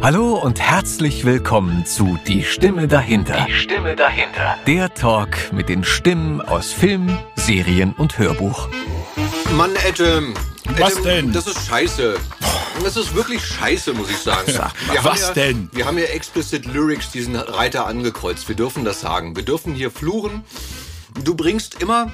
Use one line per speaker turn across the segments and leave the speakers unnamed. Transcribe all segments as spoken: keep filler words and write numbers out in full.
Hallo und herzlich willkommen zu Die Stimme dahinter.
Die Stimme dahinter.
Der Talk mit den Stimmen aus Film, Serien und Hörbuch.
Mann, Adam.
Was
Adam,
denn?
Das ist scheiße. Das ist wirklich scheiße, muss ich sagen. Wir
was
haben ja,
denn?
Wir haben ja explicit Lyrics diesen Reiter angekreuzt. Wir dürfen das sagen. Wir dürfen hier fluchen. Du bringst immer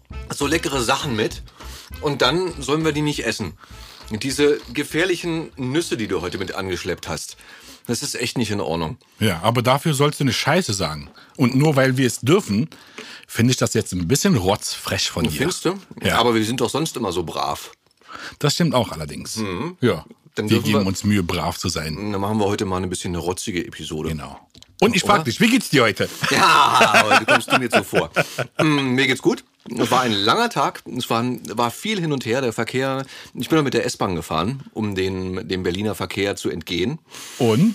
so leckere Sachen mit und dann sollen wir die nicht essen. Diese gefährlichen Nüsse, die du heute mit angeschleppt hast, das ist echt nicht in Ordnung.
Ja, aber dafür sollst du eine Scheiße sagen. Und nur weil wir es dürfen, finde ich das jetzt ein bisschen rotzfrech von dir.
Findest du?
Ja.
Aber wir sind doch sonst immer so brav.
Das stimmt auch allerdings. Mhm. Ja,
Dann
wir
dürfen
geben
wir-
uns Mühe, brav zu sein.
Dann machen wir heute mal ein bisschen eine rotzige Episode.
Genau. Und ich frage
Oder?
dich, wie geht's dir heute?
Ja, aber du kommst du mir so vor. Mm, mir geht's gut. Es war ein langer Tag. Es war, war viel hin und her. Der Verkehr. Ich bin noch mit der S-Bahn gefahren, um den, dem Berliner Verkehr zu entgehen.
Und?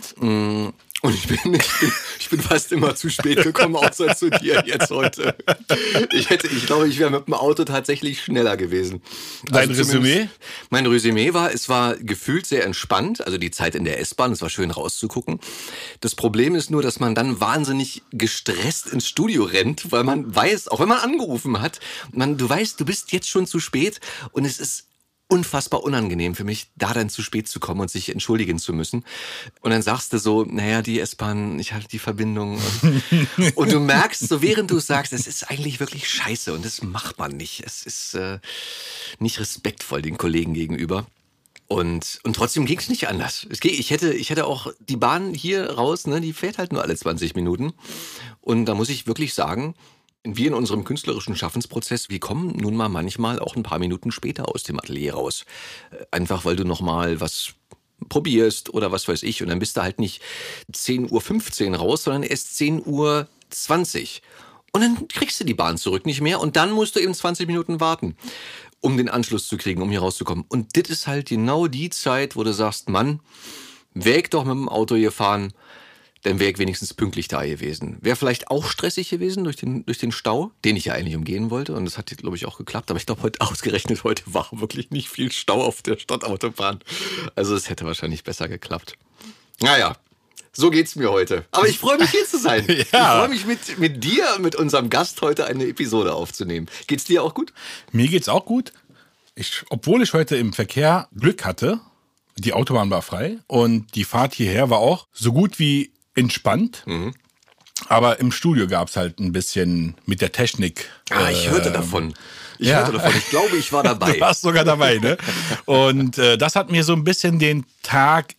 Und ich bin, ich bin, ich bin fast immer zu spät gekommen, außer zu dir jetzt heute. Ich hätte, ich glaube, ich wäre mit dem Auto tatsächlich schneller gewesen.
Dein
zumindest-
Resümee?
Mein Resümee war, es war gefühlt sehr entspannt, also die Zeit in der S-Bahn, es war schön rauszugucken. Das Problem ist nur, dass man dann wahnsinnig gestresst ins Studio rennt, weil man weiß, auch wenn man angerufen hat, man, du weißt, du bist jetzt schon zu spät und es ist unfassbar unangenehm für mich, da dann zu spät zu kommen und sich entschuldigen zu müssen. Und dann sagst du so, naja, die S-Bahn, ich hatte die Verbindung. Und, und du merkst so, während du es sagst, es ist eigentlich wirklich scheiße und das macht man nicht. Es ist äh, nicht respektvoll den Kollegen gegenüber. Und, und trotzdem ging es nicht anders. Es ging, ich, hätte, ich hätte auch die Bahn hier raus, ne, die fährt halt nur alle zwanzig Minuten. Und da muss ich wirklich sagen, wir in unserem künstlerischen Schaffensprozess, wir kommen nun mal manchmal auch ein paar Minuten später aus dem Atelier raus. Einfach weil du noch mal was probierst oder was weiß ich. Und dann bist du halt nicht zehn Uhr fünfzehn raus, sondern erst zehn Uhr zwanzig. Und dann kriegst du die Bahn zurück nicht mehr und dann musst du eben zwanzig Minuten warten, um den Anschluss zu kriegen, um hier rauszukommen. Und das ist halt genau die Zeit, wo du sagst, Mann, wär ich doch mit dem Auto gefahren, dann wäre ich wenigstens pünktlich da gewesen. Wäre vielleicht auch stressig gewesen durch den, durch den Stau, den ich ja eigentlich umgehen wollte. Und das hat, glaube ich, auch geklappt. Aber ich glaube, heute ausgerechnet, heute war wirklich nicht viel Stau auf der Stadtautobahn. Also es hätte wahrscheinlich besser geklappt. Naja, so geht's mir heute. Aber ich freue mich, hier zu sein.
Ja.
Ich freue mich, mit, mit dir und mit unserem Gast heute eine Episode aufzunehmen. Geht's dir auch gut?
Mir geht's auch gut. Ich, obwohl ich heute im Verkehr Glück hatte, die Autobahn war frei und die Fahrt hierher war auch so gut wie entspannt. Mhm. Aber im Studio gab's halt ein bisschen mit der Technik.
Ah, ich hörte
ähm,
davon. Ich
ja.
hörte davon. Ich glaube, ich war dabei.
Du warst sogar dabei, ne? Und äh, das hat mir so ein bisschen den Tag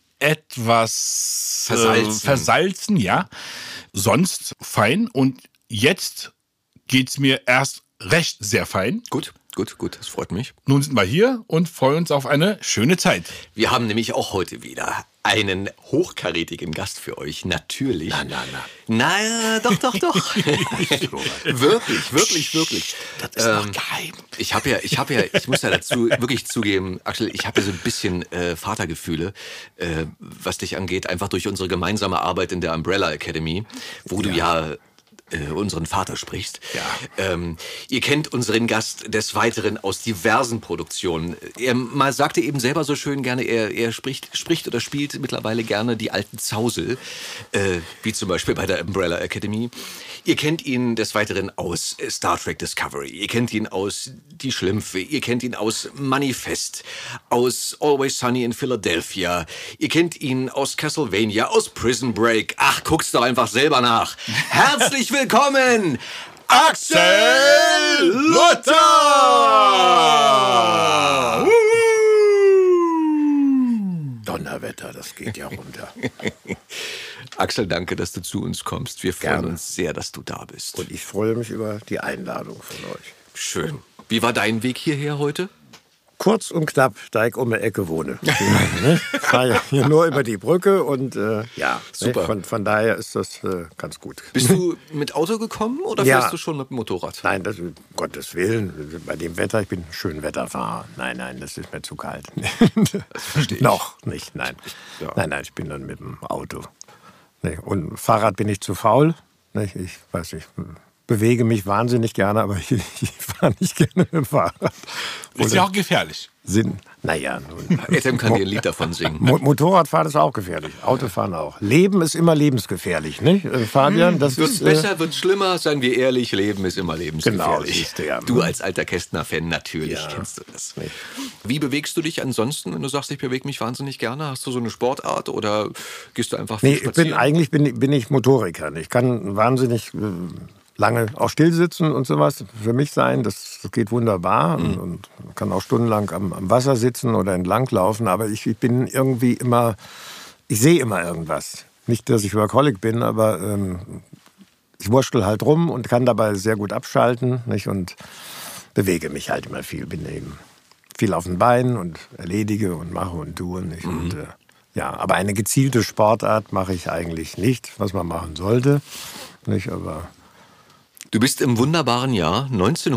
etwas
Versalzen.
Äh, versalzen, ja. Sonst fein. Und jetzt geht's mir erst recht sehr fein.
Gut, gut, gut. Das freut mich.
Nun sind wir hier und freuen uns auf eine schöne Zeit.
Wir haben nämlich auch heute wieder einen hochkarätigen Gast für euch, natürlich.
Na, na, na.
Na, doch, doch, doch. wirklich, wirklich, wirklich.
Das ist noch geheim.
Ich habe ja, ich habe ja, ich muss ja dazu wirklich zugeben, Axel, ich habe ja so ein bisschen äh, Vatergefühle, äh, was dich angeht, einfach durch unsere gemeinsame Arbeit in der Umbrella Academy, wo du ja äh, unseren Vater sprichst.
Ja.
Ähm, ihr kennt unseren Gast des Weiteren aus diversen Produktionen. Er mal sagte eben selber so schön gerne, er, er spricht, spricht oder spielt mittlerweile gerne die alten Zausel, äh, wie zum Beispiel bei der Umbrella Academy. Ihr kennt ihn des Weiteren aus Star Trek Discovery. Ihr kennt ihn aus Die Schlümpfe. Ihr kennt ihn aus Manifest, aus Always Sunny in Philadelphia. Ihr kennt ihn aus Castlevania, aus Prison Break. Ach, guck's doch einfach selber nach. Herzlich willkommen, Axel Luther!
Donnerwetter, das geht ja runter.
Axel, danke, dass du zu uns kommst. Wir freuen
Gerne.
uns sehr, dass du da bist.
Und ich freue mich über die Einladung von euch.
Schön. Wie war dein Weg hierher heute?
Kurz und knapp, da ich um die Ecke wohne. Ne? Ich fahre ja hier nur über die Brücke und äh, ja,
Super.
Ne? Von, von daher ist das äh, ganz gut.
Bist du mit Auto gekommen oder
Ja.
fährst du schon mit dem Motorrad?
Nein, das, um Gottes Willen, bei dem Wetter, ich bin ein Schönwetterfahrer. Nein, nein, das ist mir zu kalt. Das
verstehe ich.
Noch nicht, nein.
Ja.
Nein, nein, ich bin dann mit dem Auto. Ne? Und Fahrrad bin ich zu faul. Ne? Ich weiß nicht, bewege mich wahnsinnig gerne, aber ich, ich fahre nicht gerne mit dem Fahrrad.
Ist ja auch gefährlich.
Sind, naja, nun.
Ethem kann dir ein Lied davon singen.
Mo- Motorradfahren ist auch gefährlich, Autofahren auch. Leben ist immer lebensgefährlich, nicht, äh, Fabian? Das
Wird
ist,
besser,
äh,
wird schlimmer, seien wir ehrlich, Leben ist immer lebensgefährlich.
Genau, siehst du ja.
Du als alter Kästner-Fan, natürlich
Ja.
kennst du das.
Nee.
Wie bewegst du dich ansonsten, wenn du sagst, ich bewege mich wahnsinnig gerne? Hast du so eine Sportart oder gehst du einfach viel
Nee, ich
spazieren?
bin eigentlich bin, bin ich Motoriker. Ich kann wahnsinnig äh, lange auch still sitzen und sowas für mich sein. Das, das geht wunderbar und, und kann auch stundenlang am, am Wasser sitzen oder entlang laufen. Aber ich, ich bin irgendwie immer, ich sehe immer irgendwas. Nicht, dass ich Workaholic bin, aber ähm, ich wurschtel halt rum und kann dabei sehr gut abschalten, nicht? Und bewege mich halt immer viel. Bin eben viel auf den Beinen und erledige und mache und tue. Nicht? Und, äh, ja, aber eine gezielte Sportart mache ich eigentlich nicht, was man machen sollte. Nicht? Aber
Du bist im wunderbaren Jahr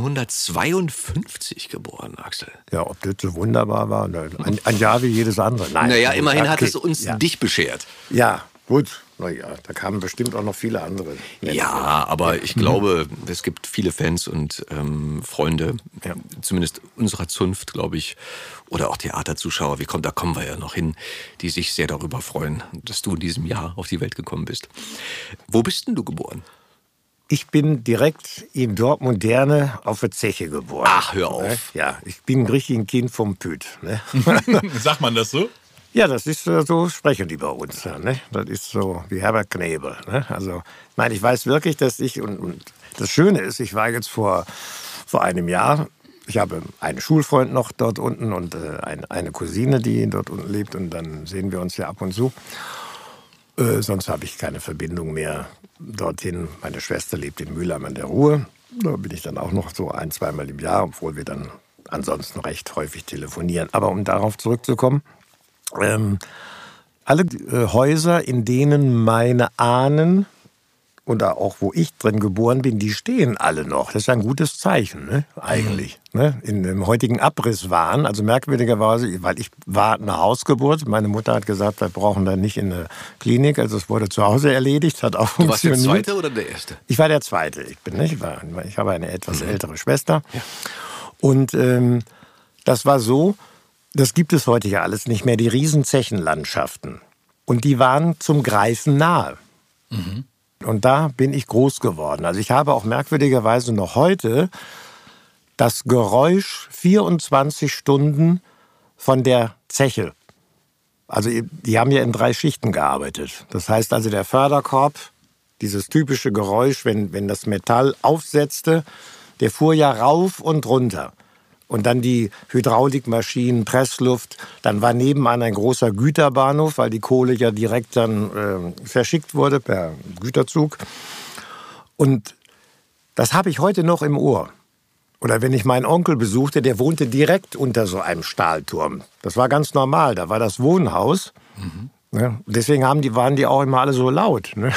neunzehnhundertzweiundfünfzig geboren, Axel.
ja, ob das so wunderbar war, ne, ein, ein Jahr wie jedes andere. Nein,
Naja, immerhin
okay.
hat es uns
ja.
dich beschert.
Ja, gut. Naja, da kamen bestimmt auch noch viele andere.
Ja, aber ich glaube, es gibt viele Fans und ähm, Freunde,
Ja.
zumindest unserer Zunft, glaube ich, oder auch Theaterzuschauer, wie kommt, da kommen wir ja noch hin, die sich sehr darüber freuen, dass du in diesem Jahr auf die Welt gekommen bist. Wo bist denn du geboren?
Ich bin direkt in Dortmund-Derne auf der Zeche geboren.
Ach, hör auf.
Ne? Ja, ich bin ein richtiges Kind vom Püt. Ne?
Sagt man das so?
Ja, das ist äh, so, sprechen die bei uns. Ja, ne? Das ist so wie Herbert Knebel. Ne? Also, nein, ich weiß wirklich, dass ich, und, und das Schöne ist, ich war jetzt vor, vor einem Jahr, ich habe einen Schulfreund noch dort unten und äh, eine, eine Cousine, die dort unten lebt, und dann sehen wir uns ja ab und zu. Äh, sonst habe ich keine Verbindung mehr dorthin. Meine Schwester lebt in Mülheim an der Ruhr. Da bin ich dann auch noch so ein-, zweimal im Jahr, obwohl wir dann ansonsten recht häufig telefonieren. Aber um darauf zurückzukommen, ähm, alle äh, Häuser, in denen meine Ahnen oder auch wo ich drin geboren bin, die stehen alle noch. Das ist ein gutes Zeichen, ne? Eigentlich. Mhm. Ne? In dem heutigen Abrisswahn, also merkwürdigerweise, weil ich war eine Hausgeburt. Meine Mutter hat gesagt, wir brauchen da nicht in eine Klinik. Also es wurde zu Hause erledigt, hat auch
Du warst der
funktioniert.
Zweite oder der Erste?
Ich war der Zweite. Ich bin nicht, ich, war, ich habe eine etwas ältere Schwester. Ja. Und ähm, das war so, das gibt es heute ja alles nicht mehr, die Riesenzechenlandschaften. Und die waren zum Greifen nahe. Mhm. Und da bin ich groß geworden. Also ich habe auch merkwürdigerweise noch heute das Geräusch vierundzwanzig Stunden von der Zeche. Also die haben ja in drei Schichten gearbeitet. Das heißt also der Förderkorb, dieses typische Geräusch, wenn, wenn das Metall aufsetzte, der fuhr ja rauf und runter. Und dann die Hydraulikmaschinen, Pressluft. Dann war nebenan ein großer Güterbahnhof, weil die Kohle ja direkt dann äh, verschickt wurde per Güterzug. Und das habe ich heute noch im Ohr. Oder wenn ich meinen Onkel besuchte, der wohnte direkt unter so einem Stahlturm. Das war ganz normal, da war das Wohnhaus. Mhm. Ne? Deswegen haben die, waren die auch immer alle so laut. Ne?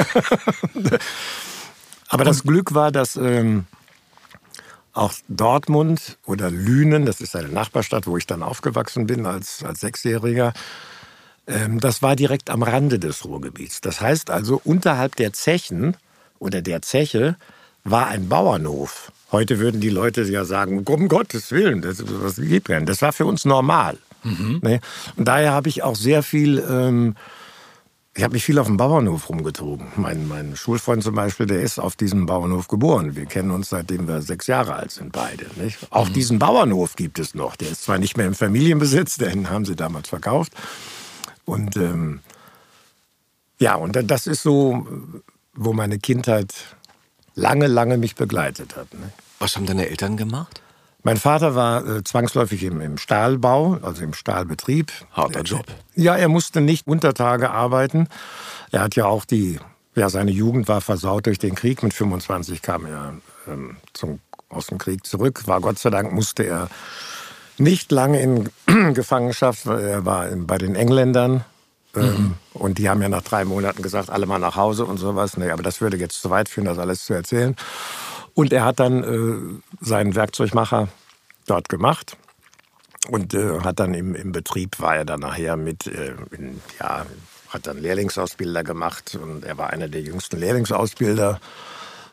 Aber das Glück war, dass ähm, auch Dortmund oder Lünen, das ist eine Nachbarstadt, wo ich dann aufgewachsen bin als, als Sechsjähriger, ähm, das war direkt am Rande des Ruhrgebiets. Das heißt also, unterhalb der Zechen oder der Zeche war ein Bauernhof. Heute würden die Leute ja sagen, um Gottes Willen, das, was geht denn? Das war für uns normal. Mhm. Ne? Und daher habe ich auch sehr viel... Ähm, Ich habe mich viel auf dem Bauernhof rumgezogen. Mein, mein Schulfreund zum Beispiel, der ist auf diesem Bauernhof geboren. Wir kennen uns, seitdem wir sechs Jahre alt sind, beide. Nicht? Auch mhm. diesen Bauernhof gibt es noch. Der ist zwar nicht mehr im Familienbesitz, den haben sie damals verkauft. Und ähm, ja, und das ist so, wo meine Kindheit lange, lange mich begleitet hat. Ne?
Was haben deine Eltern gemacht?
Mein Vater war äh, zwangsläufig im, im Stahlbau, also im Stahlbetrieb.
Harter Job.
Ja, er musste nicht Untertage arbeiten. Er hat ja auch die, ja, seine Jugend war versaut durch den Krieg. Mit fünfundzwanzig kam er ähm, zum, aus dem Krieg zurück. War Gott sei Dank, musste er nicht lange in Gefangenschaft. Er war bei den Engländern. Ähm, mhm. Und die haben ja nach drei Monaten gesagt, alle mal nach Hause und sowas. Nee, aber das würde jetzt zu weit führen, das alles zu erzählen. Und er hat dann äh, seinen Werkzeugmacher dort gemacht und äh, hat dann im, im Betrieb, war er dann nachher mit, äh, in, ja, hat dann Lehrlingsausbilder gemacht und er war einer der jüngsten Lehrlingsausbilder.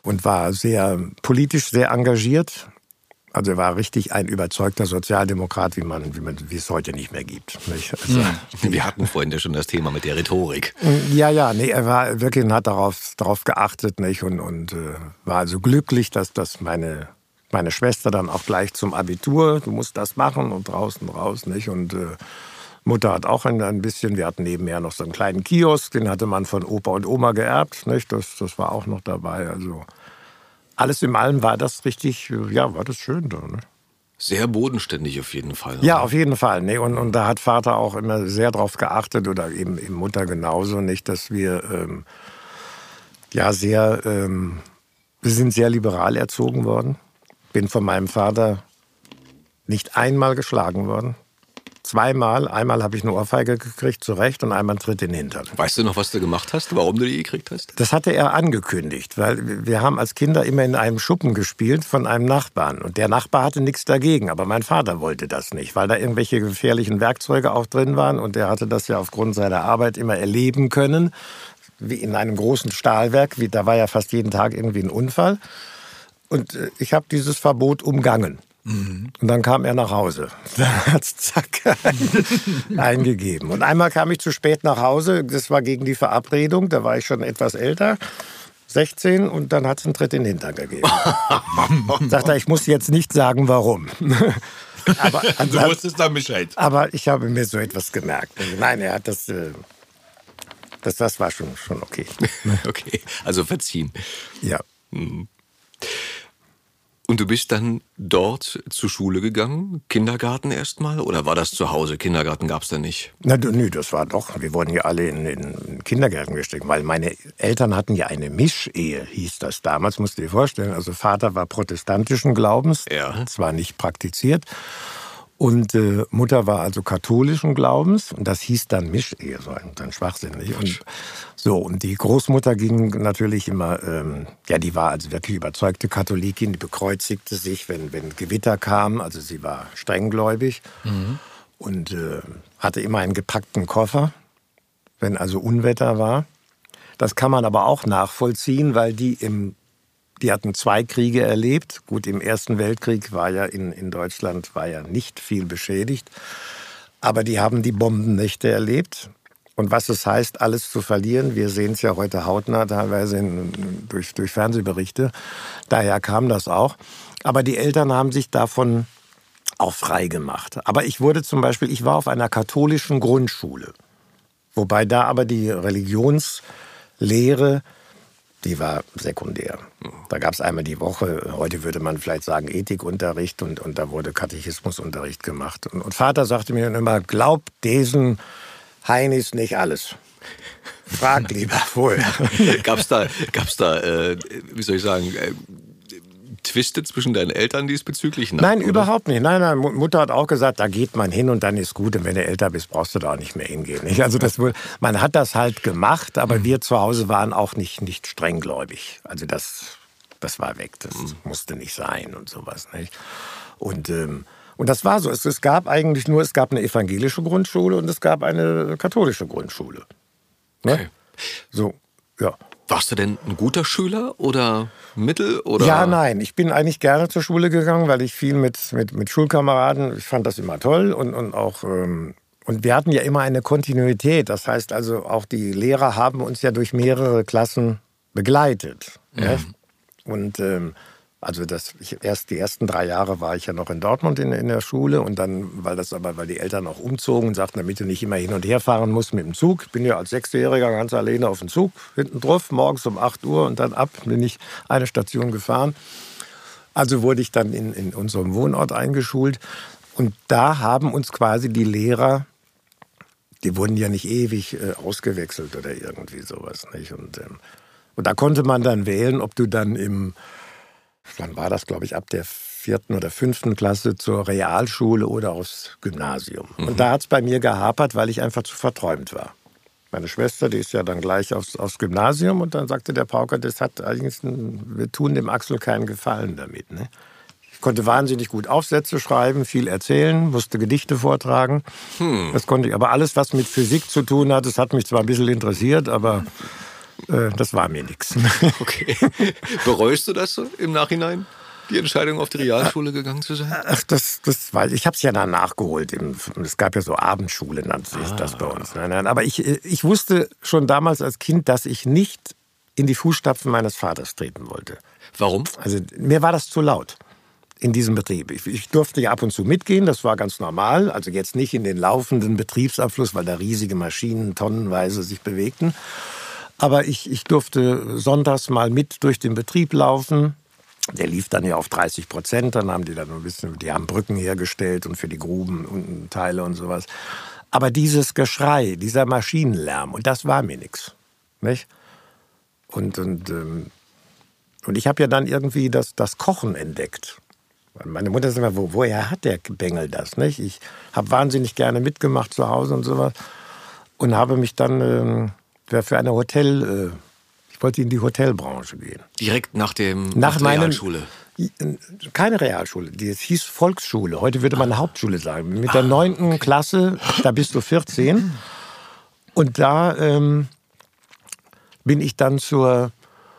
und war sehr politisch sehr engagiert. Also er war richtig ein überzeugter Sozialdemokrat, wie man, wie man, wie es heute nicht mehr gibt. Nicht? Also,
hm. Wir hatten vorhin ja schon das Thema mit der Rhetorik.
Ja, ja, nee, er war wirklich und hat darauf, darauf geachtet, nicht? Und, und äh, war also glücklich, dass das meine, meine Schwester dann auch gleich zum Abitur, du musst das machen und draußen raus, nicht? Und äh, Mutter hat auch ein, ein bisschen, wir hatten nebenher noch so einen kleinen Kiosk, den hatte man von Opa und Oma geerbt, nicht? Das, das war auch noch dabei, also alles in allem war das richtig, ja, war das schön da, ne?
Sehr bodenständig auf jeden Fall.
Ja, auf jeden Fall. Ne? Und, und da hat Vater auch immer sehr drauf geachtet, oder eben, eben Mutter genauso, nicht, dass wir ähm, ja sehr, ähm, wir sind sehr liberal erzogen worden. Bin von meinem Vater nicht einmal geschlagen worden. Zweimal. Einmal habe ich eine Ohrfeige gekriegt, zu Recht, und einmal einen Tritt in den Hintern.
Weißt du noch, was du gemacht hast, warum du die gekriegt hast?
Das hatte er angekündigt, weil wir haben als Kinder immer in einem Schuppen gespielt von einem Nachbarn. Und der Nachbar hatte nichts dagegen, aber mein Vater wollte das nicht, weil da irgendwelche gefährlichen Werkzeuge auch drin waren. Und er hatte das ja aufgrund seiner Arbeit immer erleben können, wie in einem großen Stahlwerk. Wie, da war ja fast jeden Tag irgendwie ein Unfall. Und ich habe dieses Verbot umgangen. Und dann kam er nach Hause. Dann hat es zack eingegeben. Und einmal kam ich zu spät nach Hause. Das war gegen die Verabredung. Da war ich schon etwas älter, sechzehn. Und dann hat es einen Tritt in den Hintern gegeben. Sagt er, ich muss jetzt nicht sagen, warum. Aber,
du wusstest dann Bescheid.
Aber ich habe mir so etwas gemerkt. Nein, er hat das... Das, das war schon, schon okay.
Okay, also verziehen.
Ja.
Und du bist dann dort zur Schule gegangen? Kindergarten erstmal? Oder war das zu Hause? Kindergarten gab es da nicht?
Na, nö, das war doch. Wir wurden ja alle in den Kindergarten gesteckt, weil meine Eltern hatten ja eine Mischehe, hieß das damals, musst du dir vorstellen. Also Vater war protestantischen Glaubens,
ja.
zwar nicht praktiziert. Und äh, Mutter war also katholischen Glaubens, und das hieß dann Mischehe, so ein, ein Schwachsinn. Nicht? Und so, und die Großmutter ging natürlich immer, ähm, ja, die war also wirklich überzeugte Katholikin, die bekreuzigte sich, wenn, wenn Gewitter kam, also sie war strenggläubig, mhm. und äh, hatte immer einen gepackten Koffer, wenn also Unwetter war. Das kann man aber auch nachvollziehen, weil die im Die hatten zwei Kriege erlebt. Gut, im Ersten Weltkrieg war ja in, in Deutschland war ja nicht viel beschädigt. Aber die haben die Bombennächte erlebt. Und was es heißt, alles zu verlieren, wir sehen es ja heute hautnah, teilweise in, durch, durch Fernsehberichte. Daher kam das auch. Aber die Eltern haben sich davon auch frei gemacht. Aber ich wurde zum Beispiel, ich war auf einer katholischen Grundschule. Wobei da aber die Religionslehre, die war sekundär. Da gab es einmal die Woche, heute würde man vielleicht sagen Ethikunterricht, und, und da wurde Katechismusunterricht gemacht. Und, und Vater sagte mir immer, glaub diesen Heinis nicht alles. Frag lieber vorher.
Gab's da, gab's da äh, wie soll ich sagen, äh, Twiste zwischen deinen Eltern diesbezüglich? Nein,
nein,
oder?
Überhaupt nicht. Nein, nein, Mutter hat auch gesagt, da geht man hin und dann ist gut. Und wenn du älter bist, brauchst du da auch nicht mehr hingehen. Also das wohl, man hat das halt gemacht, aber mhm. wir zu Hause waren auch nicht, nicht strenggläubig. Also das, das war weg. Das mhm. musste nicht sein und sowas. Nicht? Und, ähm, und das war so. Es, es gab eigentlich nur, es gab eine evangelische Grundschule und es gab eine katholische Grundschule. Ne?
Okay.
So, ja.
Warst du denn ein guter Schüler oder mittel? Oder?
Ja, nein. Ich bin eigentlich gerne zur Schule gegangen, weil ich viel mit, mit, mit Schulkameraden, ich fand das immer toll. Und, und, auch, ähm, und wir hatten ja immer eine Kontinuität. Das heißt also, auch die Lehrer haben uns ja durch mehrere Klassen begleitet. Mhm. Ja? Und ähm, also das, ich, erst die ersten drei Jahre war ich ja noch in Dortmund in, in der Schule. Und dann, weil das aber, weil die Eltern auch umzogen und sagten, damit du nicht immer hin und her fahren musst mit dem Zug. Ich bin ja als Sechsjähriger ganz alleine auf dem Zug, hinten drauf, morgens um acht Uhr und dann ab, bin ich eine Station gefahren. Also wurde ich dann in, in unserem Wohnort eingeschult. Und da haben uns quasi die Lehrer, die wurden ja nicht ewig äh, ausgewechselt oder irgendwie sowas. Nicht? Und, ähm, und da konnte man dann wählen, ob du dann im Dann war das, glaube ich, ab der vierten oder fünften Klasse zur Realschule oder aufs Gymnasium. Mhm. Und da hat es bei mir gehapert, weil ich einfach zu verträumt war. Meine Schwester, die ist ja dann gleich aufs, aufs Gymnasium, und dann sagte der Pauker, das hat eigentlich, wir tun dem Axel keinen Gefallen damit. Ne? Ich konnte wahnsinnig gut Aufsätze schreiben, viel erzählen, musste Gedichte vortragen. Hm. Das konnte ich. Aber alles, was mit Physik zu tun hat, das hat mich zwar ein bisschen interessiert, aber äh, das war mir nichts.
Okay. Bereust du das so im Nachhinein? Die Entscheidung, auf die Realschule gegangen zu sein?
Ach, das, das weiß ich. Ich habe es ja dann nachgeholt. Es gab ja so Abendschule, nannte sich ah. das bei uns. Nein, nein, aber ich, ich wusste schon damals als Kind, dass ich nicht in die Fußstapfen meines Vaters treten wollte.
Warum?
Also mir war das zu laut in diesem Betrieb. Ich, ich durfte ja ab und zu mitgehen, das war ganz normal. Also jetzt nicht in den laufenden Betriebsabfluss, weil da riesige Maschinen tonnenweise sich bewegten. Aber ich, ich durfte sonntags mal mit durch den Betrieb laufen. Der lief dann ja auf dreißig Prozent, dann haben die dann ein bisschen, die haben Brücken hergestellt und für die Gruben und Teile und sowas. Aber dieses Geschrei, dieser Maschinenlärm, und das war mir nichts, nicht? Und, und, ähm, und ich habe ja dann irgendwie das, das Kochen entdeckt. Meine Mutter sagt immer, wo, woher hat der Bengel das, nicht? Ich habe wahnsinnig gerne mitgemacht zu Hause und sowas und habe mich dann ähm, für eine Hotel... Äh, Ich wollte in die Hotelbranche gehen.
Direkt nach dem
nach, nach der
Realschule?
Keine Realschule, das hieß Volksschule. Heute würde man eine Hauptschule sagen. Mit der neunten Ah, okay. Klasse, da bist du vierzehn. Und da ähm, bin ich dann zur,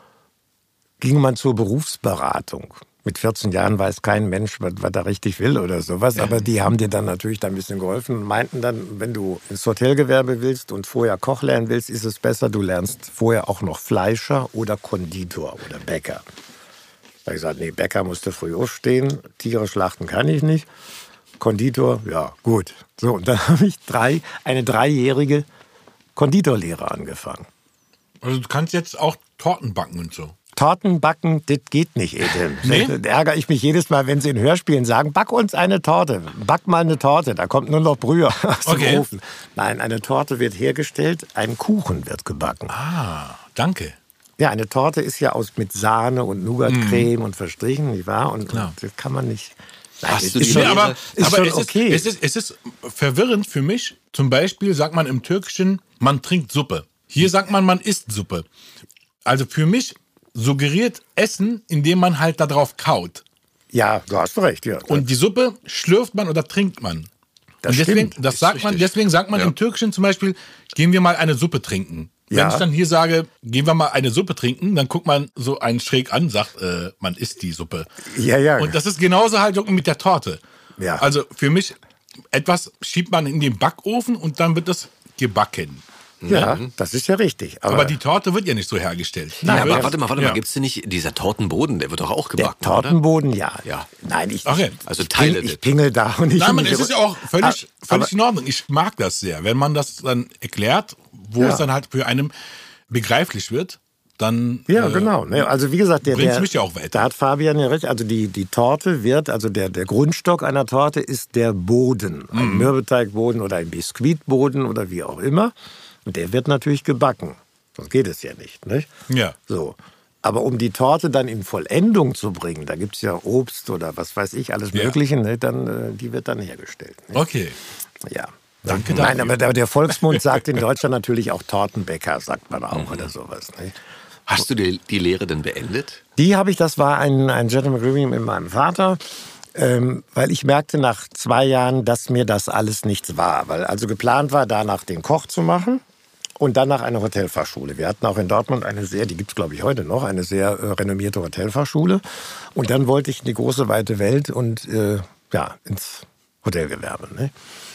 ging man zur Berufsberatung. Mit vierzehn Jahren weiß kein Mensch, was, was er richtig will oder sowas. Ja. Aber die haben dir dann natürlich da ein bisschen geholfen und meinten dann, wenn du ins Hotelgewerbe willst und vorher Koch lernen willst, ist es besser, du lernst vorher auch noch Fleischer oder Konditor oder Bäcker. Da habe ich gesagt, nee, Bäcker musste früh aufstehen, Tiere schlachten kann ich nicht. Konditor, ja, gut. So, und dann habe ich drei, eine dreijährige Konditorlehre angefangen.
Also du kannst jetzt auch Torten backen und so?
Torten backen, das geht nicht, Edem.
Nee?
Da ärgere ich mich jedes Mal, wenn sie in Hörspielen sagen, back uns eine Torte, back mal eine Torte, da kommt nur noch Brühe aus dem
Okay.
Ofen. Nein, eine Torte wird hergestellt, ein Kuchen wird gebacken.
Ah, danke.
Ja, eine Torte ist ja aus mit Sahne und Nougatcreme mm. und verstrichen, nicht wahr? Und, und das kann man nicht... Nein,
Hast
es
du
ist
die
schon,
Nee, aber
ist
aber
schon
es,
okay.
ist, es, ist, es ist verwirrend für mich. Zum Beispiel sagt man im Türkischen, man trinkt Suppe. Hier sagt man, man isst Suppe. Also für mich suggeriert Essen, indem man halt darauf kaut.
Ja, du hast recht, ja.
Und die Suppe schlürft man oder trinkt man.
Das
Und deswegen,
stimmt.
das
Ist
sagt man,
richtig.
deswegen sagt man
Ja.
im Türkischen zum Beispiel, gehen wir mal eine Suppe trinken. Wenn
Ja.
ich dann hier sage, gehen wir mal eine Suppe trinken, dann guckt man so einen schräg an, sagt, äh, man isst die Suppe.
Ja, ja.
Und das ist genauso halt mit der Torte.
Ja.
Also für mich, etwas schiebt man in den Backofen und dann wird es gebacken.
ja, das ist ja richtig. Aber,
Aber die Torte wird ja nicht so hergestellt. Die
Nein,
wird-
aber warte mal, warte
ja.
mal, gibt's denn nicht dieser Tortenboden, der wird doch auch
der
gebacken, oder?
Tortenboden, ja.
Ja.
Nein, ich,
Ach ja.
Also
ich,
Teile
ping, ich
des-
pingel da und ich...
Nein, man, es ist ja auch völlig,
Ah,
völlig
aber-
in Ordnung. Ich mag das sehr. Wenn man das dann erklärt, wo
Ja.
es dann halt für einen begreiflich wird, dann
Ja,
äh,
genau. Ne, Also wie gesagt, der,
bringt's
der,
mich ja auch weiter.
da hat Fabian ja recht. Also die, die Torte wird, also der, der Grundstock einer Torte ist der Boden. Ein
Mhm.
Mürbeteigboden oder ein Biskuitboden oder wie auch immer. Und der wird natürlich gebacken. Sonst geht es ja nicht. Nicht?
Ja.
So. Aber um die Torte dann in Vollendung zu bringen, da gibt es ja Obst oder was weiß ich, alles
Ja.
Mögliche, ne, dann, äh, die wird dann hergestellt. Ne?
Okay.
Ja.
Danke
Nein,
dafür.
aber der, der Volksmund sagt in Deutschland natürlich auch Tortenbäcker, sagt man auch oder sowas. Ne?
Hast du die, die Lehre denn beendet?
Die habe ich, das war ein, ein Gentleman Agreement mit meinem Vater, ähm, weil ich merkte nach zwei Jahren, dass mir das alles nichts war. Weil also geplant war, danach den Koch zu machen und danach eine Hotelfachschule. Wir hatten auch in Dortmund eine sehr, die gibt es glaube ich heute noch, eine sehr äh, renommierte Hotelfachschule. Und dann wollte ich in die große, weite Welt und äh, ja, ins Hotelgewerbe. Ne?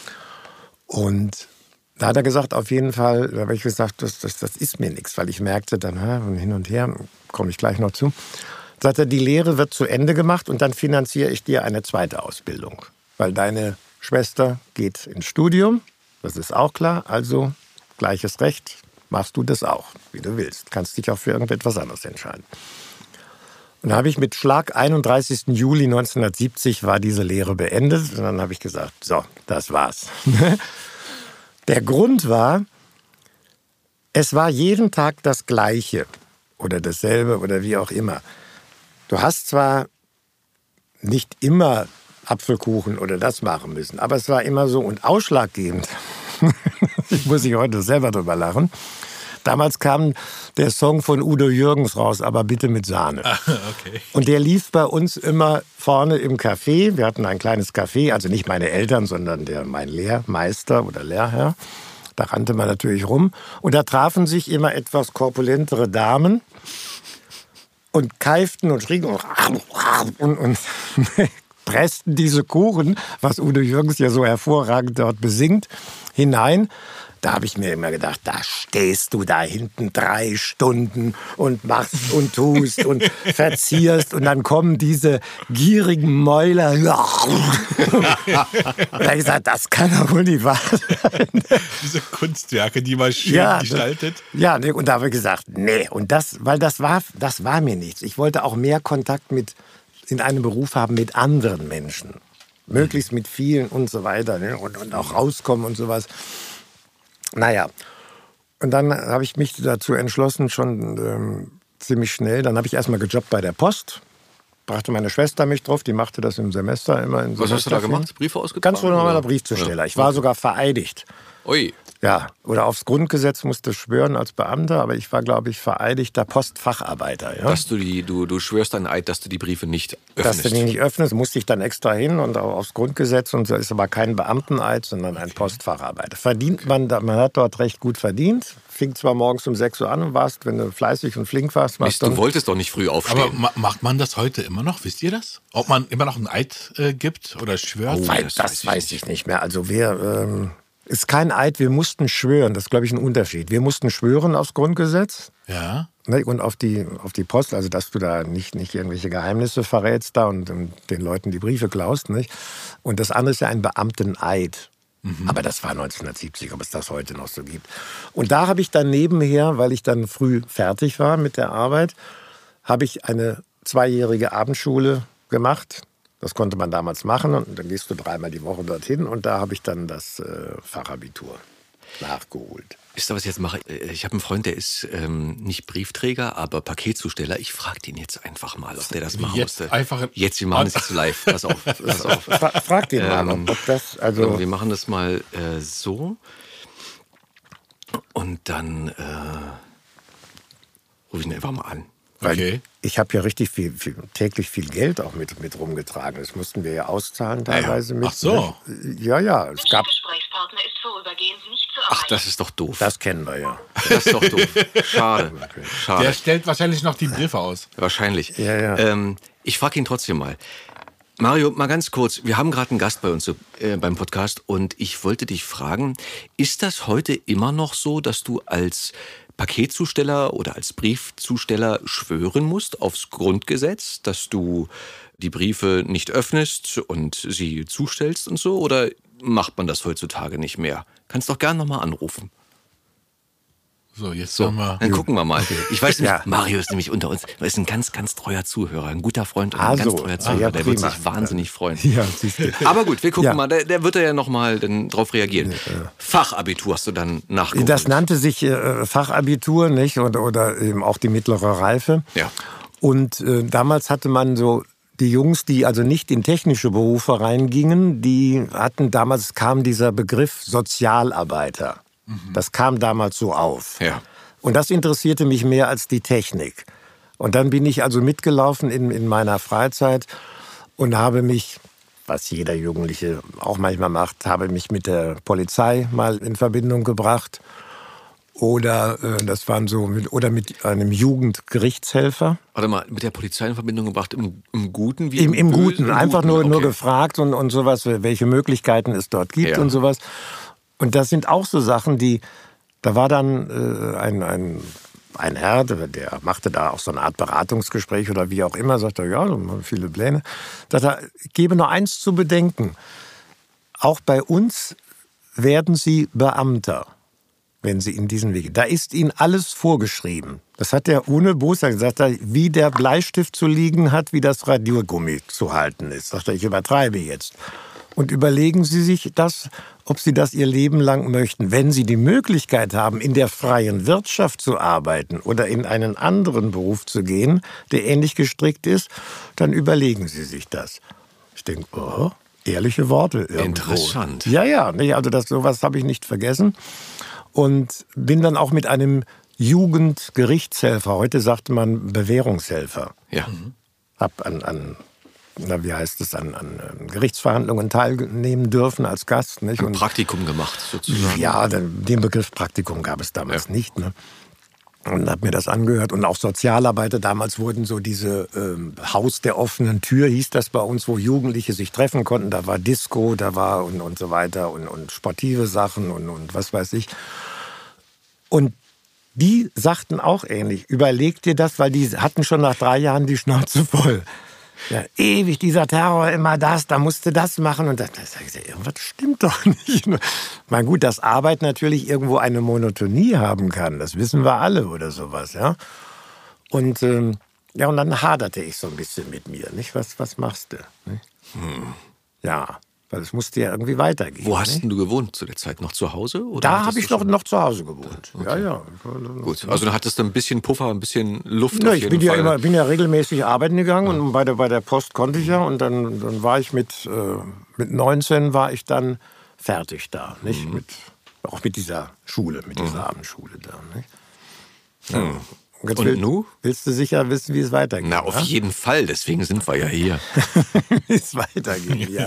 Und da hat er gesagt, auf jeden Fall, da habe ich gesagt, das, das, das ist mir nichts, weil ich merkte dann, ha, hin und her, komme ich gleich noch zu. Sagt er, die Lehre wird zu Ende gemacht und dann finanziere ich dir eine zweite Ausbildung. Weil deine Schwester geht ins Studium, das ist auch klar, also gleiches Recht, machst du das auch, wie du willst. Kannst dich auch für irgendetwas anderes entscheiden. Und dann habe ich mit Schlag einunddreißigsten Juli neunzehnhundertsiebzig war diese Lehre beendet. Und dann habe ich gesagt, so, das war's. Der Grund war, es war jeden Tag das Gleiche oder dasselbe oder wie auch immer. Du hast zwar nicht immer Apfelkuchen oder das machen müssen, aber es war immer so und ausschlaggebend. Ich muss ich heute selber drüber lachen. Damals kam der Song von Udo Jürgens raus, aber bitte mit Sahne.
Okay.
Und der lief bei uns immer vorne im Café. Wir hatten ein kleines Café, also nicht meine Eltern, sondern der, mein Lehrmeister oder Lehrherr. Da rannte man natürlich rum. Und da trafen sich immer etwas korpulentere Damen und keiften und schrien und, und, und pressten diese Kuchen, was Udo Jürgens ja so hervorragend dort besingt, hinein. Da habe ich mir immer gedacht, da stehst du da hinten drei Stunden und machst und tust und verzierst und dann kommen diese gierigen Mäuler. Und da habe ich gesagt, das kann doch wohl nicht wahr sein.
Diese Kunstwerke, die man schön
ja,
gestaltet.
Das, ja, nee, und da habe ich gesagt, nee. Und das, weil das war, das war mir nichts. Ich wollte auch mehr Kontakt mit, in einem Beruf haben mit anderen Menschen. Möglichst mit vielen und so weiter. Ne? Und, und auch rauskommen und sowas. Naja, und dann habe ich mich dazu entschlossen, schon ähm, ziemlich schnell. Dann habe ich erstmal gejobbt bei der Post. Brachte meine Schwester mich drauf, die machte das im Semester immer. In
Was hast du da gemacht? Briefe ausgetragen?
Ganz normaler Briefzusteller. Ich war sogar vereidigt.
Ui.
Ja, oder aufs Grundgesetz musste schwören als Beamter, aber ich war, glaube ich, vereidigter Postfacharbeiter. Ja?
Dass du die, du, du schwörst einen Eid, dass du die Briefe nicht öffnest.
Dass du die nicht öffnest, musste ich dann extra hin und auch aufs Grundgesetz. Und so ist aber kein Beamteneid, sondern ein Postfacharbeiter. Verdient man, man hat dort recht gut verdient. Fing zwar morgens um sechs Uhr an und warst, wenn du fleißig und flink warst. warst
Mist, du wolltest doch nicht früh aufstehen.
Aber ma- macht man das heute immer noch? Wisst ihr das? Ob man immer noch einen Eid äh, gibt oder schwört?
Oh, das, das weiß ich nicht mehr. Also wir... Ähm, ist kein Eid, wir mussten schwören. Das ist, glaube ich, ein Unterschied. Wir mussten schwören aufs Grundgesetz.
Ja.
Ne, und auf die, auf die Post, also dass du da nicht, nicht irgendwelche Geheimnisse verrätst da und, und den Leuten die Briefe klaust. Nicht? Und das andere ist ja ein Beamteneid. Mhm. Aber das war neunzehnhundertsiebzig, ob es das heute noch so gibt. Und da habe ich dann nebenher, weil ich dann früh fertig war mit der Arbeit, habe ich eine zweijährige Abendschule gemacht. Das konnte man damals machen und dann gehst du dreimal die Woche dorthin und da habe ich dann das äh, Fachabitur nachgeholt.
Wisst ihr, was ich jetzt mache? Ich habe einen Freund, der ist ähm, nicht Briefträger, aber Paketzusteller. Ich frage den jetzt einfach mal, ob der das machen
jetzt
musste.
Einfach
jetzt, wir machen das jetzt live. Pass auf, pass auf.
Fra- frag den mal,
Ähm,
ob das... Also
So, wir machen das mal äh, so und dann äh, rufe ich ihn einfach mal an.
Weil
Okay.
ich habe ja richtig viel, viel, täglich viel Geld auch mit, mit rumgetragen. Das mussten wir ja auszahlen teilweise mit.
Ach so.
Ne? Ja, ja, es gab...
Gesprächspartner ist vorübergehend nicht zu erreichen.
Ach, das ist doch doof.
Das kennen wir ja.
Das ist doch doof. Schade. Schade.
Der stellt wahrscheinlich noch die Briefe aus.
Wahrscheinlich.
Ja, ja.
Ähm, ich frage ihn trotzdem mal. Mario, mal ganz kurz. Wir haben gerade einen Gast bei uns äh, beim Podcast und ich wollte dich fragen, ist das heute immer noch so, dass du als Paketzusteller oder als Briefzusteller schwören musst aufs Grundgesetz, dass du die Briefe nicht öffnest und sie zustellst und so? Oder macht man das heutzutage nicht mehr? Kannst doch gerne nochmal anrufen.
So, jetzt
So,
haben wir...
dann gucken wir mal. Ich weiß nicht,
Ja.
Mario ist nämlich unter uns. Er ist ein ganz, ganz treuer Zuhörer, ein guter Freund und
Ah,
ein ganz
so.
treuer
Ah,
Zuhörer.
ja,
der wird
prima.
sich wahnsinnig freuen.
Ja, siehst du.
Aber gut, wir gucken
Ja.
mal. Der, der wird ja nochmal drauf reagieren. Fachabitur hast du dann nachgeholt.
Das nannte sich äh, Fachabitur, nicht? Oder, oder eben auch die mittlere Reife.
Ja.
Und äh, damals hatte man so die Jungs, die also nicht in technische Berufe reingingen, die hatten damals kam dieser Begriff Sozialarbeiter. Das kam damals so auf.
Ja.
Und das interessierte mich mehr als die Technik. Und dann bin ich also mitgelaufen in, in meiner Freizeit und habe mich, was jeder Jugendliche auch manchmal macht, habe mich mit der Polizei mal in Verbindung gebracht. Oder äh, das waren so mit, oder mit einem Jugendgerichtshelfer.
Warte mal, mit der Polizei in Verbindung gebracht, im, im Guten wie
Im, im
Bösen?
Guten,
Im
einfach
Guten,
nur,
okay.
nur gefragt und, und sowas, welche Möglichkeiten es dort gibt
Ja.
und sowas. Und das sind auch so Sachen, die, da war dann äh, ein, ein, ein Herr, der, der machte da auch so eine Art Beratungsgespräch oder wie auch immer, sagte, ja, so haben viele Pläne. Sagte er, ich gebe nur eins zu bedenken. Auch bei uns werden Sie Beamter, wenn Sie in diesen Weg. Da ist Ihnen alles vorgeschrieben. Das hat er ohne Bosheit gesagt, wie der Bleistift zu liegen hat, wie das Radiergummi zu halten ist. Sagt er, ich übertreibe jetzt. Und überlegen Sie sich das, ob Sie das Ihr Leben lang möchten. Wenn Sie die Möglichkeit haben, in der freien Wirtschaft zu arbeiten oder in einen anderen Beruf zu gehen, der ähnlich gestrickt ist, dann überlegen Sie sich das. Ich denke, oh, ehrliche Worte irgendwo.
Interessant.
Ja, ja, nee, also das, sowas habe ich nicht vergessen. Und bin dann auch mit einem Jugendgerichtshelfer, heute sagte man Bewährungshelfer,
Ja.
hab an, an na, wie heißt es, an, an Gerichtsverhandlungen teilnehmen dürfen als Gast. Nicht?
Ein
Und
Praktikum gemacht, sozusagen.
ja, den, den Begriff Praktikum gab es damals ja. nicht. Ne? Und habe mir das angehört. Und auch Sozialarbeiter, damals wurden so diese ähm, Haus der offenen Tür, hieß das bei uns, wo Jugendliche sich treffen konnten. Da war Disco, da war und, und so weiter und, und sportive Sachen und, und was weiß ich. Und die sagten auch ähnlich. Überleg dir das, weil die hatten schon nach drei Jahren die Schnauze voll. Ja, ewig dieser Terror, immer das, da musste das machen. Und da, da sag ich, irgendwas stimmt doch nicht. Na gut, dass Arbeit natürlich irgendwo eine Monotonie haben kann, das wissen wir alle oder sowas. Ja? Und, ähm, ja, und dann haderte ich so ein bisschen mit mir. Nicht? Was, was machst du? Hm. Ja, weil es musste ja irgendwie weitergehen.
Wo hast
nicht?
denn du gewohnt zu der Zeit? Noch zu Hause? Oder
da habe ich noch, noch zu Hause gewohnt. Okay. Ja, ja.
Gut, also dann hattest du ein bisschen Puffer, ein bisschen Luft.
Ja,
auf
ich
jeden
bin ja,
Fall.
immer, bin ja regelmäßig arbeiten gegangen und bei der, bei der Post konnte ich ja. Und dann, dann war ich mit, äh, mit neunzehn war ich dann fertig da. Nicht? Mhm. Mit, auch mit dieser Schule, mit dieser mhm. Abendschule da. Nicht? Ja.
Mhm.
Und,
und
will,
nu?
Willst du sicher wissen, wie es weitergeht?
Na, auf
ja?
jeden Fall. Deswegen sind wir ja hier.
Wie es weitergeht, ja.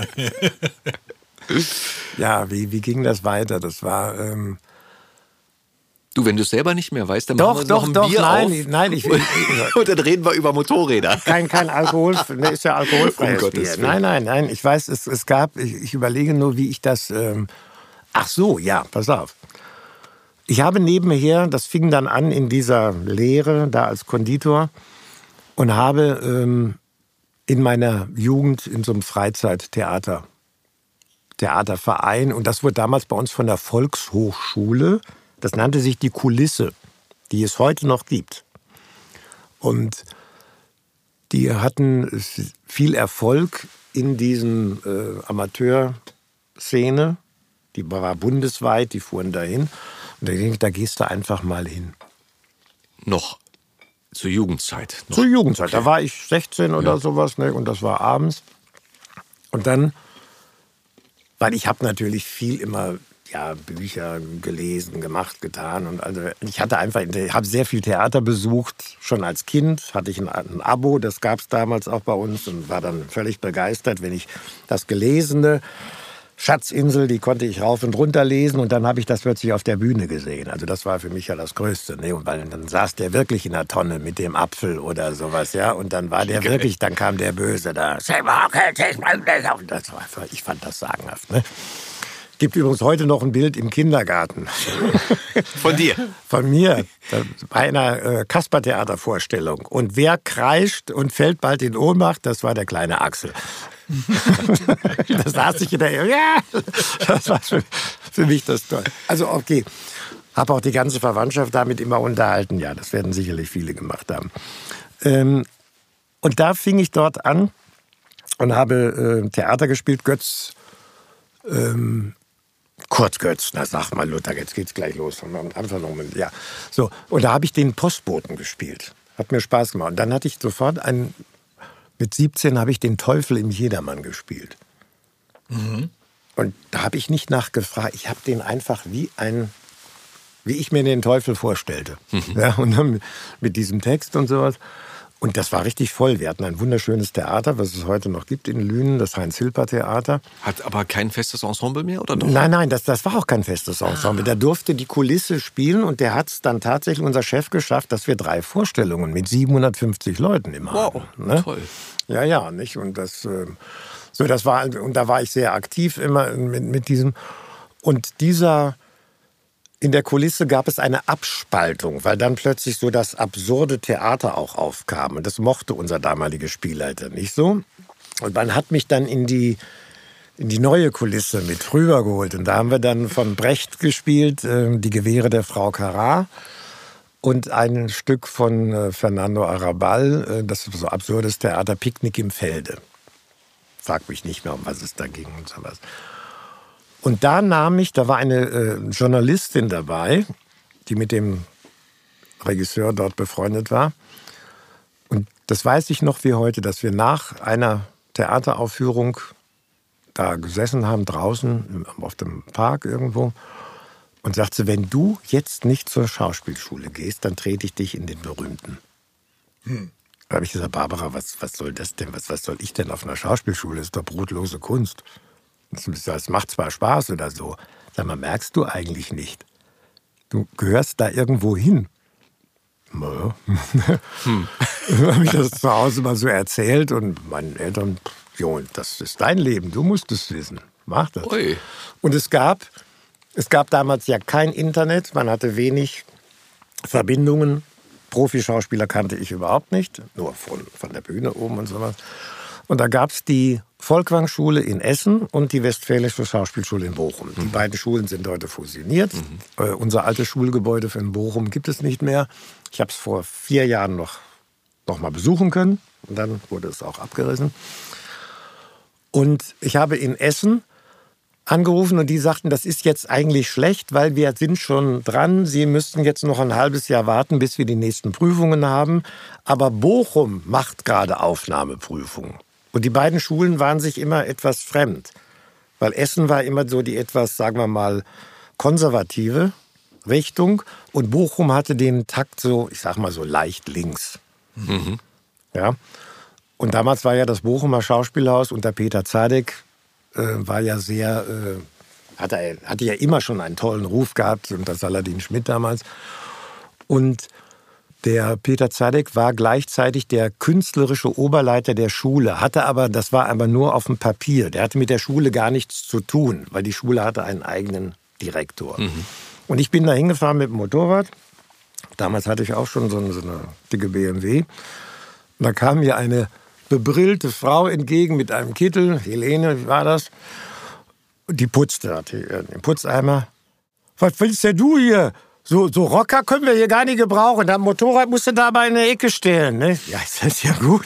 Ja, wie, wie ging das weiter? Das war... Ähm
du, wenn du es selber nicht mehr weißt, dann
doch,
machen wir
doch,
noch ein
doch,
Bier
nein,
auf.
Ich, nein, ich, ich,
und dann reden wir über Motorräder.
Kein, kein Alkohol, ne, ist ja alkoholfreies
um
Bier. Nein, nein, nein, ich weiß, es, es gab, ich, ich überlege nur, wie ich das... Ähm ach so, ja, pass auf. Ich habe nebenher, das fing dann an in dieser Lehre, da als Konditor, und habe ähm, in meiner Jugend in so einem Freizeittheater, Theaterverein, und das wurde damals bei uns von der Volkshochschule, das nannte sich die Kulisse, die es heute noch gibt. Und die hatten viel Erfolg in diesem äh, Amateurszene, die war bundesweit, die fuhren dahin. Und da denke ich, da gehst du einfach mal hin.
Noch zur Jugendzeit? Noch.
Zur Jugendzeit.
Okay.
Da war ich sechzehn oder
ja.
sowas, ne? Und das war abends. Und dann, weil ich habe natürlich viel immer ja, Bücher gelesen, gemacht, getan. Und also ich hatte einfach, ich habe sehr viel Theater besucht. Schon als Kind hatte ich ein, ein Abo, das gab es damals auch bei uns und war dann völlig begeistert, wenn ich das Gelesene, Schatzinsel, die konnte ich rauf und runter lesen und dann habe ich das plötzlich auf der Bühne gesehen. Also das war für mich ja das Größte. Ne? Und weil dann saß der wirklich in der Tonne mit dem Apfel oder sowas, ja. Und dann war der wirklich, dann kam der Böse da. Das war, ich fand das sagenhaft. Ne? Gibt übrigens heute noch ein Bild im Kindergarten.
Von dir?
Von mir. Bei einer äh, Kaspertheatervorstellung. Und wer kreischt und fällt bald in Ohnmacht, das war der kleine Axel. Da saß ich in der ja, das war für, für mich das toll. Also okay, habe auch die ganze Verwandtschaft damit immer unterhalten. Ja, das werden sicherlich viele gemacht haben. Ähm, und da fing ich dort an und habe äh, Theater gespielt. Götz, ähm, Kurt Götz, na sag mal Luther, jetzt geht's gleich los. Einfach noch mal, ja. So, und da habe ich den Postboten gespielt. Hat mir Spaß gemacht. Und dann hatte ich sofort einen... Mit siebzehn habe ich den Teufel im Jedermann gespielt. Mhm. Und da habe ich nicht nachgefragt. Ich habe den einfach wie ein, wie ich mir den Teufel vorstellte. Mhm. Ja, und dann mit diesem Text und sowas. Und das war richtig voll. Wir hatten ein wunderschönes Theater, was es heute noch gibt in Lünen, das Heinz-Hilper-Theater.
Hat aber kein festes Ensemble mehr, oder doch?
Nein, nein, das, das war auch kein festes Ensemble. Ah. Der durfte die Kulisse spielen und der hat es dann tatsächlich, unser Chef, geschafft, dass wir drei Vorstellungen mit siebenhundertfünfzig Leuten immer
wow,
hatten. Ne?
Toll.
Ja, ja, nicht? Und das, äh, so, das war, und da war ich sehr aktiv immer mit, mit diesem. Und dieser... In der Kulisse gab es eine Abspaltung, weil dann plötzlich so das absurde Theater auch aufkam. Und das mochte unser damaliger Spielleiter nicht so. Und man hat mich dann in die, in die neue Kulisse mit rübergeholt. Und da haben wir dann von Brecht gespielt, äh, die Gewehre der Frau Carrà. Und ein Stück von äh, Fernando Arrabal, äh, das ist so absurdes Theater, Picknick im Felde. Frag mich nicht mehr, um was es da ging und sowas. Und da nahm ich, da war eine äh, Journalistin dabei, die mit dem Regisseur dort befreundet war. Und das weiß ich noch wie heute, dass wir nach einer Theateraufführung da gesessen haben, draußen auf dem Park irgendwo. Und sagte, wenn du jetzt nicht zur Schauspielschule gehst, dann trete ich dich in den Berühmten. Hm. Da habe ich gesagt, Barbara, was, was soll das denn? Was, was soll ich denn auf einer Schauspielschule? Das ist doch brotlose Kunst. Das macht zwar Spaß oder so. Sag mal, merkst du eigentlich nicht? Du gehörst da irgendwo hin. Naja. Hm. Dann habe ich das zu Hause mal so erzählt und meinen Eltern, jo, das ist dein Leben, du musst es wissen. Mach das. Ui. Und es gab, es gab damals ja kein Internet, man hatte wenig Verbindungen. Profischauspieler kannte ich überhaupt nicht, nur von, von der Bühne oben und sowas. Und da gab es die Volkwang-Schule in Essen und die Westfälische Schauspielschule in Bochum. Die mhm. beiden Schulen sind heute fusioniert. Mhm. Äh, unser altes Schulgebäude in Bochum gibt es nicht mehr. Ich habe es vor vier Jahren noch, noch mal besuchen können. Und dann wurde es auch abgerissen. Und ich habe in Essen angerufen und die sagten, das ist jetzt eigentlich schlecht, weil wir sind schon dran. Sie müssten jetzt noch ein halbes Jahr warten, bis wir die nächsten Prüfungen haben. Aber Bochum macht gerade Aufnahmeprüfungen. Und die beiden Schulen waren sich immer etwas fremd. Weil Essen war immer so die etwas, sagen wir mal, konservative Richtung. Und Bochum hatte den Takt so, ich sag mal so leicht links. Mhm. Ja. Und damals war ja das Bochumer Schauspielhaus unter Peter Zadek, äh, war ja sehr, äh, hatte, hatte ja immer schon einen tollen Ruf gehabt, unter Saladin Schmidt damals. Und der Peter Zadek war gleichzeitig der künstlerische Oberleiter der Schule, hatte aber, das war aber nur auf dem Papier. Der hatte mit der Schule gar nichts zu tun, weil die Schule hatte einen eigenen Direktor. Mhm. Und ich bin da hingefahren mit dem Motorrad. Damals hatte ich auch schon so eine, so eine dicke B M W. Und da kam mir eine bebrillte Frau entgegen mit einem Kittel. Helene, wie war das? Die putzte, hatte den Putzeimer. Was willst denn du hier? So, so Rocker können wir hier gar nicht gebrauchen. Das Motorrad musst du da mal in der Ecke stellen. Ne? Ja, ist das ja gut.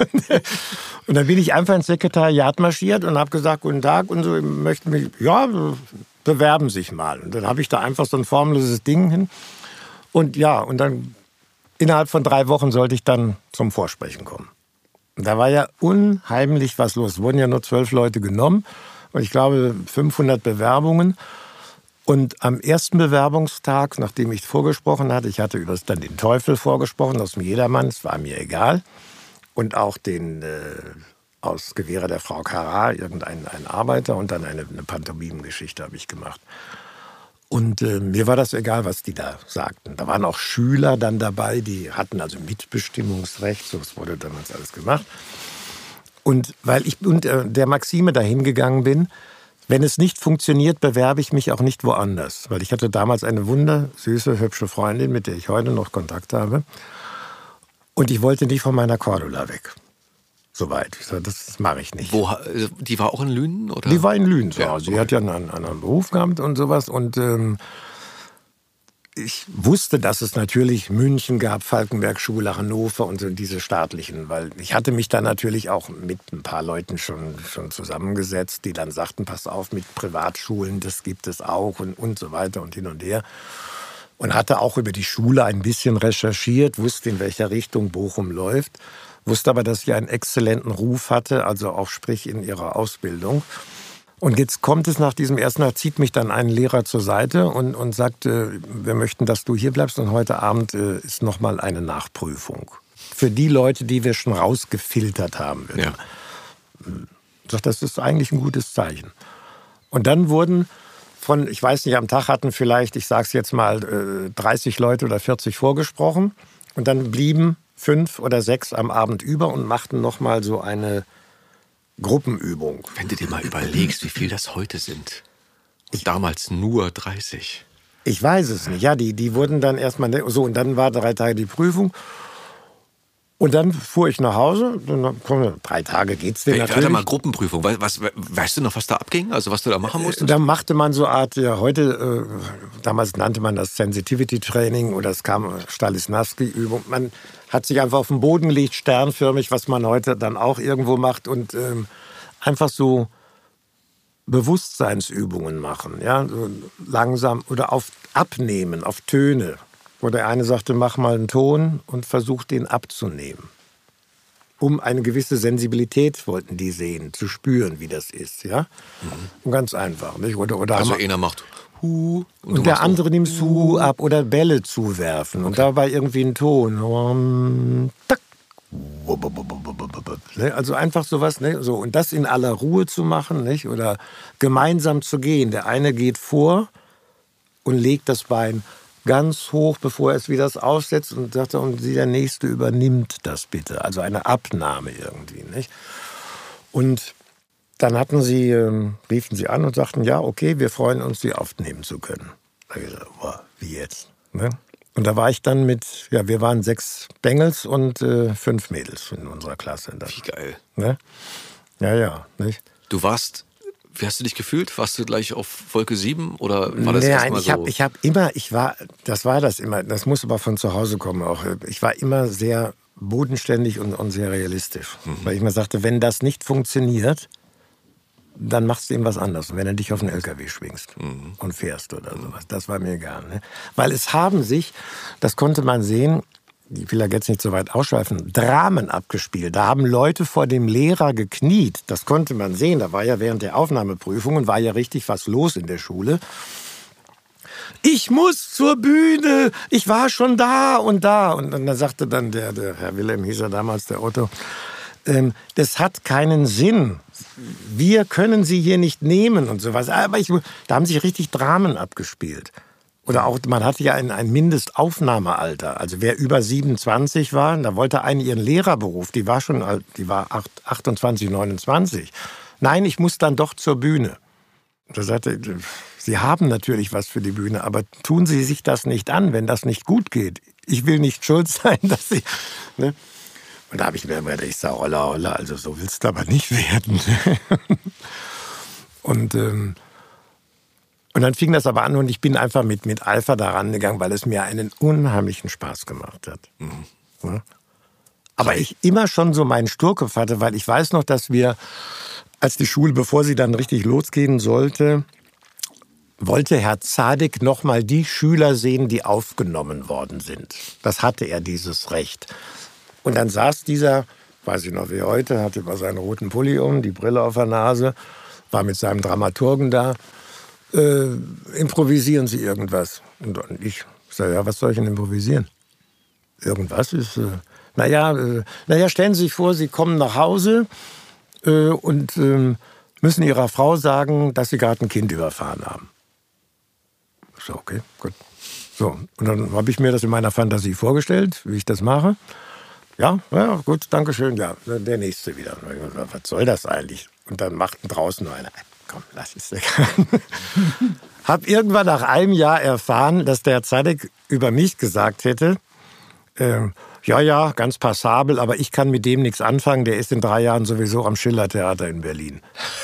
Und dann bin ich einfach ins Sekretariat marschiert und habe gesagt, guten Tag und so, möchten mich, ja, bewerben sich mal. Und dann habe ich da einfach so ein formloses Ding hin. Und ja, und dann innerhalb von drei Wochen sollte ich dann zum Vorsprechen kommen. Und da war ja unheimlich was los. Es wurden ja nur zwölf Leute genommen und ich glaube fünfhundert Bewerbungen. Und am ersten Bewerbungstag, nachdem ich vorgesprochen hatte, ich hatte über dann den Teufel vorgesprochen, aus dem Jedermann, es war mir egal. Und auch den äh, aus Gewehre der Frau Kara, irgendein ein Arbeiter und dann eine, eine Pantomimengeschichte habe ich gemacht. Und äh, mir war das egal, was die da sagten. Da waren auch Schüler dann dabei, die hatten also Mitbestimmungsrecht, so wurde damals alles gemacht. Und weil ich unter der Maxime dahin gegangen bin, wenn es nicht funktioniert, bewerbe ich mich auch nicht woanders. Weil ich hatte damals eine wundersüße, hübsche Freundin, mit der ich heute noch Kontakt habe. Und ich wollte nicht von meiner Cordula weg. Soweit. Ich sagte, das mache ich nicht.
Wo, die war auch in Lünen? Oder?
Die war in Lünen zu Hause.
Ja, okay.
Sie hat ja einen anderen Beruf gehabt und sowas. Und ähm, ich wusste, dass es natürlich München gab, Falkenberg-Schule, Hannover und so diese staatlichen. Weil ich hatte mich dann natürlich auch mit ein paar Leuten schon, schon zusammengesetzt, die dann sagten, pass auf, mit Privatschulen, das gibt es auch und, und so weiter und hin und her. Und hatte auch über die Schule ein bisschen recherchiert, wusste, in welcher Richtung Bochum läuft. Wusste aber, dass sie einen exzellenten Ruf hatte, also auch sprich in ihrer Ausbildung. Und jetzt kommt es nach diesem ersten Tag, zieht mich dann ein Lehrer zur Seite und, und sagt, äh, wir möchten, dass du hier bleibst und heute Abend äh, ist nochmal eine Nachprüfung. Für die Leute, die wir schon rausgefiltert haben. Ja. Ich sag, das ist eigentlich ein gutes Zeichen. Und dann wurden von, ich weiß nicht, am Tag hatten vielleicht, ich sag's jetzt mal, äh, dreißig Leute oder vierzig vorgesprochen. Und dann blieben fünf oder sechs am Abend über und machten noch mal so eine Gruppenübung.
Wenn du dir mal überlegst, wie viel das heute sind. Und damals nur dreißig.
Ich weiß es nicht. Ja, die, die wurden dann erstmal so und dann war drei Tage die Prüfung. Und dann fuhr ich nach Hause. Dann, komm, drei Tage geht's denn natürlich.
Warte mal, Gruppenprüfung. Was, weißt du noch, was da abging? Also was du da machen musstest?
Da machte man so eine Art, ja, heute, äh, damals nannte man das Sensitivity Training oder es kam Stanislavski-Übung. Man hat sich einfach auf den Boden gelegt, sternförmig, was man heute dann auch irgendwo macht und ähm, einfach so Bewusstseinsübungen machen, ja, so langsam oder auf Abnehmen, auf Töne. Wo der eine sagte, mach mal einen Ton und versuch den abzunehmen. Um eine gewisse Sensibilität wollten die sehen, zu spüren, wie das ist, ja. Mhm. Und ganz einfach, nicht? Oder, oder
also einer macht Hu
und, und der andere nimmt Hu ab oder Bälle zuwerfen okay. Und dabei irgendwie einen Ton. Tack, Also einfach sowas, ne? So, und das in aller Ruhe zu machen, nicht? Oder gemeinsam zu gehen. Der eine geht vor und legt das Bein ganz hoch, bevor er es wieder aufsetzt und sagt, und der Nächste übernimmt das bitte. Also eine Abnahme irgendwie, nicht? Und dann hatten sie, äh, riefen sie an und sagten, ja, okay, wir freuen uns, sie aufnehmen zu können. Da habe ich gesagt, boah, wie jetzt? Ne? Und da war ich dann mit, ja, wir waren sechs Bengels und äh, fünf Mädels in unserer Klasse. Dann.
Wie geil.
Ne? Ja, ja. Nicht?
Du warst, wie hast du dich gefühlt? Warst du gleich auf Wolke sieben oder war das
Nein,
erstmal
ich
so?
habe ich hab immer, ich war, das war das immer, das muss aber von zu Hause kommen auch. Ich war immer sehr bodenständig und, und sehr realistisch. Mhm. Weil ich mir sagte, wenn das nicht funktioniert, dann machst du eben was anderes. Und wenn du dich auf einen L K W schwingst mhm. und fährst oder sowas, das war mir egal. Ne? Weil es haben sich, das konnte man sehen, ich will ja jetzt nicht so weit ausschweifen, Dramen abgespielt. Da haben Leute vor dem Lehrer gekniet. Das konnte man sehen. Da war ja während der Aufnahmeprüfung und war ja richtig was los in der Schule. Ich muss zur Bühne, ich war schon da und da. Und dann sagte dann der, der Herr Wilhelm, hieß er damals, der Otto, ähm, das hat keinen Sinn. Wir können sie hier nicht nehmen und sowas. Aber ich, da haben sich richtig Dramen abgespielt. Oder auch, man hatte ja ein, ein Mindestaufnahmealter. Also wer über siebenundzwanzig war, da wollte eine ihren Lehrerberuf, die war schon alt, die war achtundzwanzig, neunundzwanzig. Nein, ich muss dann doch zur Bühne. Da sagte, Sie haben natürlich was für die Bühne, aber tun Sie sich das nicht an, wenn das nicht gut geht. Ich will nicht schuld sein, dass Sie... Ne? Und da habe ich mir immer gedacht, ich sage, holla, holla, also so willst du aber nicht werden. und, ähm, und dann fing das aber an und ich bin einfach mit, mit Eifer daran gegangen, weil es mir einen unheimlichen Spaß gemacht hat. Mhm. Ja? Aber ich immer schon so meinen Sturkopf hatte, weil ich weiß noch, dass wir, als die Schule, bevor sie dann richtig losgehen sollte, wollte Herr Zadek noch mal die Schüler sehen, die aufgenommen worden sind. Das hatte er, dieses Recht. Und dann saß dieser, weiß ich noch wie heute, hatte über seinen roten Pulli um, die Brille auf der Nase, war mit seinem Dramaturgen da. Äh, improvisieren Sie irgendwas? Und ich sage, ja, was soll ich denn improvisieren? Irgendwas ist, äh, naja, äh, naja, stellen Sie sich vor, Sie kommen nach Hause äh, und äh, müssen Ihrer Frau sagen, dass Sie gerade ein Kind überfahren haben. Ich so, okay, gut. So, und dann habe ich mir das in meiner Fantasie vorgestellt, wie ich das mache. Ja, ja, gut, danke schön. Ja, der Nächste wieder. Was soll das eigentlich? Und dann machten draußen nur einer, komm, lass es weg. Hab irgendwann nach einem Jahr erfahren, dass der Zadek über mich gesagt hätte, äh, ja, ja, ganz passabel, aber ich kann mit dem nichts anfangen. Der ist in drei Jahren sowieso am Schiller-Theater in Berlin.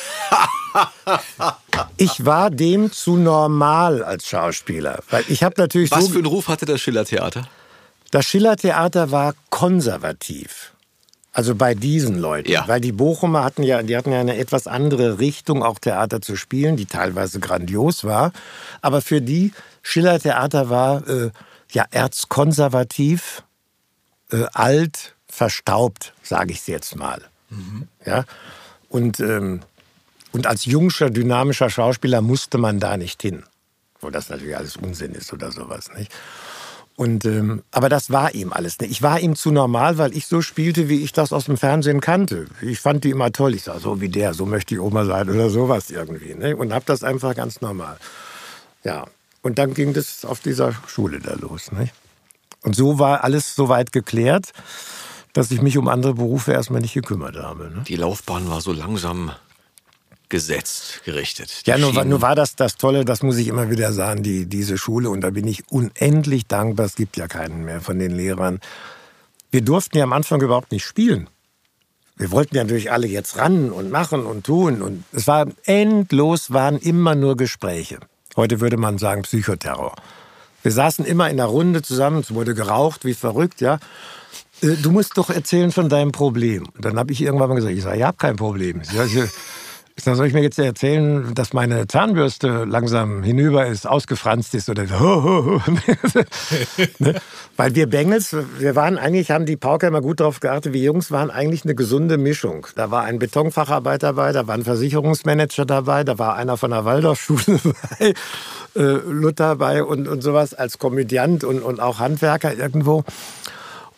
Ich war dem zu normal als Schauspieler. Weil ich habe natürlich
Was
so
für einen Ruf hatte das Schiller-Theater?
Das Schiller-Theater war konservativ. Also bei diesen Leuten.
Ja.
Weil die Bochumer hatten ja, die hatten ja eine etwas andere Richtung, auch Theater zu spielen, die teilweise grandios war. Aber für die Schiller-Theater war äh, ja erzkonservativ, äh, alt, verstaubt, sage ich es jetzt mal. Mhm. Ja? Und, ähm, und als jungscher, dynamischer Schauspieler musste man da nicht hin. Wo das natürlich alles Unsinn ist oder sowas, nicht? Und, ähm, aber das war ihm alles nicht. Ich war ihm zu normal, weil ich so spielte, wie ich das aus dem Fernsehen kannte. Ich fand die immer toll. Ich sag, so wie der, so möchte ich Oma sein oder sowas irgendwie. Ne? Und hab das einfach ganz normal. Ja, und dann ging das auf dieser Schule da los. Ne? Und so war alles so weit geklärt, dass ich mich um andere Berufe erstmal nicht gekümmert habe. Ne?
Die Laufbahn war so langsam gesetzt, gerichtet.
Ja, nur, nur war das das Tolle, das muss ich immer wieder sagen, die, diese Schule. Und da bin ich unendlich dankbar. Es gibt ja keinen mehr von den Lehrern. Wir durften ja am Anfang überhaupt nicht spielen. Wir wollten ja natürlich alle jetzt ran und machen und tun. Und es war endlos, waren immer nur Gespräche. Heute würde man sagen Psychoterror. Wir saßen immer in einer Runde zusammen, es wurde geraucht, wie verrückt, ja. Du musst doch erzählen von deinem Problem. Und dann habe ich irgendwann mal gesagt, ich sage, ich habe kein Problem. Ich sage, dann soll ich mir jetzt erzählen, dass meine Zahnbürste langsam hinüber ist, ausgefranst ist oder so. Ne? Weil wir Bengels, wir waren eigentlich, haben die Pauker immer gut darauf geachtet, wir Jungs waren eigentlich eine gesunde Mischung. Da war ein Betonfacharbeiter dabei, da war ein Versicherungsmanager dabei, da war einer von der Waldorfschule dabei, äh, Luther dabei und, und sowas als Komödiant und, und auch Handwerker irgendwo.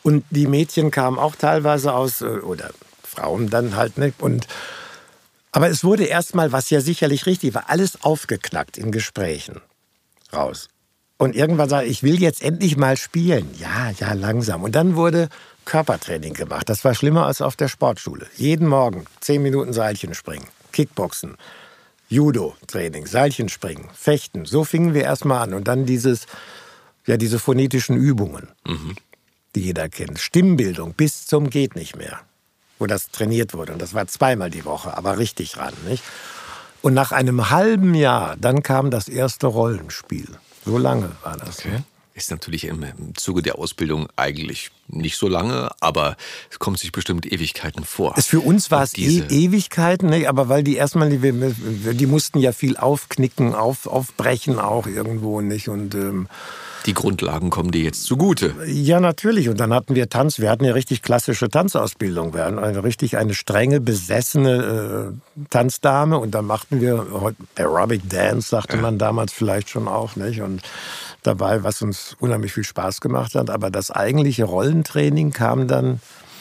Und die Mädchen kamen auch teilweise aus, oder Frauen dann halt, ne? Und, aber es wurde erstmal, was ja sicherlich richtig war, alles aufgeknackt in Gesprächen raus. Und irgendwann sagte ich, ich will jetzt endlich mal spielen. Ja, ja, langsam. Und dann wurde Körpertraining gemacht. Das war schlimmer als auf der Sportschule. Jeden Morgen zehn Minuten Seilchenspringen, Kickboxen, Judo-Training, Seilchenspringen, Fechten. So fingen wir erstmal an. Und dann dieses, ja, diese phonetischen Übungen, mhm. die jeder kennt. Stimmbildung bis zum geht nicht mehr, wo das trainiert wurde. Und das war zweimal die Woche, aber richtig ran, nicht? Und nach einem halben Jahr, dann kam das erste Rollenspiel. So lange war das.
Okay. Ist natürlich im, im Zuge der Ausbildung eigentlich nicht so lange, aber es kommt sich bestimmt Ewigkeiten vor.
Es für uns war es e Ewigkeiten, ne? Aber weil die erstmal, die, die mussten ja viel aufknicken, auf, aufbrechen auch irgendwo, nicht? Und ähm,
die Grundlagen kommen dir jetzt zugute.
Ja, natürlich. Und dann hatten wir Tanz. Wir hatten ja richtig klassische Tanzausbildung. Wir hatten eine, richtig eine strenge, besessene äh, Tanzdame. Und dann machten wir Aerobic Dance, sagte ja. man damals vielleicht schon auch, nicht? Und dabei, was uns unheimlich viel Spaß gemacht hat. Aber das eigentliche Rollentraining kam dann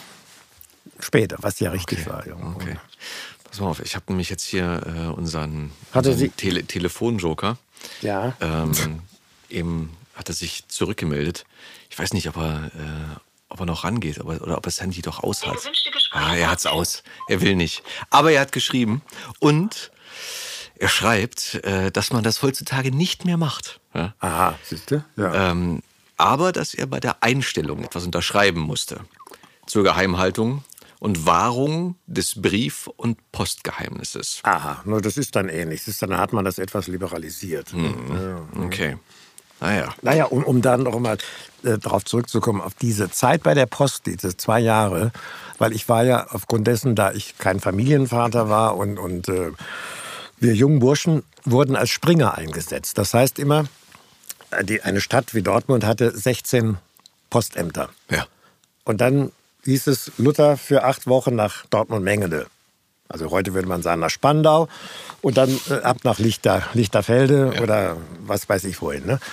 später, was ja richtig
okay.
war. Ja.
Okay. Pass mal auf, ich habe nämlich jetzt hier äh, unseren,
Hatte
unseren
Sie
Tele Telefonjoker.
Ja.
Ähm, eben hat er sich zurückgemeldet. Ich weiß nicht, ob er, äh, ob er noch rangeht aber, oder ob er das Handy doch aus hat. Ah, er hat's aus. Er will nicht. Aber er hat geschrieben und er schreibt, äh, dass man das heutzutage nicht mehr macht. Ja?
Aha, siehst du? Ja.
Ähm, aber dass er bei der Einstellung etwas unterschreiben musste. Zur Geheimhaltung und Wahrung des Brief- und Postgeheimnisses.
Aha, nur das ist dann ähnlich. Das ist, dann hat man das etwas liberalisiert.
Mhm.
Ja.
Okay. Naja.
Naja, um, um dann noch mal äh, darauf zurückzukommen, auf diese Zeit bei der Post, diese zwei Jahre, weil ich war ja aufgrund dessen, da ich kein Familienvater war und, und äh, wir jungen Burschen wurden als Springer eingesetzt. Das heißt immer, die, eine Stadt wie Dortmund hatte sechzehn Postämter.
Ja.
Und dann hieß es, Luther für acht Wochen nach Dortmund-Mengede. Also heute würde man sagen nach Spandau und dann äh, ab nach Lichter, Lichterfelde ja. oder was weiß ich wohin. Ne?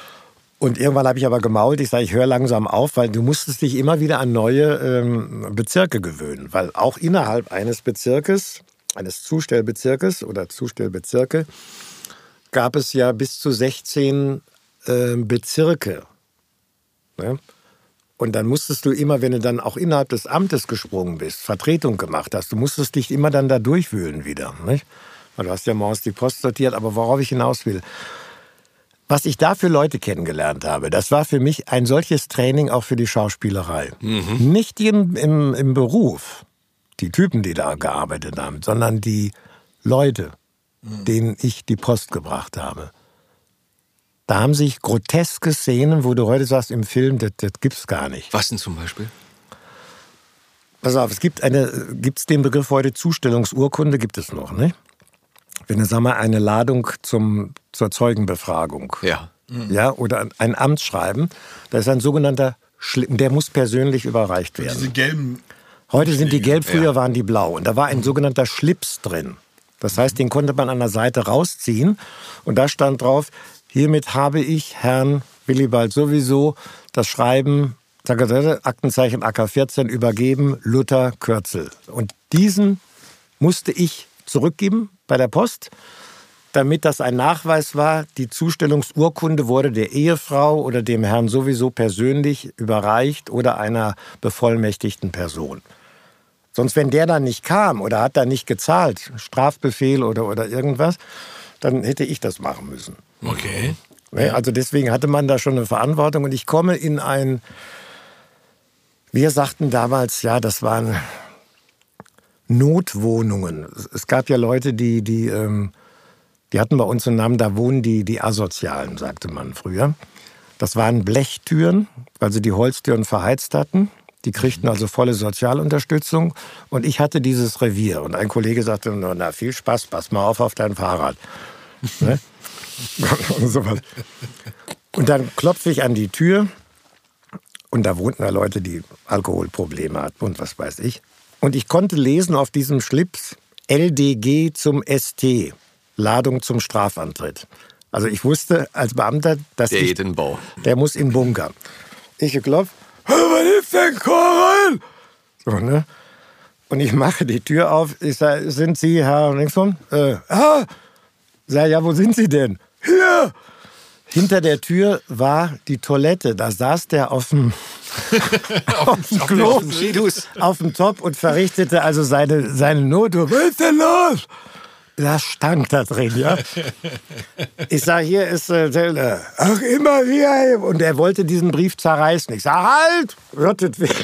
Und irgendwann habe ich aber gemault, ich sage, ich höre langsam auf, weil du musstest dich immer wieder an neue ähm, Bezirke gewöhnen. Weil auch innerhalb eines Bezirkes, eines Zustellbezirkes oder Zustellbezirke, gab es ja bis zu sechzehn äh, Bezirke. Ne? Und dann musstest du immer, wenn du dann auch innerhalb des Amtes gesprungen bist, Vertretung gemacht hast, du musstest dich immer dann da durchwühlen wieder. Nicht? Weil du hast ja morgens die Post sortiert, aber worauf ich hinaus will. Was ich da für Leute kennengelernt habe, das war für mich ein solches Training auch für die Schauspielerei. Mhm. Nicht im, im, im Beruf, die Typen, die da gearbeitet haben, sondern die Leute, mhm. denen ich die Post gebracht habe. Da haben sich groteske Szenen, wo du heute sagst im Film, das, das gibt's gar nicht.
Was denn zum Beispiel?
Pass auf, es gibt eine, gibt's den Begriff heute Zustellungsurkunde, gibt es noch, ne? Wenn du, sag mal, eine Ladung zum, zur Zeugenbefragung.
Ja.
Mhm. Ja, oder ein Amtsschreiben, da ist ein sogenannter Schlipp, der muss persönlich überreicht werden.
Diese gelben.
Heute sind die gelb, früher
ja.
waren die blau. Und da war ein sogenannter Schlips drin. Das heißt, den konnte man an der Seite rausziehen. Und da stand drauf, hiermit habe ich Herrn Willibald sowieso das Schreiben, Aktenzeichen A K vierzehn, übergeben, Luther Kürzel. Und diesen musste ich zurückgeben bei der Post, damit das ein Nachweis war, die Zustellungsurkunde wurde der Ehefrau oder dem Herrn sowieso persönlich überreicht oder einer bevollmächtigten Person. Sonst, wenn der dann nicht kam oder hat dann nicht gezahlt, Strafbefehl oder, oder irgendwas, dann hätte ich das machen müssen.
Okay.
Also deswegen hatte man da schon eine Verantwortung. Und ich komme in ein, wir sagten damals, ja, das waren Notwohnungen. Es gab ja Leute, die, die, die hatten bei uns einen Namen, da wohnen die, die Asozialen, sagte man früher. Das waren Blechtüren, weil sie die Holztüren verheizt hatten. Die kriegten also volle Sozialunterstützung. Und ich hatte dieses Revier. Und ein Kollege sagte, na, viel Spaß, pass mal auf auf dein Fahrrad. Ne? Und, so was. Und dann klopfe ich an die Tür. Und da wohnten da Leute, die Alkoholprobleme hatten und was weiß ich. Und ich konnte lesen auf diesem Schlips L D G zum S T, Ladung zum Strafantritt. Also ich wusste als Beamter, dass
der
ich,
geht in den Bau.
Der muss in den Bunker. Ich geklopft, was ist denn, Corinne? So, ne? Und ich mache die Tür auf. Ich sage, sind Sie Herr Nixon? Äh, ja. Sag, ja, wo sind Sie denn? Hier. Hinter der Tür war die Toilette. Da saß der auf dem, auf dem Klo, auf dem, auf dem Top und verrichtete also seine, seine Notrufe. Was ist denn los? Das stank da drin, ja. Ich sage, hier ist äh, der, ach, immer wieder. Und er wollte diesen Brief zerreißen. Ich sage, halt, rottet weg.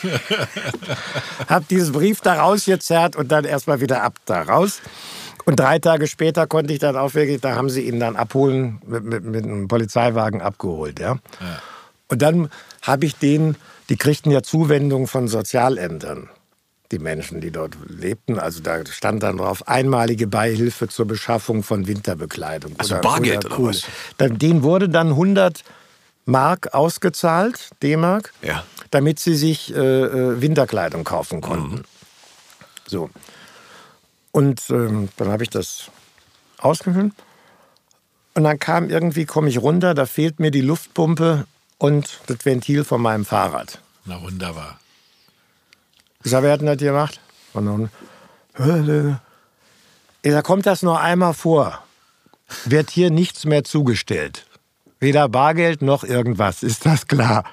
Hab diesen Brief da rausgezerrt und dann erstmal wieder ab da raus. Und drei Tage später konnte ich dann auch wirklich, da haben sie ihn dann abholen, mit, mit, mit einem Polizeiwagen abgeholt, ja. ja. Und dann habe ich denen, die kriegten ja Zuwendungen von Sozialämtern, die Menschen, die dort lebten. Also da stand dann drauf, einmalige Beihilfe zur Beschaffung von Winterbekleidung.
Also
oder,
Bargeld
oder,
oder was?
Dann, denen wurde dann hundert Mark ausgezahlt, D-Mark,
ja. damit
sie sich äh, Winterkleidung kaufen konnten. Mhm. So. Und ähm, dann habe ich das ausgefüllt. Und dann kam irgendwie, komme ich runter, da fehlt mir die Luftpumpe und das Ventil von meinem Fahrrad.
Na wunderbar.
Ich sage, wer hat denn das gemacht? Und dann, ich sage, kommt das nur einmal vor, wird hier nichts mehr zugestellt. Weder Bargeld noch irgendwas, ist das klar?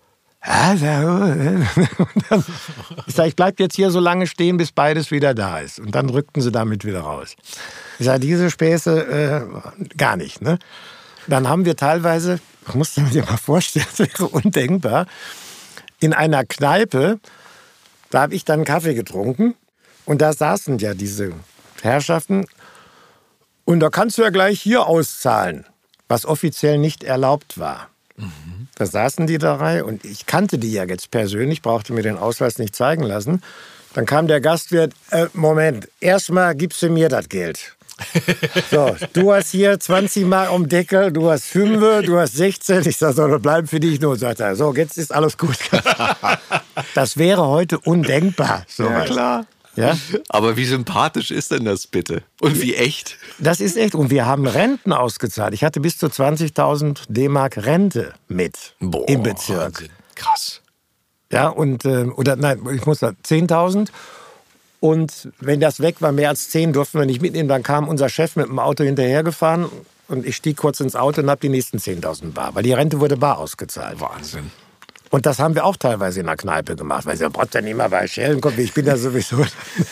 Ich sage, ich bleibe jetzt hier so lange stehen, bis beides wieder da ist. Und dann rückten sie damit wieder raus. Ich sage, diese Späße äh, gar nicht. Ne? Dann haben wir teilweise, ich muss dir mal vorstellen, das wäre undenkbar, in einer Kneipe, da habe ich dann Kaffee getrunken und da saßen ja diese Herrschaften und da kannst du ja gleich hier auszahlen, was offiziell nicht erlaubt war. Mhm. Da saßen die drei und ich kannte die ja jetzt persönlich, brauchte mir den Ausweis nicht zeigen lassen. Dann kam der Gastwirt, äh, Moment, erstmal gibst du mir das Geld. So, du hast hier zwanzig Mark um Deckel, du hast fünf, du hast sechzehn. Ich sag so, das bleiben für dich nur. Sagt er, so, jetzt ist alles gut. Das wäre heute undenkbar. So
ja, klar.
Ja?
Aber wie sympathisch ist denn das bitte? Und wie echt?
Das ist echt. Und wir haben Renten ausgezahlt. Ich hatte bis zu zwanzigtausend D-Mark Rente mit
Boah,
im Bezirk.
Wahnsinn. Krass.
Ja, und, äh, oder nein, ich muss sagen, zehntausend. Und wenn das weg war, mehr als zehn, durften wir nicht mitnehmen. Dann kam unser Chef mit dem Auto hinterhergefahren und ich stieg kurz ins Auto und habe die nächsten zehntausend bar. Weil die Rente wurde bar ausgezahlt.
Wahnsinn.
Und das haben wir auch teilweise in der Kneipe gemacht. Weil sie braucht ja nicht mal bei Schellen kommen, ich bin da sowieso.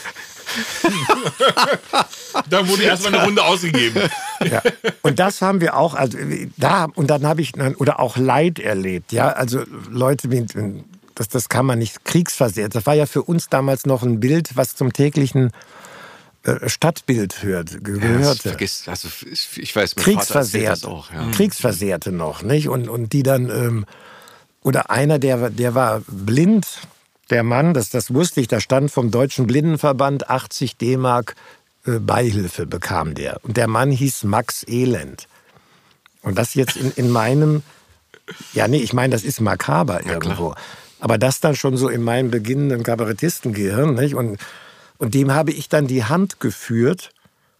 Da wurde erstmal eine Runde ausgegeben.
Ja. Und das haben wir auch, also da, und dann habe ich, oder auch Leid erlebt. Ja, also Leute mit, das, das kann man nicht, kriegsversehrt. Das war ja für uns damals noch ein Bild, was zum täglichen äh, Stadtbild hört, gehörte.
Ja, vergiss, also ich weiß, mein
Kriegsversehrt,
Vater auch. Ja.
Kriegsversehrte noch, nicht? Und, und die dann, ähm, oder einer, der, der war blind, der Mann, das, das wusste ich, da stand vom Deutschen Blindenverband achtzig D-Mark äh, Beihilfe bekam der. Und der Mann hieß Max Elend. Und das jetzt in, in meinem, ja nee, ich meine, das ist makaber ja, irgendwo. Klar. Aber das dann schon so in meinem beginnenden Kabarettistengehirn, nicht? Und, und dem habe ich dann die Hand geführt,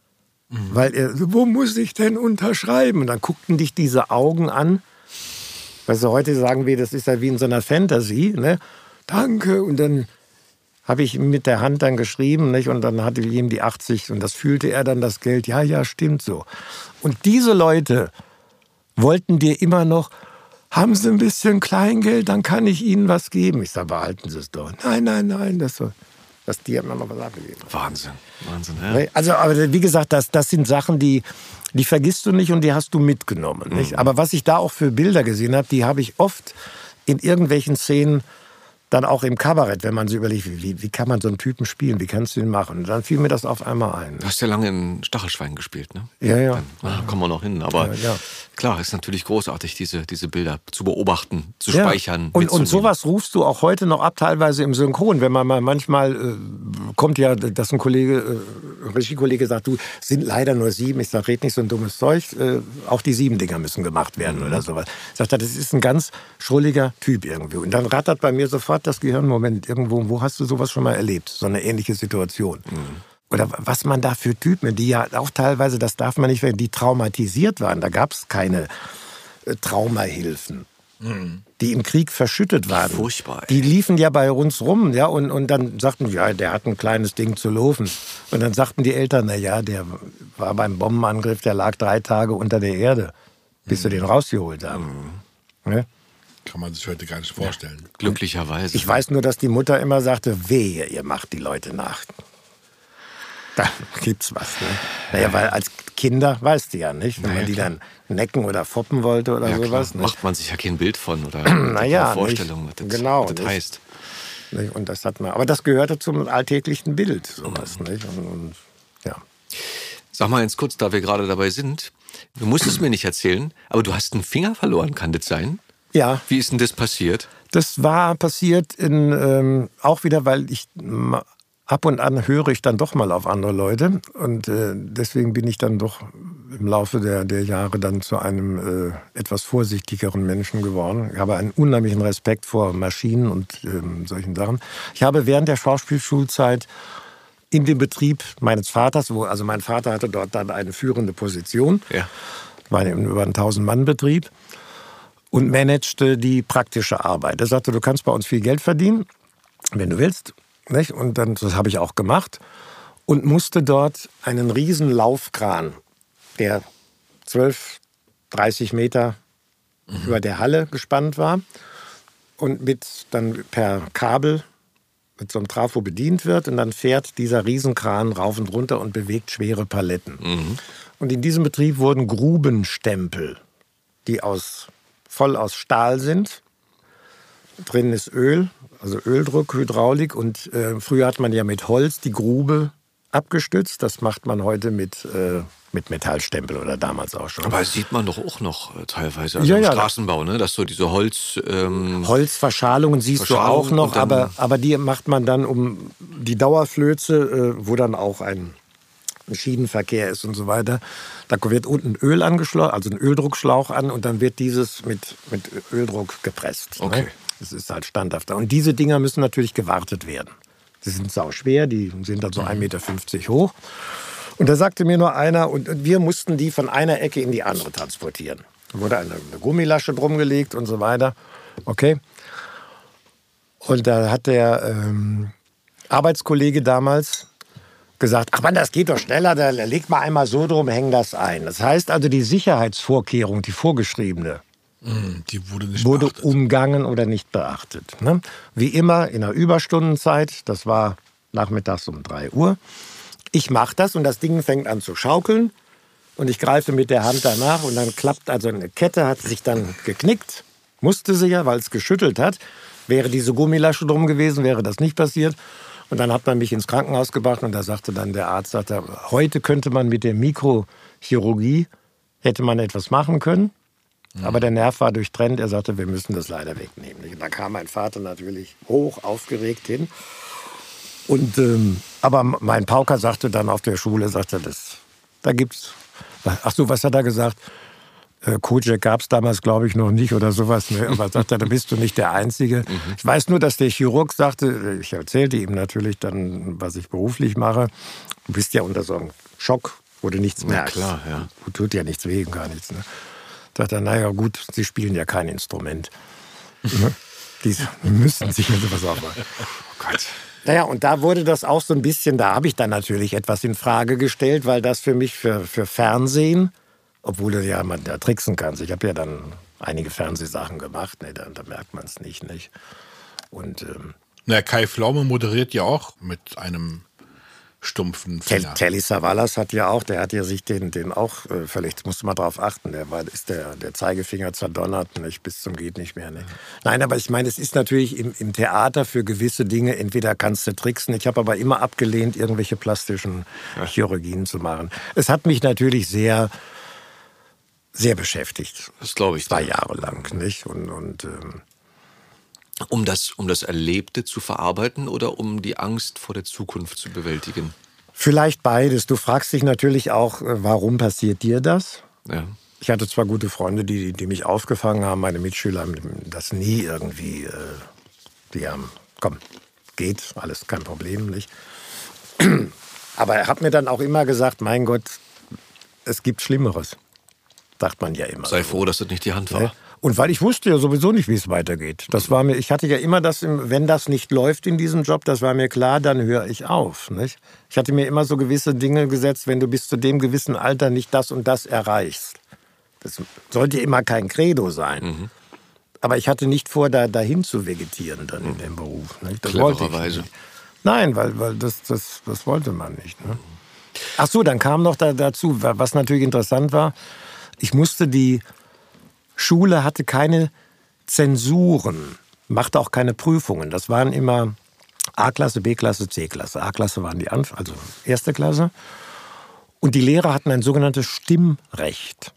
mhm. weil er, wo muss ich denn unterschreiben? Und dann guckten dich diese Augen an. Weißt du, heute sagen wir, das ist ja wie in so einer Fantasy, ne? Danke. Und dann habe ich mit der Hand dann geschrieben, nicht? Und dann hatte ich ihm die achtzig und das fühlte er dann das Geld. Ja, ja, stimmt so. Und diese Leute wollten dir immer noch, haben Sie ein bisschen Kleingeld, dann kann ich Ihnen was geben. Ich sage, behalten Sie es doch. Nein, nein, nein, das so. Das, die haben mir noch was abgegeben.
Wahnsinn, Wahnsinn. Ja.
Also, aber wie gesagt, das, das sind Sachen, die, die vergisst du nicht und die hast du mitgenommen. Nicht? Mhm. Aber was ich da auch für Bilder gesehen habe, die habe ich oft in irgendwelchen Szenen, dann auch im Kabarett, wenn man so überlegt, wie, wie kann man so einen Typen spielen, wie kannst du ihn machen? Und dann fiel mir das auf einmal ein.
Du hast ja lange in Stachelschwein gespielt, ne?
Ja, ja.
Dann, na, kommen wir noch hin. Aber
ja, ja.
klar, ist natürlich großartig, diese, diese Bilder zu beobachten, zu
ja.
speichern.
Und, und sowas rufst du auch heute noch ab, teilweise im Synchron. Wenn man mal manchmal, äh, kommt ja, dass ein Kollege, äh, ein Regiekollege sagt, du, sind leider nur sieben. Ich sage, red nicht so ein dummes Zeug. Äh, auch die sieben Dinger müssen gemacht werden mhm. oder sowas. Sagt er, das ist ein ganz schrulliger Typ irgendwie. Und dann rattert bei mir sofort das Gehirn, Moment, irgendwo, wo hast du sowas schon mal erlebt? So eine ähnliche Situation. Mhm. Oder was man da für Typen, die ja auch teilweise, das darf man nicht vergessen, die traumatisiert waren. Da gab es keine äh, Traumahilfen. die im Krieg verschüttet waren.
Furchtbar, ey.
Die liefen ja bei uns rum, ja, und, und dann sagten, ja, der hat ein kleines Ding zu laufen. Und dann sagten die Eltern, na ja, der war beim Bombenangriff, der lag drei Tage unter der Erde, bis sie den rausgeholt haben. Ne?
Kann man sich heute gar nicht vorstellen.
Glücklicherweise.
Ich weiß nur, dass die Mutter immer sagte, wehe, ihr macht die Leute nach. Da gibt's was. Ne? Naja, weil als Kinder weißt du ja nicht, wenn
Naja,
man die
klar.
dann necken oder foppen wollte oder
ja, klar.
sowas. Nicht?
Macht man sich ja kein Bild von oder
Naja,
keine Vorstellung, was das,
genau,
was das
nicht.
heißt.
Nicht? Und das hat man, aber das gehörte zum alltäglichen Bild, sowas. Nicht? Und, und, ja.
Sag mal jetzt kurz, da wir gerade dabei sind, du musst es mir nicht erzählen, aber du hast einen Finger verloren, kann das sein?
ja,
Wie ist denn das passiert?
das war passiert in, ähm, auch wieder, weil ich ma- ab und an höre ich dann doch mal auf andere Leute und äh, deswegen bin ich dann doch im Laufe der, der Jahre dann zu einem äh, etwas vorsichtigeren Menschen geworden. Ich habe einen unheimlichen Respekt vor Maschinen und ähm, solchen Sachen. Ich habe während der Schauspielschulzeit in dem Betrieb meines Vaters, wo, also mein Vater hatte dort dann eine führende Position,
Ja.
war ein über einen tausend-Mann-Betrieb und managte die praktische Arbeit. Er sagte, du kannst bei uns viel Geld verdienen, wenn du willst. Nicht? Und dann, das habe ich auch gemacht und musste dort einen riesen Laufkran, der zwölf, dreißig Meter über der Halle gespannt war und mit dann per Kabel mit so einem Trafo bedient wird und dann fährt dieser Riesenkran rauf und runter und bewegt schwere Paletten. Und in diesem Betrieb wurden Grubenstempel, die aus, voll aus Stahl sind. Drin ist Öl, also Öldruck, Hydraulik. Und äh, früher hat man ja mit Holz die Grube abgestützt. Das macht man heute mit, äh, mit Metallstempel oder damals auch schon.
Aber das sieht man doch auch noch äh, teilweise also
Ja,
im
ja.
Straßenbau, ne? Dass so diese Holz... Ähm,
Holzverschalungen siehst
Verschalung
du auch noch,
und dann-
aber, aber die macht man dann um die Dauerflöze, äh, wo dann auch ein, ein Schienenverkehr ist und so weiter. Da wird unten Öl angeschlossen, also ein Öldruckschlauch an und dann wird dieses mit, mit Öldruck gepresst.
Okay.
Ne? Das ist halt standhafter. Und diese Dinger müssen natürlich gewartet werden. Die sind sau schwer, die sind dann so ein Meter fünfzig hoch. Und da sagte mir nur einer, und wir mussten die von einer Ecke in die andere transportieren. Da wurde eine, eine Gummilasche drum gelegt und so weiter. Okay. Und da hat der ähm, Arbeitskollege damals gesagt, ach man, das geht doch schneller, da leg mal einmal so drum, häng das ein. Das heißt also, die Sicherheitsvorkehrung, die vorgeschriebene,
Die wurde nicht
wurde
beachtet.
umgangen oder nicht beachtet. Ne? Wie immer in der Überstundenzeit, das war nachmittags um drei Uhr. Ich mache das und das Ding fängt an zu schaukeln und ich greife mit der Hand danach und dann klappt, also eine Kette hat sich dann geknickt, musste sie ja, weil es geschüttelt hat. Wäre diese Gummilasche drum gewesen, wäre das nicht passiert. Und dann hat man mich ins Krankenhaus gebracht und da sagte dann der Arzt, sagte, heute könnte man mit der Mikrochirurgie, hätte man etwas machen können. Aber der Nerv war durchtrennt. Er sagte, wir müssen das leider wegnehmen. Und da kam mein Vater natürlich hoch aufgeregt hin. Und, ähm, aber mein Pauker sagte dann auf der Schule, sagte, das, da gibt's, ach so, was hat er gesagt? Äh, Kojak gab es damals, glaube ich, noch nicht oder sowas. Ne? Aber sagte er, da bist du nicht der Einzige. Ich weiß nur, dass der Chirurg sagte, ich erzählte ihm natürlich dann, was ich beruflich mache. Du bist ja unter so einem Schock, wo du nichts merkst.
klar, ja.
Du tut ja nichts weh, gar nichts. Ne? Sagt er, naja gut, Sie spielen ja kein Instrument. Ne? Die müssen sich ja sowas auch machen. Oh Gott. Naja, und da wurde das auch so ein bisschen, da habe ich dann natürlich etwas in Frage gestellt, weil das für mich für, für Fernsehen, obwohl du ja man da tricksen kannst. Ich habe ja dann einige Fernsehsachen gemacht, ne, da, da merkt man es nicht, nicht. Und ähm,
Na, Kai Pflaume moderiert ja auch mit einem stumpfen
Tel-
Finger.
Telly Savalas hat ja auch, der hat ja sich den, den auch äh, völlig, das musst du mal drauf achten, der war, ist der, der Zeigefinger zerdonnert, nicht, bis zum geht nicht mehr. Nicht. Nein, aber ich meine, es ist natürlich im, im Theater für gewisse Dinge, entweder kannst du tricksen, ich habe aber immer abgelehnt, irgendwelche plastischen Chirurgien zu machen. Es hat mich natürlich sehr, sehr beschäftigt.
Das glaube ich.
Zwei Jahre lang, nicht? Und, und ähm,
Um das, um das Erlebte zu verarbeiten oder um die Angst vor der Zukunft zu bewältigen?
vielleicht beides. Du fragst dich natürlich auch, äh, warum passiert dir das?
Ja.
Ich hatte zwar gute Freunde, die, die mich aufgefangen haben, meine Mitschüler haben das nie irgendwie, äh, die haben, komm, geht, alles kein Problem, nicht? Aber er hat mir dann auch immer gesagt, mein Gott, es gibt Schlimmeres. Sagt man ja immer.
Sei froh, dass das nicht die Hand war.
Ne? Und weil ich wusste ja sowieso nicht, wie es weitergeht. Das war mir, ich hatte ja immer das, wenn das nicht läuft in diesem Job, das war mir klar, dann höre ich auf. Nicht? Ich hatte mir immer so gewisse Dinge gesetzt, wenn du bis zu dem gewissen Alter nicht das und das erreichst. Das sollte immer kein Credo sein. Mhm. Aber ich hatte nicht vor, da dahin zu vegetieren dann in dem Beruf. Nicht? Das wollte ich nicht. Nein, weil, weil das, das, das wollte man nicht. Ne? Ach so, dann kam noch da, dazu, was natürlich interessant war, ich musste die Schule hatte keine Zensuren, machte auch keine Prüfungen. Das waren immer A-Klasse, B-Klasse, C-Klasse. A-Klasse waren die Anf- also erste Klasse. Und die Lehrer hatten ein sogenanntes Stimmrecht,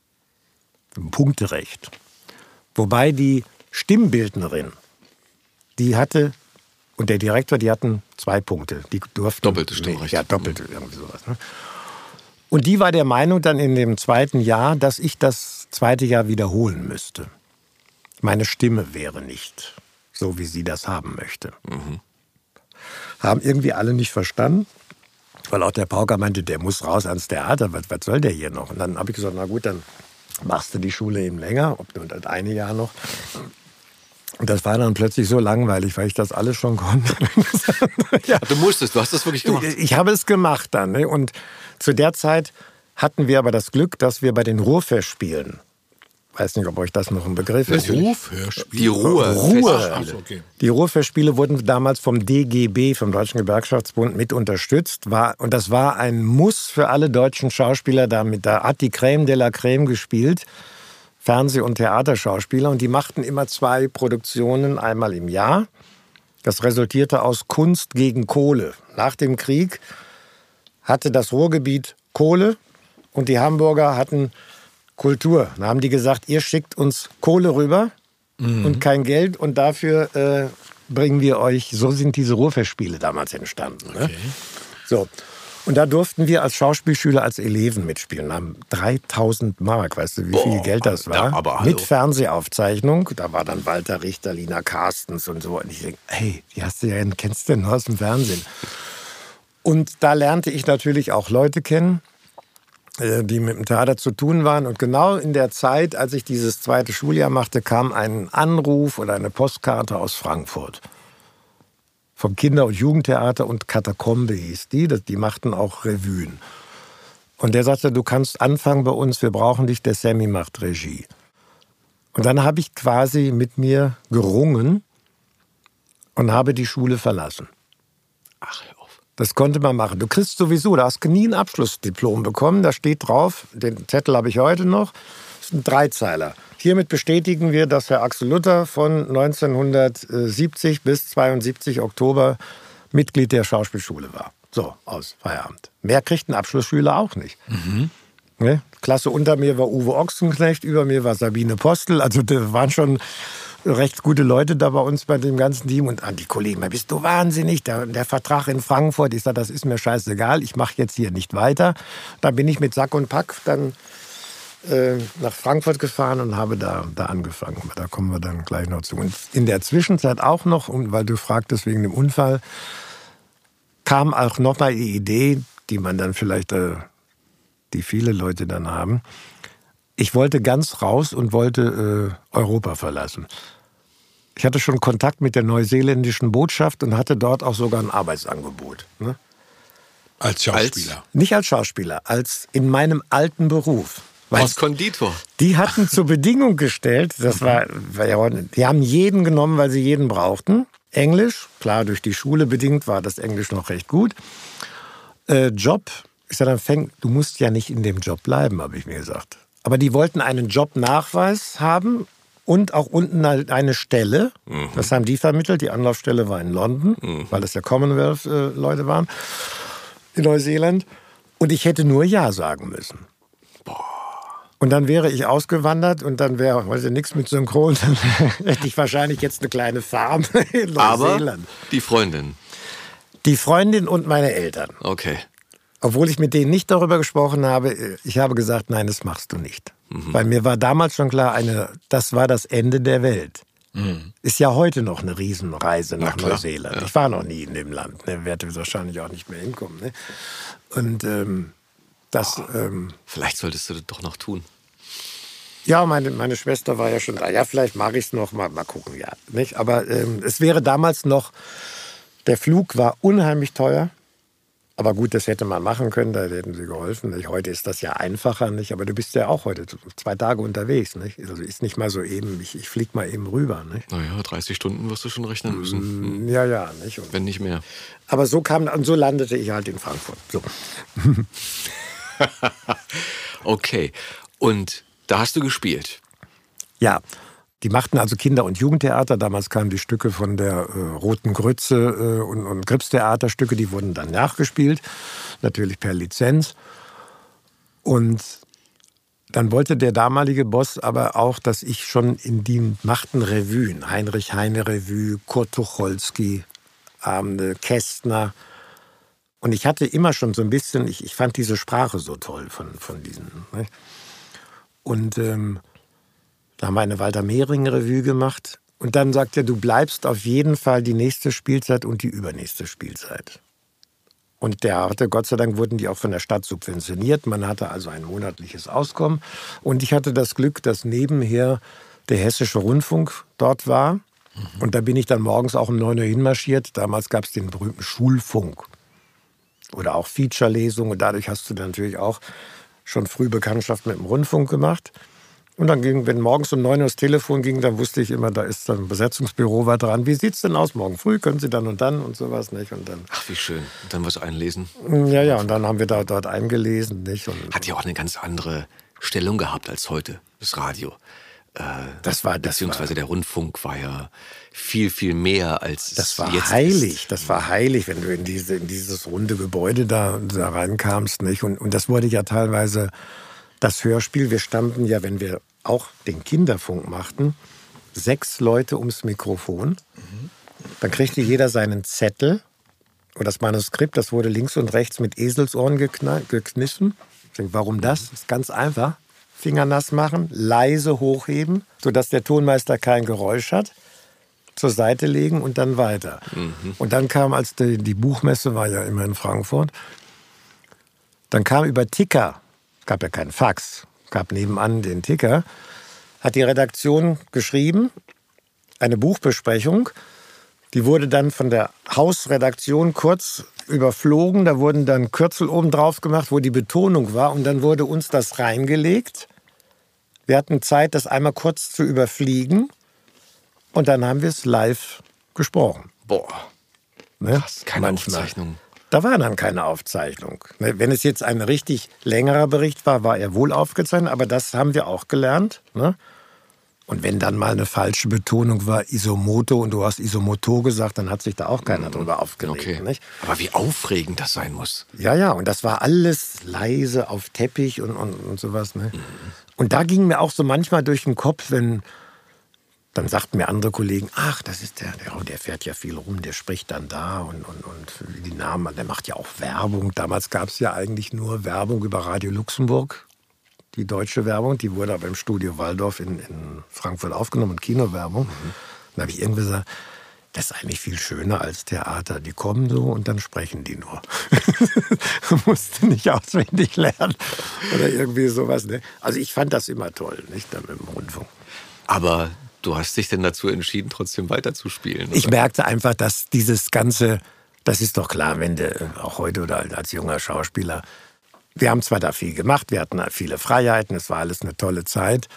ein Punkterecht. Wobei die Stimmbildnerin, die hatte, und der Direktor, die hatten zwei Punkte. Die durften
doppelte Stimmrecht.
Ja, doppelte, irgendwie sowas. Ne? Und die war der Meinung dann in dem zweiten Jahr, dass ich das zweite Jahr wiederholen müsste. Meine Stimme wäre nicht so, wie sie das haben möchte. Mhm. Haben irgendwie alle nicht verstanden, weil auch der Pauker meinte, der muss raus ans Theater, was, was soll der hier noch? Und dann habe ich gesagt, na gut, dann machst du die Schule eben länger, ob nur das eine Jahr noch. Und das war dann plötzlich so langweilig, weil ich das alles schon konnte.
Ja. Du musstest, du hast das wirklich gemacht.
Ich habe es gemacht dann. Ne? Und zu der Zeit hatten wir aber das Glück, dass wir bei den Ruhrfestspielen, weiß nicht, ob euch das noch ein Begriff ist.
Ruhrfestspiele?
Die Ruhr.
Ruhr.
Ach, so, okay.
Die Ruhrfestspiele wurden damals vom D G B, vom Deutschen Gewerkschaftsbund, mit unterstützt. War, und das war ein Muss für alle deutschen Schauspieler. Damit, da hat die Crème de la Crème gespielt. Fernseh- und Theaterschauspieler. Und die machten immer zwei Produktionen einmal im Jahr. Das resultierte aus Kunst gegen Kohle. Nach dem Krieg hatte das Ruhrgebiet Kohle und die Hamburger hatten Kultur. Da haben die gesagt, ihr schickt uns Kohle rüber mhm. und kein Geld und dafür äh, bringen wir euch, so sind diese Ruhrfestspiele damals entstanden. Ne? Okay. So. Und da durften wir als Schauspielschüler, als Eleven mitspielen. Wir haben dreitausend Mark, weißt du, wie Boah, viel Geld das war?
Da, aber
mit Fernsehaufzeichnung. Da war dann Walter Richter, Lina Carstens und so. Und ich denke, hey, die hast du ja, kennst du nur aus dem Fernsehen. Und da lernte ich natürlich auch Leute kennen, die mit dem Theater zu tun waren. Und genau in der Zeit, als ich dieses zweite Schuljahr machte, kam ein Anruf oder eine Postkarte aus Frankfurt. Vom Kinder- und Jugendtheater und Katakombe hieß die. Die machten auch Revuen. Und der sagte, du kannst anfangen bei uns, wir brauchen dich, der Sammy macht Regie. Und dann habe ich quasi mit mir gerungen und habe die Schule verlassen.
Ach, hör auf.
Das konnte man machen. Du kriegst sowieso, du hast nie ein Abschlussdiplom bekommen, da steht drauf, den Zettel habe ich heute noch, das ist ein Dreizeiler. Hiermit bestätigen wir, dass Herr Axel Luther von neunzehnhundertsiebzig bis zweiundsiebzig Oktober Mitglied der Schauspielschule war. So, aus Feierabend. Mehr kriegt ein Abschlussschüler auch nicht. Mhm. Ne? Klasse unter mir war Uwe Ochsenknecht, über mir war Sabine Postel. Also da waren schon recht gute Leute da bei uns, bei dem ganzen Team. Und an die Kollegen, bist du wahnsinnig, der, der Vertrag in Frankfurt. Ich sage, das ist mir scheißegal, ich mache jetzt hier nicht weiter. Da bin ich mit Sack und Pack dann nach Frankfurt gefahren und habe da, da angefangen. Da kommen wir dann gleich noch zu. Und in der Zwischenzeit auch noch, weil du fragtest wegen dem Unfall, kam auch noch mal die Idee, die man dann vielleicht, äh, die viele Leute dann haben. Ich wollte ganz raus und wollte äh, Europa verlassen. Ich hatte schon Kontakt mit der neuseeländischen Botschaft und hatte dort auch sogar ein Arbeitsangebot. Ne?
Als Schauspieler?
Als, nicht als Schauspieler, als in meinem alten Beruf.
Als Konditor.
Die hatten zur Bedingung gestellt, das war, die haben jeden genommen, weil sie jeden brauchten. Englisch, klar, durch die Schule bedingt war das Englisch noch recht gut. Äh, Job, ich sag dann, fäng, du musst ja nicht in dem Job bleiben, habe ich mir gesagt. Aber die wollten einen Jobnachweis haben und auch unten eine Stelle. Mhm. Das haben die vermittelt. Die Anlaufstelle war in London, mhm. weil das ja Commonwealth-Leute äh, waren, in Neuseeland. Und ich hätte nur Ja sagen müssen. Und dann wäre ich ausgewandert und dann wäre heute nichts mit Synchron. Dann hätte ich wahrscheinlich jetzt eine kleine Farm in Neuseeland.
Aber die Freundin?
Die Freundin und meine Eltern.
Okay.
Obwohl ich mit denen nicht darüber gesprochen habe, ich habe gesagt, nein, das machst du nicht. Mhm. Weil mir war damals schon klar, eine, das war das Ende der Welt. Mhm. Ist ja heute noch eine Riesenreise nach Neuseeland. Ja. Ich war noch nie in dem Land, ne, werde wahrscheinlich auch nicht mehr hinkommen. Ne? Und ähm, Das,
oh,
ähm,
vielleicht solltest du das doch noch tun.
Ja, meine, meine Schwester war ja schon da. Ja, vielleicht mache ich es noch mal, mal gucken, ja. Nicht? Aber ähm, es wäre damals noch, der Flug war unheimlich teuer. Aber gut, das hätte man machen können, da hätten sie geholfen. Nicht? Heute ist das ja einfacher, nicht? Aber du bist ja auch heute zwei Tage unterwegs. Nicht? Also ist nicht mal so eben, ich, ich fliege mal eben rüber. Nicht?
Naja, dreißig Stunden wirst du schon rechnen müssen.
Mm, ja, ja. Nicht? Und,
wenn nicht mehr.
Aber so kam, und so landete ich halt in Frankfurt. So.
Okay, und da hast du gespielt?
Ja, die machten also Kinder- und Jugendtheater. Damals kamen die Stücke von der äh, Roten Grütze äh, und, und Gripstheaterstücke, die wurden dann nachgespielt, natürlich per Lizenz. Und dann wollte der damalige Boss aber auch, dass ich schon in die machten Revuen, Heinrich Heine Revue, Kurt Tucholsky, Abende, Kästner. Und ich hatte immer schon so ein bisschen, ich, ich fand diese Sprache so toll von, von diesen. Ne? Und ähm, da haben wir eine Walter-Mehring-Revue gemacht. Und dann sagt er, du bleibst auf jeden Fall die nächste Spielzeit und die übernächste Spielzeit. Und der hatte, Gott sei Dank wurden die auch von der Stadt subventioniert. Man hatte also ein monatliches Auskommen. Und ich hatte das Glück, dass nebenher der Hessische Rundfunk dort war. Mhm. Und da bin ich dann morgens auch um neun Uhr hinmarschiert. Damals gab es den berühmten Schulfunk. Oder auch Feature-Lesungen. Und dadurch hast du dann natürlich auch schon früh Bekanntschaft mit dem Rundfunk gemacht. Und dann ging, wenn morgens um neun Uhr das Telefon ging, dann wusste ich immer, da ist dann ein Besetzungsbüro weiter dran. Wie sieht's denn aus morgen früh? Können Sie dann und dann und sowas, nicht? Und dann,
ach, wie schön. Und dann was einlesen?
Ja, ja, und dann haben wir da dort eingelesen, nicht? Und
hat ja auch eine ganz andere Stellung gehabt als heute, das Radio. Äh,
das war, das
beziehungsweise
war,
der Rundfunk war ja viel, viel mehr als
das
es
war
jetzt
heilig.
ist.
Das war heilig, wenn du in, diese, in dieses runde Gebäude da, da reinkamst, nicht? Und, und das wurde ja teilweise das Hörspiel. Wir standen ja, wenn wir auch den Kinderfunk machten, sechs Leute ums Mikrofon. Dann kriegte jeder seinen Zettel und das Manuskript, das wurde links und rechts mit Eselsohren gekniffen. Ich denke, warum das? Das ist ganz einfach. Finger nass machen, leise hochheben, sodass der Tonmeister kein Geräusch hat, zur Seite legen und dann weiter. Mhm. Und dann kam, als die, die Buchmesse war ja immer in Frankfurt, dann kam über Ticker, gab ja keinen Fax, gab nebenan den Ticker, hat die Redaktion geschrieben, eine Buchbesprechung, die wurde dann von der Hausredaktion kurz überflogen, da wurden dann Kürzel oben drauf gemacht, wo die Betonung war und dann wurde uns das reingelegt. Wir hatten Zeit, das einmal kurz zu überfliegen und dann haben wir es live gesprochen.
Boah,
ne?
Krass, keine
Manchmal.
Aufzeichnung.
Da war dann keine Aufzeichnung. Wenn es jetzt ein richtig längerer Bericht war, war er wohl aufgezeichnet, aber das haben wir auch gelernt. Ne? Und wenn dann mal eine falsche Betonung war, Isomoto, und du hast Isomoto gesagt, dann hat sich da auch keiner drüber aufgeregt.
Okay.
Nicht?
Aber wie aufregend das sein muss.
Ja, ja, und das war alles leise auf Teppich und, und, und sowas. Ne? Mhm. Und da ging mir auch so manchmal durch den Kopf, wenn, dann sagten mir andere Kollegen, ach, das ist der, der, der fährt ja viel rum, der spricht dann da und, und, und die Namen, der macht ja auch Werbung. Damals gab es ja eigentlich nur Werbung über Radio Luxemburg. Die deutsche Werbung, die wurde aber im Studio Waldorf in, in Frankfurt aufgenommen und Kinowerbung. Mhm. Dann habe ich irgendwie gesagt, das ist eigentlich viel schöner als Theater. Die kommen so und dann sprechen die nur. Musste nicht auswendig lernen oder irgendwie sowas. Ne? Also ich fand das immer toll, nicht dann mit dem Rundfunk.
Aber du hast dich denn dazu entschieden, trotzdem weiterzuspielen?
Ich merkte einfach, dass dieses Ganze, das ist doch klar, wenn du auch heute oder als junger Schauspieler, wir haben zwar da viel gemacht, wir hatten viele Freiheiten, es war alles eine tolle Zeit.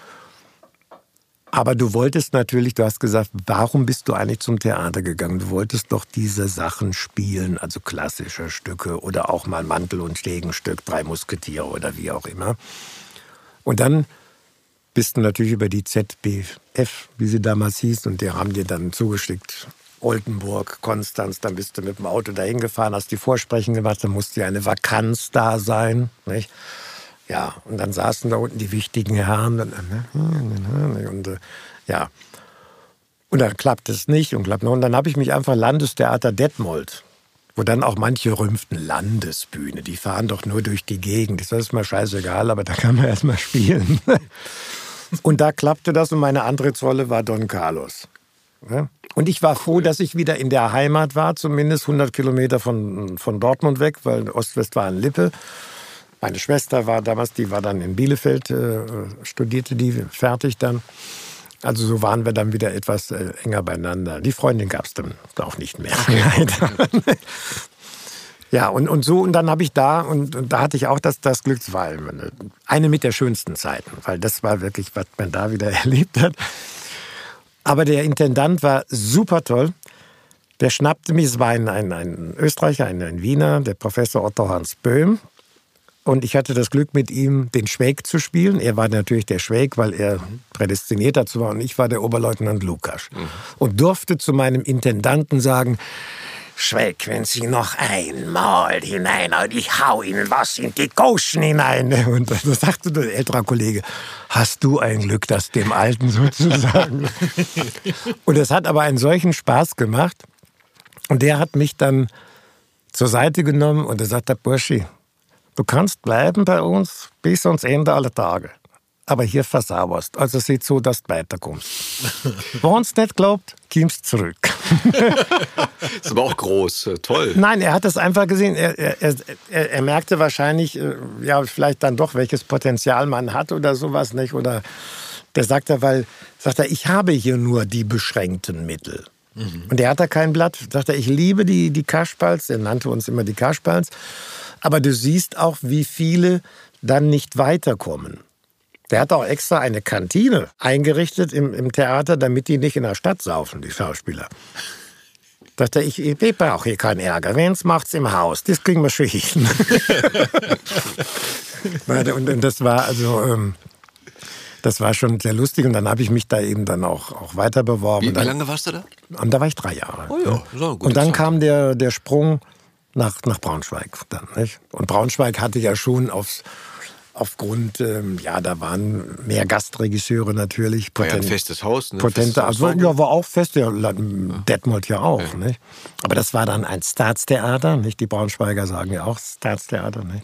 Aber du wolltest natürlich, du hast gesagt, warum bist du eigentlich zum Theater gegangen? Du wolltest doch diese Sachen spielen, also klassische Stücke oder auch mal Mantel- und Stegenstück, Drei Musketiere oder wie auch immer. Und dann bist du natürlich über die Z B F, wie sie damals hieß, und die haben dir dann zugeschickt, Oldenburg, Konstanz, dann bist du mit dem Auto dahin gefahren, hast die Vorsprechen gemacht, dann musste ja eine Vakanz da sein, nicht? Ja, und dann saßen da unten die wichtigen Herren und, und ja, und dann klappt es nicht und klappt noch. Und dann habe ich mich einfach Landestheater Detmold, wo dann auch manche rümpften, Landesbühne, die fahren doch nur durch die Gegend. Das ist mal scheißegal, aber da kann man erst mal spielen. Und da klappte das und meine Antrittsrolle war Don Carlos. Ja? Und ich war froh, dass ich wieder in der Heimat war, zumindest hundert Kilometer von, von Dortmund weg, weil Ostwestfalen-Lippe. Meine Schwester war damals, die war dann in Bielefeld, äh, studierte die fertig dann. Also so waren wir dann wieder etwas äh, enger beieinander. Die Freundin gab es dann auch nicht mehr. Ja, und, und so, und dann habe ich da, und, und da hatte ich auch das, das Glück, es war eine mit der schönsten Zeiten, weil das war wirklich, was man da wieder erlebt hat. Aber der Intendant war super toll. Der schnappte mich, es war ein, ein, ein Österreicher, ein, ein Wiener, der Professor Otto Hans Böhm. Und ich hatte das Glück, mit ihm den Schwäg zu spielen. Er war natürlich der Schwäg, weil er prädestiniert dazu war. Und ich war der Oberleutnant Lukas. Mhm. Und durfte zu meinem Intendanten sagen, Schwäg, wenn Sie noch einmal hinein, ich hau Ihnen was in die Goschen hinein. Und da sagte der ältere Kollege, hast du ein Glück, das dem Alten sozusagen. Und es hat aber einen solchen Spaß gemacht. Und der hat mich dann zur Seite genommen und er sagte, Burschi, du kannst bleiben bei uns bis ans Ende aller Tage. Aber hier versauerst. Also sieh zu, dass du weiterkommst. Wenn es nicht glaubt, kommst zurück.
Ist aber auch groß, toll.
Nein, er hat das einfach gesehen. Er, er, er, er merkte wahrscheinlich, ja, vielleicht dann doch, welches Potenzial man hat oder sowas, nicht? Oder der sagt er, weil, sagt er, ich habe hier nur die beschränkten Mittel. Mhm. Und er hat da kein Blatt. Sagt er, ich liebe die, die Kasperls. Er nannte uns immer die Kasperls. Aber du siehst auch, wie viele dann nicht weiterkommen. Der hat auch extra eine Kantine eingerichtet im, im Theater, damit die nicht in der Stadt saufen, die Schauspieler. Dachte ich, ich brauche hier keinen Ärger. Wenn's macht's im Haus, das kriegen wir schon hin. und, und das war also, ähm, das war schon sehr lustig. Und dann habe ich mich da eben dann auch, auch weiter beworben.
Wie,
dann,
wie lange warst du da?
Und da war ich drei Jahre.
Oh ja, so,
und dann Zeit. kam der, der Sprung nach, nach Braunschweig dann, nicht? Und Braunschweig hatte ja schon aufs Aufgrund, ähm, ja, da waren mehr Gastregisseure natürlich.
Potent, war ja ein festes Haus, ne?
Potente, also, ja, war auch fest, ja, Detmold ja auch. Ja. Nicht? Aber das war dann ein Staatstheater, nicht? Die Braunschweiger sagen ja auch Staatstheater. Nicht?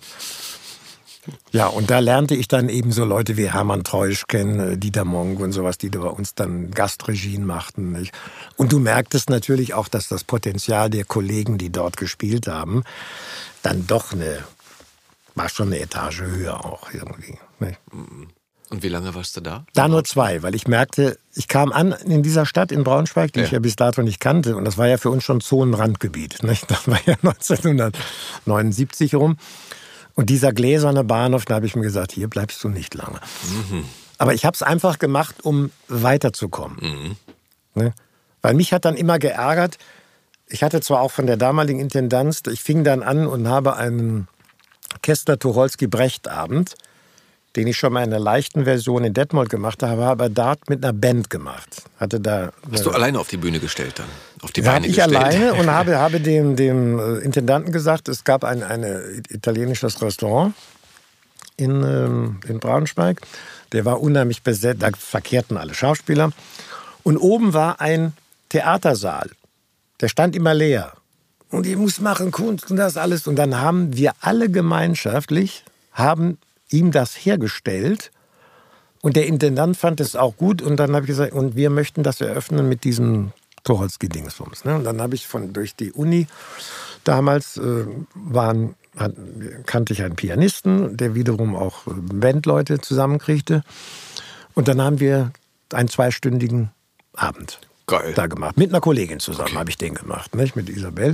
Ja, und da lernte ich dann eben so Leute wie Hermann Treusch kennen, Dieter Monk und sowas, die bei uns dann Gastregien machten. Nicht? Und du merktest natürlich auch, dass das Potenzial der Kollegen, die dort gespielt haben, dann doch eine war schon eine Etage höher auch irgendwie. Nicht?
Und wie lange warst du da?
Da nur zwei, weil ich merkte, ich kam an in dieser Stadt in Braunschweig, die ja. ich ja bis dato nicht kannte. Und das war ja für uns schon Zonenrandgebiet. Nicht? Das war ja neunzehnhundertneunundsiebzig rum. Und dieser gläserne Bahnhof, da habe ich mir gesagt, hier bleibst du nicht lange. Mhm. Aber ich habe es einfach gemacht, um weiterzukommen. Mhm. Ne? Weil mich hat dann immer geärgert, ich hatte zwar auch von der damaligen Intendanz, ich fing dann an und habe einen Kessler-Tucholsky-Brecht-Abend, den ich schon mal in einer leichten Version in Detmold gemacht habe, aber dort mit einer Band gemacht. Hatte da
Hast du alleine auf die Bühne gestellt dann? Auf die
da
Beine
ich
gestellt?
alleine und habe, habe dem, dem Intendanten gesagt, es gab ein eine italienisches Restaurant in, ähm, in Braunschweig. Der war unheimlich besetzt, da verkehrten alle Schauspieler. Und oben war ein Theatersaal. Der stand immer leer. Und ich muss machen Kunst und das alles. Und dann haben wir alle gemeinschaftlich, haben ihm das hergestellt. Und der Intendant fand es auch gut. Und dann habe ich gesagt, und wir möchten das eröffnen mit diesem Tucholsky-Dingsbums. Und dann habe ich von durch die Uni damals äh, waren, hat, kannte ich einen Pianisten, der wiederum auch Bandleute zusammenkriegte. Und dann haben wir einen zweistündigen Abend.
Geil.
Da gemacht. Mit einer Kollegin zusammen okay. habe ich den gemacht, nicht? Mit Isabel.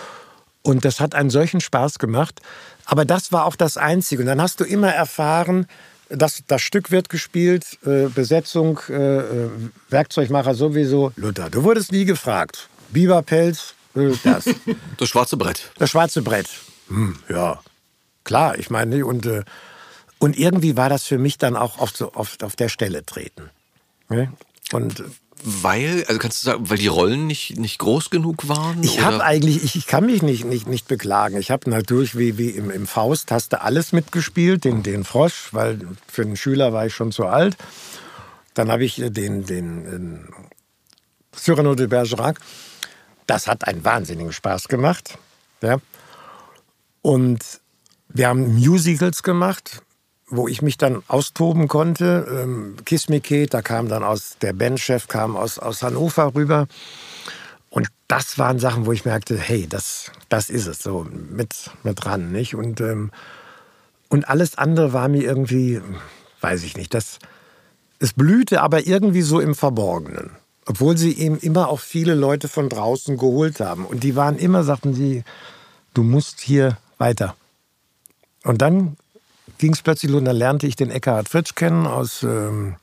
Und das hat einen solchen Spaß gemacht. Aber das war auch das Einzige. Und dann hast du immer erfahren, dass das Stück wird gespielt, äh, Besetzung, äh, Werkzeugmacher sowieso. Luther, du wurdest nie gefragt. Biberpelz, äh, das.
Das schwarze Brett.
Das schwarze Brett. Hm, ja, klar, ich meine, und, äh, und irgendwie war das für mich dann auch oft so oft auf der Stelle treten. Ne? Und
Weil, also kannst du sagen, weil die Rollen nicht, nicht groß genug waren?
Ich habe eigentlich, ich, ich kann mich nicht, nicht, nicht beklagen. Ich habe natürlich, wie, wie im, im Faust, hast du alles mitgespielt, den, den Frosch, weil für einen Schüler war ich schon zu alt. Dann habe ich den, den, den Cyrano de Bergerac. Das hat einen wahnsinnigen Spaß gemacht. Ja. Und wir haben Musicals gemacht, wo ich mich dann austoben konnte. Ähm, Kiss Me Kate, da kam dann aus, der Bandchef kam aus, aus Hannover rüber. Und das waren Sachen, wo ich merkte, hey, das, das ist es, so mit, mit ran, nicht? Und, ähm, Und alles andere war mir irgendwie, weiß ich nicht, das, es blühte aber irgendwie so im Verborgenen. Obwohl sie eben immer auch viele Leute von draußen geholt haben. Und die waren immer, sagten sie, du musst hier weiter. Und dann ging es plötzlich los, und da lernte ich den Eckhard Fritsch kennen, aus, ähm,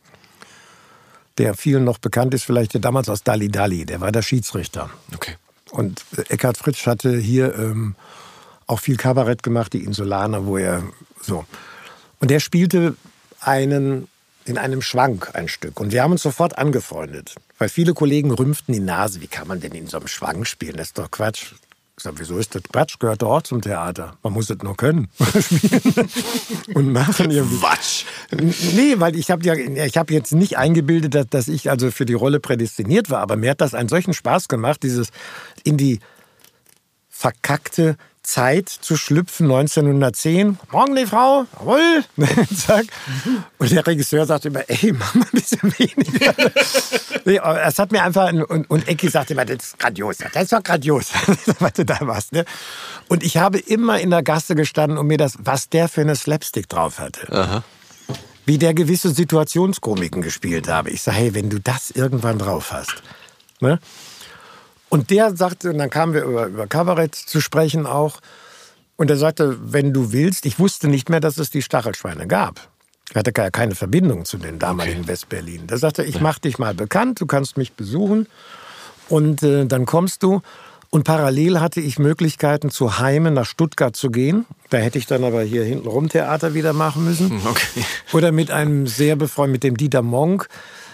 der vielen noch bekannt ist, vielleicht der damals aus Dalli Dalli, der war der Schiedsrichter.
Okay.
Und Eckhard Fritsch hatte hier ähm, auch viel Kabarett gemacht, die Insulaner, wo er so. Und der spielte einen in einem Schwank ein Stück. Und wir haben uns sofort angefreundet. Weil viele Kollegen rümpften die Nase. Wie kann man denn in so einem Schwank spielen? Das ist doch Quatsch. Ich sag, wieso ist das Quatsch? Gehört doch auch zum Theater. Man muss das nur können. Und machen irgendwie.
Quatsch!
Nee, weil ich habe ja, ich habe jetzt nicht eingebildet, dass, dass ich also für die Rolle prädestiniert war. Aber mir hat das einen solchen Spaß gemacht, dieses in die verkackte Zeit zu schlüpfen, neunzehnhundertzehn. Morgen die Frau, jawohl. Zack. Und der Regisseur sagte immer, ey, mach mal ein bisschen weniger. Nee, es hat mir einfach, und, und Ecki sagte immer, das ist grandios, das ist doch grandios, was du da machst. Ne? Und ich habe immer in der Gasse gestanden und mir das, was der für eine Slapstick drauf hatte. Aha. Wie der gewisse Situationskomiken gespielt habe. Ich sage, hey, wenn du das irgendwann drauf hast. Ne? Und der sagte, und dann kamen wir über, über Kabarett zu sprechen auch, und er sagte, wenn du willst, ich wusste nicht mehr, dass es die Stachelschweine gab. Ich hatte gar keine Verbindung zu den damaligen okay. Westberlin. Da sagte er, ich mach dich mal bekannt, du kannst mich besuchen und äh, dann kommst du. Und parallel hatte ich Möglichkeiten, zu Heime nach Stuttgart zu gehen. Da hätte ich dann aber hier hintenrum Theater wieder machen müssen.
Okay.
Oder mit einem sehr befreundeten, mit dem Dieter Monk.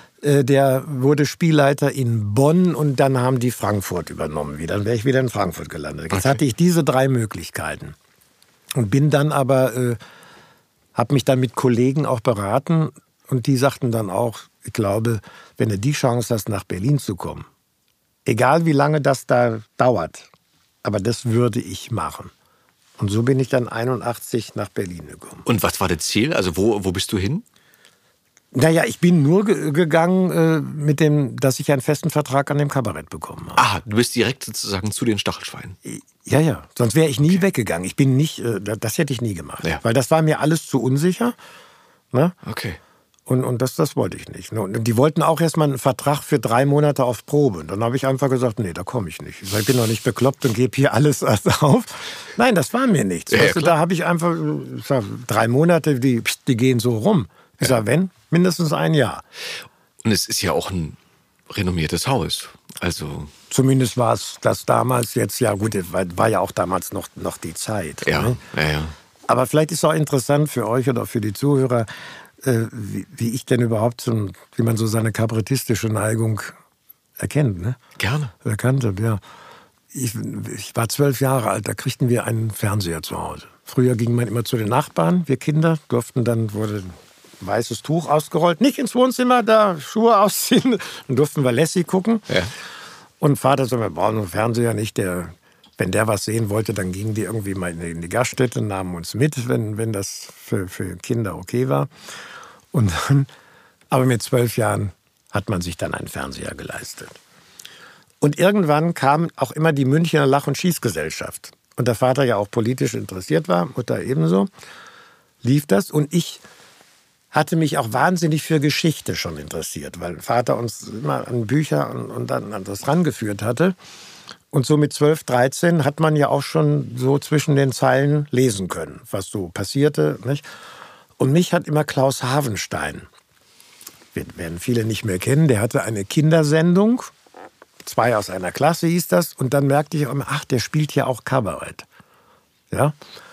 Der wurde Spielleiter in Bonn und dann haben die Frankfurt übernommen wieder. Dann wäre ich wieder in Frankfurt gelandet. Jetzt okay. hatte ich diese drei Möglichkeiten. Und bin dann aber, äh, habe mich dann mit Kollegen auch beraten und die sagten dann auch, ich glaube, wenn du die Chance hast, nach Berlin zu kommen, egal wie lange das da dauert, aber das würde ich machen. Und so bin ich dann einundachtzig nach Berlin gekommen.
Und was war das Ziel? Also wo, wo bist du hin?
Naja, ich bin nur ge- gegangen äh, mit dem, dass ich einen festen Vertrag an dem Kabarett bekommen habe.
Ah, du bist direkt sozusagen zu den Stachelschweinen.
Ja, ja. Sonst wäre ich nie okay. weggegangen. Ich bin nicht, äh, das hätte ich nie gemacht. Ja. Weil das war mir alles zu unsicher. Ne?
Okay.
Und, und das, das wollte ich nicht. Und die wollten auch erstmal einen Vertrag für drei Monate auf Probe. Und dann habe ich einfach gesagt, nee, da komme ich nicht. Ich bin noch nicht bekloppt und gebe hier alles auf. Nein, das war mir nichts. Ja, weißt du, da habe ich einfach, ich sag, drei Monate, die, die gehen so rum. Ich ja. sage, wenn, mindestens ein Jahr.
Und es ist ja auch ein renommiertes Haus. Also
zumindest war es das damals jetzt, ja gut, war ja auch damals noch, noch die Zeit.
Ja,
ne?
ja, ja.
Aber vielleicht ist es auch interessant für euch oder für die Zuhörer, äh, wie, wie ich denn überhaupt, so, wie man so seine kabarettistische Neigung erkennt. Ne?
Gerne.
Erkannt habe, ja. Ich, ich war zwölf Jahre alt, da kriegten wir einen Fernseher zu Hause. Früher ging man immer zu den Nachbarn, wir Kinder durften dann, wurde ein weißes Tuch ausgerollt, nicht ins Wohnzimmer, da Schuhe ausziehen, dann durften wir Lassie gucken. Ja. Und Vater so, wir brauchen einen Fernseher nicht, der, wenn der was sehen wollte, dann gingen die irgendwie mal in die Gaststätte, nahmen uns mit, wenn, wenn das für, für Kinder okay war. Und dann, aber mit zwölf Jahren hat man sich dann einen Fernseher geleistet. Und irgendwann kam auch immer die Münchner Lach- und Schießgesellschaft. Und der Vater ja auch politisch interessiert war, Mutter ebenso, lief das. Und ich hatte mich auch wahnsinnig für Geschichte schon interessiert, weil Vater uns immer an Bücher und, und dann an das rangeführt hatte. Und so mit zwölf, dreizehn hat man ja auch schon so zwischen den Zeilen lesen können, was so passierte. Nicht? Und mich hat immer Klaus Havenstein, werden viele nicht mehr kennen, der hatte eine Kindersendung, zwei aus einer Klasse hieß das, und dann merkte ich auch immer, ach, der spielt ja auch Kabarett. Ja?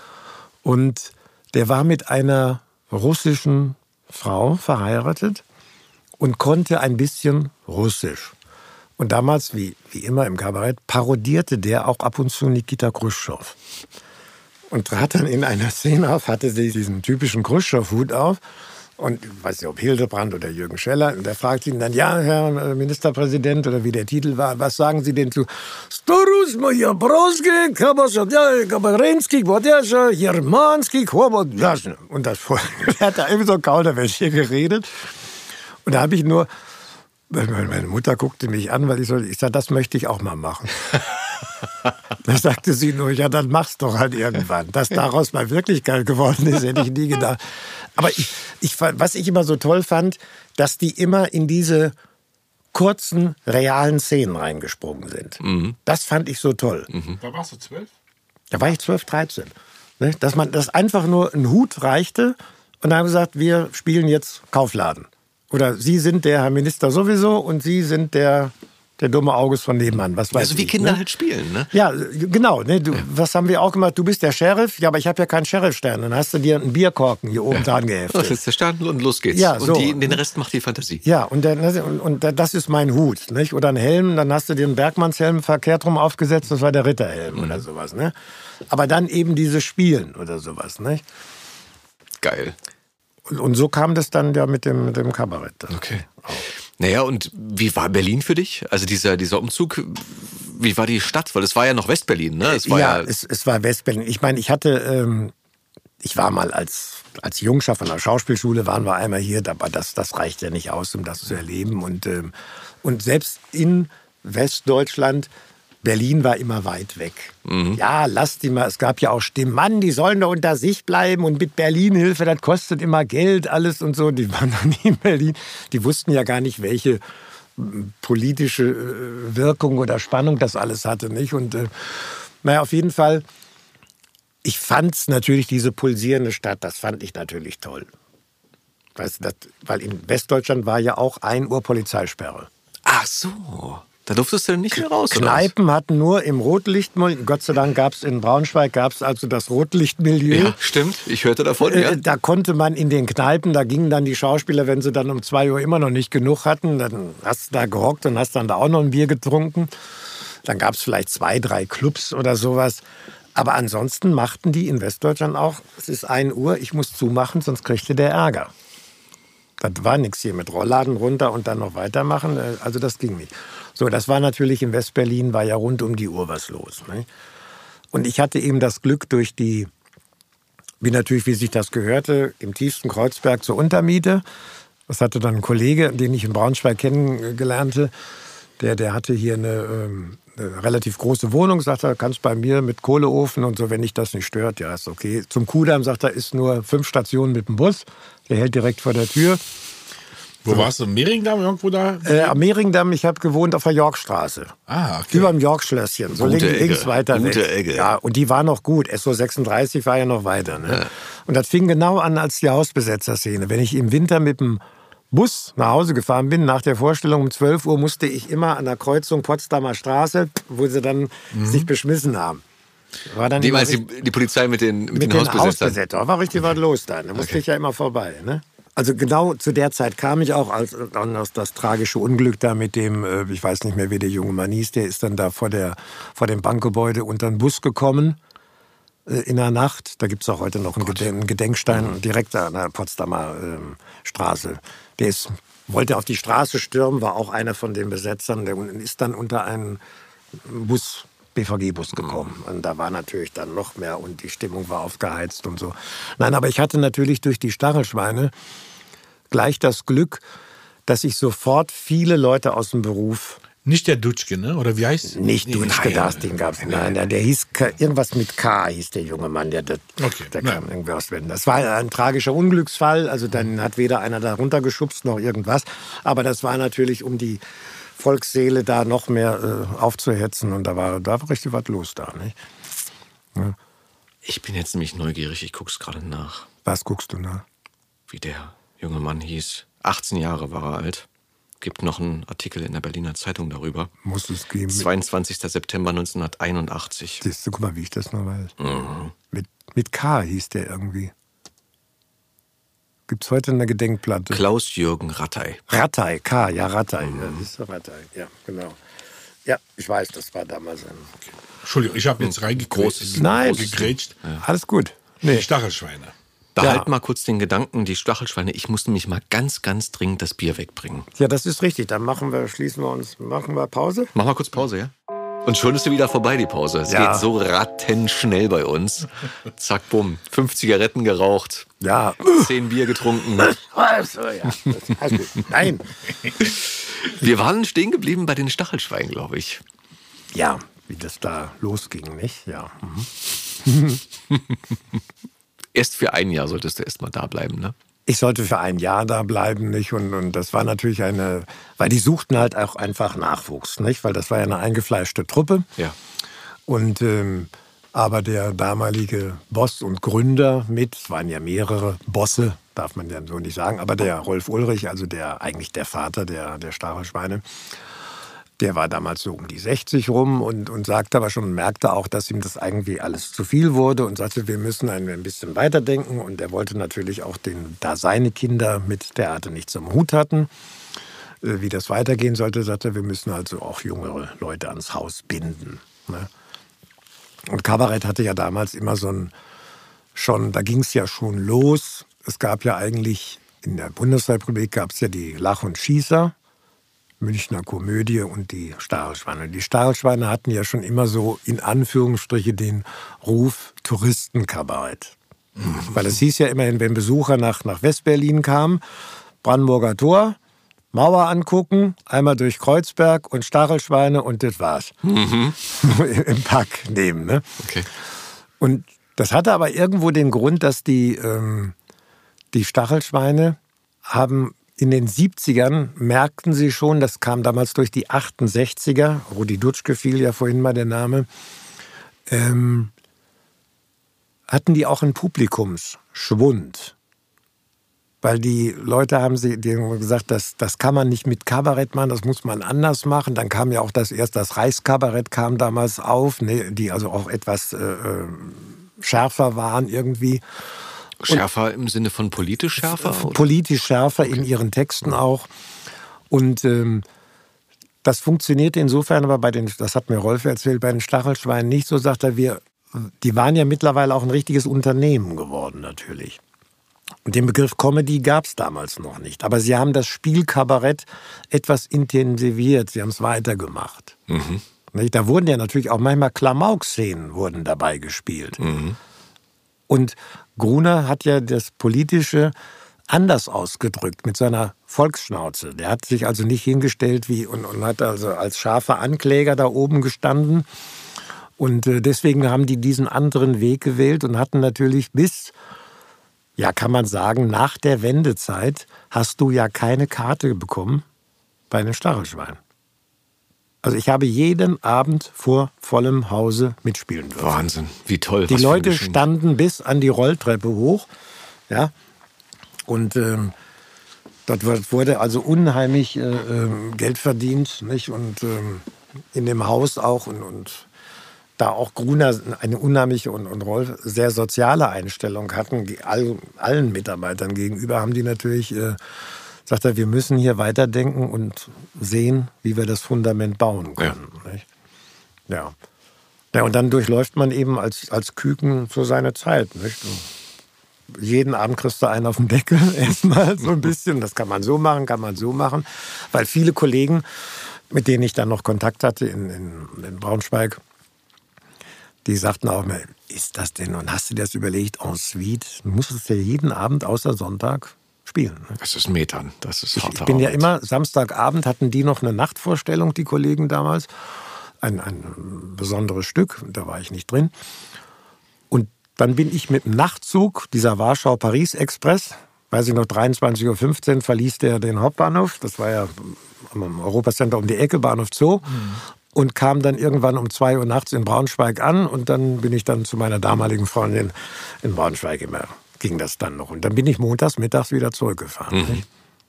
Und der war mit einer russischen Frau verheiratet und konnte ein bisschen Russisch. Und damals, wie, wie immer im Kabarett, parodierte der auch ab und zu Nikita Chruschtschow. Und trat dann in einer Szene auf, hatte sie diesen typischen Chruschtschow-Hut auf. Und ich weiß nicht, ob Hildebrand oder Jürgen Scheller. Und der fragt ihn dann, ja, Herr Ministerpräsident, oder wie der Titel war, was sagen Sie denn zu Storus, Mojabrowski, Kabarenski, Wodjascha, Jermanski, Chobodjascha. Und das er hat da irgendwie so Kauderwelsch hier geredet. Und da habe ich nur, meine Mutter guckte mich an, weil ich so, ich sage, das möchte ich auch mal machen. Da sagte sie nur, ja, dann mach's doch halt irgendwann. Dass daraus mal Wirklichkeit geworden ist, hätte ich nie gedacht. Aber ich, ich, was ich immer so toll fand, dass die immer in diese kurzen, realen Szenen reingesprungen sind. Mhm. Das fand ich so toll.
Mhm. Da warst du zwölf?
Da war ich zwölf, dreizehn. Dass man, dass einfach nur ein Hut reichte und dann haben wir gesagt, wir spielen jetzt Kaufladen. Oder Sie sind der Herr Minister sowieso und Sie sind der, der dumme August von nebenan. Was weiß
also wie
ich,
Kinder
ne?
halt spielen, ne?
Ja, genau. Ne? Du, was haben wir auch gemacht? Du bist der Sheriff. Ja, aber ich habe ja keinen Sheriffstern. Dann hast du dir einen Bierkorken hier oben dran geheftet.
Das ist der Stern und los geht's.
Ja, so.
Und die, den Rest macht die Fantasie.
Ja, und, der, und, und das ist mein Hut. Nicht? Oder ein Helm, dann hast du dir einen Bergmannshelm verkehrt rum aufgesetzt, das war der Ritterhelm mhm. oder sowas. Ne? Aber dann eben dieses Spielen oder sowas. Nicht?
Geil.
Und, und so kam das dann ja mit dem, mit dem Kabarett.
Okay. Auch. Naja, und wie war Berlin für dich? Also dieser, dieser Umzug, wie war die Stadt? Weil es war ja noch Westberlin, ne? Es war
ja,
ja,
es, es war Westberlin. Ich meine, ich hatte, ähm, ich war mal als, als Jungschaf von der Schauspielschule, waren wir einmal hier, aber das, das reicht ja nicht aus, um das zu erleben. Und, ähm, und selbst in Westdeutschland, Berlin war immer weit weg. Mhm. Ja, lass die mal, es gab ja auch Stimmen, Mann, die sollen da unter sich bleiben und mit Berlin-Hilfe, das kostet immer Geld, alles und so. Die waren noch nie in Berlin. Die wussten ja gar nicht, welche politische Wirkung oder Spannung das alles hatte, nicht? Und äh, naja, auf jeden Fall, ich fand's natürlich, diese pulsierende Stadt, das fand ich natürlich toll. Weißt du, das, weil in Westdeutschland war ja auch ein Uhr Polizeisperre.
Ach so. Da durftest du nicht mehr raus,
Kneipen oder? Hatten nur im Rotlichtmilieu, Gott sei Dank gab es in Braunschweig gab's also das Rotlichtmilieu.
Ja, stimmt, ich hörte davon, ja.
Äh, da konnte man in den Kneipen, da gingen dann die Schauspieler, wenn sie dann um zwei Uhr immer noch nicht genug hatten, dann hast du da gehockt und hast dann da auch noch ein Bier getrunken. Dann gab es vielleicht zwei, drei Clubs oder sowas. Aber ansonsten machten die in Westdeutschland auch, es ist ein Uhr, ich muss zumachen, sonst kriegte der Ärger. Das war nichts hier mit Rollladen runter und dann noch weitermachen, also das ging nicht. So, das war natürlich in Westberlin, war ja rund um die Uhr was los. Ne? Und ich hatte eben das Glück durch die, wie natürlich, wie sich das gehörte, im tiefsten Kreuzberg zur Untermiete. Das hatte dann ein Kollege, den ich in Braunschweig kennengelernte, der, der hatte hier eine, ähm, eine relativ große Wohnung, sagt er, kannst bei mir mit Kohleofen und so, wenn dich das nicht stört, ja, ist okay. Zum Kudamm, sagt er, ist nur fünf Stationen mit dem Bus, der hält direkt vor der Tür.
Wo so. Warst du? Im Mehringdamm irgendwo da?
Äh, am Mehringdamm, ich habe gewohnt auf der Yorkstraße.
Ah, okay.
Über dem Yorkschlösschen, so
Gute
links, links weiter
Gute
weg.
Ecke.
Ja, und die war noch gut. S O sechsunddreißig war ja noch weiter. Ne? Ja. Und das fing genau an als die Hausbesetzerszene. Wenn ich im Winter mit dem Bus nach Hause gefahren bin, nach der Vorstellung um zwölf Uhr, musste ich immer an der Kreuzung Potsdamer Straße, wo sie dann mhm. sich beschmissen haben. War dann
die, die, die Polizei mit den, mit
mit
den,
den
Hausbesetzern.
Hausbesetzer. Da war richtig was los da. Da musste okay. ich ja immer vorbei. Ne? Also genau zu der Zeit kam ich auch, als dann das, das tragische Unglück da mit dem, äh, ich weiß nicht mehr, wie der junge Mann hieß, der ist dann da vor, der, vor dem Bankgebäude unter den Bus gekommen äh, in der Nacht. Da gibt es auch heute noch einen, Geden- einen Gedenkstein mhm. direkt an der Potsdamer äh, Straße. Der ist, wollte auf die Straße stürmen, war auch einer von den Besetzern, der ist dann unter einen Bus, B V G-Bus gekommen. Und da war natürlich dann noch mehr und die Stimmung war aufgeheizt und so. Nein, aber ich hatte natürlich durch die Stachelschweine gleich das Glück, dass ich sofort viele Leute aus dem Beruf...
Nicht der Dutschke, ne? Oder wie heißt es?
Nicht Dutschke, das Ding gab es. Nein, der, der hieß, irgendwas mit K hieß der junge Mann. Der, der,
okay,
der kam irgendwie aus Wenden. Das war ein tragischer Unglücksfall. Also dann hat weder einer da runtergeschubst noch irgendwas. Aber das war natürlich, um die Volksseele da noch mehr äh, aufzuhetzen. Und da war, da war richtig was los da. Nicht? Ja.
Ich bin jetzt nämlich neugierig. Ich guck's gerade nach.
Was guckst du nach?
Wie der junge Mann hieß. achtzehn Jahre war er alt. Gibt noch einen Artikel in der Berliner Zeitung darüber.
Muss es geben.
zweiundzwanzigster September neunzehnhunderteinundachtzig.
Siehst du, guck mal, wie ich das noch weiß.
Mhm.
Mit, mit K hieß der irgendwie. Gibt es heute eine Gedenkplatte?
Klaus-Jürgen Rattay.
Rattay, K, ja, Rattay. Mhm. Ja, das ist Rattay, ja, genau. Ja, ich weiß, das war damals ein...
Okay. Entschuldigung, ich habe jetzt reingegrätscht.
Nein,
gegrätscht.
Ja. Alles gut. Nee.
Die Stachelschweine.
Behalt
ja.
mal kurz den Gedanken, die Stachelschweine, ich muss nämlich mal ganz, ganz dringend das Bier wegbringen.
Ja, das ist richtig. Dann machen wir, schließen wir uns, machen wir Pause.
Mach mal kurz Pause, ja? Und schon ist sie wieder vorbei, die Pause. Es
ja.
geht so rattenschnell bei uns. Zack, bumm. Fünf Zigaretten geraucht.
Ja.
Zehn Bier getrunken.
Also, ja. Also, nein.
Wir waren stehen geblieben bei den Stachelschweinen, glaube ich.
Ja. wie das da losging, nicht? Ja. Mhm.
Erst für ein Jahr solltest du erst mal da bleiben, ne?
Ich sollte für ein Jahr da bleiben, nicht? Und, und das war natürlich eine, weil die suchten halt auch einfach Nachwuchs, nicht? Weil das war ja eine eingefleischte Truppe.
Ja.
Und ähm, aber der damalige Boss und Gründer mit, es waren ja mehrere Bosse, darf man ja so nicht sagen, aber der Rolf Ulrich, also der eigentlich der Vater der, der Stachelschweine, der war damals so um die sechzig rum und, und sagte aber schon, merkte auch, dass ihm das irgendwie alles zu viel wurde und sagte, wir müssen ein, ein bisschen weiterdenken. Und er wollte natürlich auch, den, da seine Kinder mit Theater nichts am Hut hatten, äh, wie das weitergehen sollte, sagte er, wir müssen also auch jüngere Leute ans Haus binden. Ne? Und Kabarett hatte ja damals immer so ein, schon, da ging es ja schon los. Es gab ja eigentlich, in der Bundesrepublik gab es ja die Lach- und Schießer, Münchner Komödie und die Stachelschweine. Die Stachelschweine hatten ja schon immer so in Anführungsstriche den Ruf Touristenkabarett. Mhm. Weil es hieß ja immerhin, wenn Besucher nach, nach Westberlin kamen, Brandenburger Tor, Mauer angucken, einmal durch Kreuzberg und Stachelschweine und das war's. Mhm. Im Pack nehmen. Ne?
Okay.
Und das hatte aber irgendwo den Grund, dass die, ähm, die Stachelschweine haben in den siebzigern merkten sie schon, das kam damals durch die achtundsechziger, Rudi Dutschke fiel ja vorhin mal der Name, ähm, hatten die auch einen Publikumsschwund. Weil die Leute haben sie die haben gesagt, das, das kann man nicht mit Kabarett machen, das muss man anders machen. Dann kam ja auch das erst das Reichskabarett kam damals auf, ne, die also auch etwas äh, schärfer waren irgendwie.
Schärfer und im Sinne von politisch schärfer? Oder?
Politisch schärfer okay. In ihren Texten auch. Und ähm, das funktionierte insofern aber bei den, das hat mir Rolf erzählt, bei den Stachelschweinen nicht so, sagt er, wir, die waren ja mittlerweile auch ein richtiges Unternehmen geworden natürlich. Und den Begriff Comedy gab es damals noch nicht. Aber sie haben das Spiel Kabarett etwas intensiviert, sie haben es weitergemacht. Mhm. Da wurden ja natürlich auch manchmal Klamauk-Szenen wurden dabei gespielt. Mhm. Und Gruner hat ja das Politische anders ausgedrückt mit seiner Volksschnauze. Der hat sich also nicht hingestellt wie und, und hat also als scharfer Ankläger da oben gestanden. Und äh, deswegen haben die diesen anderen Weg gewählt und hatten natürlich bis, ja kann man sagen, nach der Wendezeit hast du ja keine Karte bekommen bei den Stachelschweinen. Also ich habe jeden Abend vor vollem Hause mitspielen dürfen.
Wahnsinn, wie toll.
Die Leute standen bis an die Rolltreppe hoch, ja, und ähm, dort wurde also unheimlich äh, Geld verdient, nicht? Und ähm, in dem Haus auch und, und da auch Gruner eine unheimliche und, und Rolf sehr soziale Einstellung hatten, all, allen Mitarbeitern gegenüber, haben die natürlich äh, sagt er, wir müssen hier weiterdenken und sehen, wie wir das Fundament bauen können. Ja. Nicht? Ja. Ja, und dann durchläuft man eben als, als Küken so seine Zeit. Nicht? Jeden Abend kriegst du einen auf den Deckel erstmal so ein bisschen. Das kann man so machen, kann man so machen. Weil viele Kollegen, mit denen ich dann noch Kontakt hatte in, in, in Braunschweig, die sagten auch mir, ist das denn, und hast du dir das überlegt, en suite, du musstest ja jeden Abend außer Sonntag spielen.
Das ist Metern, das ist harter
Ich bin ja
Arbeit.
immer, Samstagabend hatten die noch eine Nachtvorstellung, die Kollegen damals. Ein, ein besonderes Stück, da war ich nicht drin. Und dann bin ich mit dem Nachtzug, dieser Warschau-Paris-Express, weiß ich noch, dreiundzwanzig Uhr fünfzehn verließ der den Hauptbahnhof, das war ja am Europacenter um die Ecke, Bahnhof Zoo, mhm. und kam dann irgendwann um zwei Uhr nachts in Braunschweig an und dann bin ich dann zu meiner damaligen Freundin in Braunschweig immer. Ging das dann noch. Und dann bin ich montags, mittags wieder zurückgefahren. Mhm.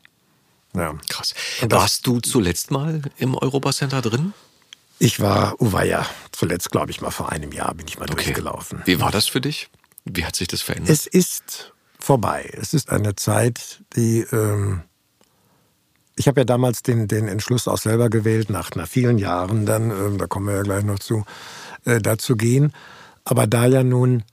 Ja.
Krass. Warst du zuletzt mal im Europacenter drin?
Ich war, oh war ja, zuletzt glaube ich mal vor einem Jahr bin ich mal okay. durchgelaufen.
Wie war das für dich? Wie hat sich das verändert?
Es ist vorbei. Es ist eine Zeit, die, ähm, ich habe ja damals den, den Entschluss auch selber gewählt, nach, nach vielen Jahren dann, ähm, da kommen wir ja gleich noch zu, äh, da zu gehen. Aber da ja nun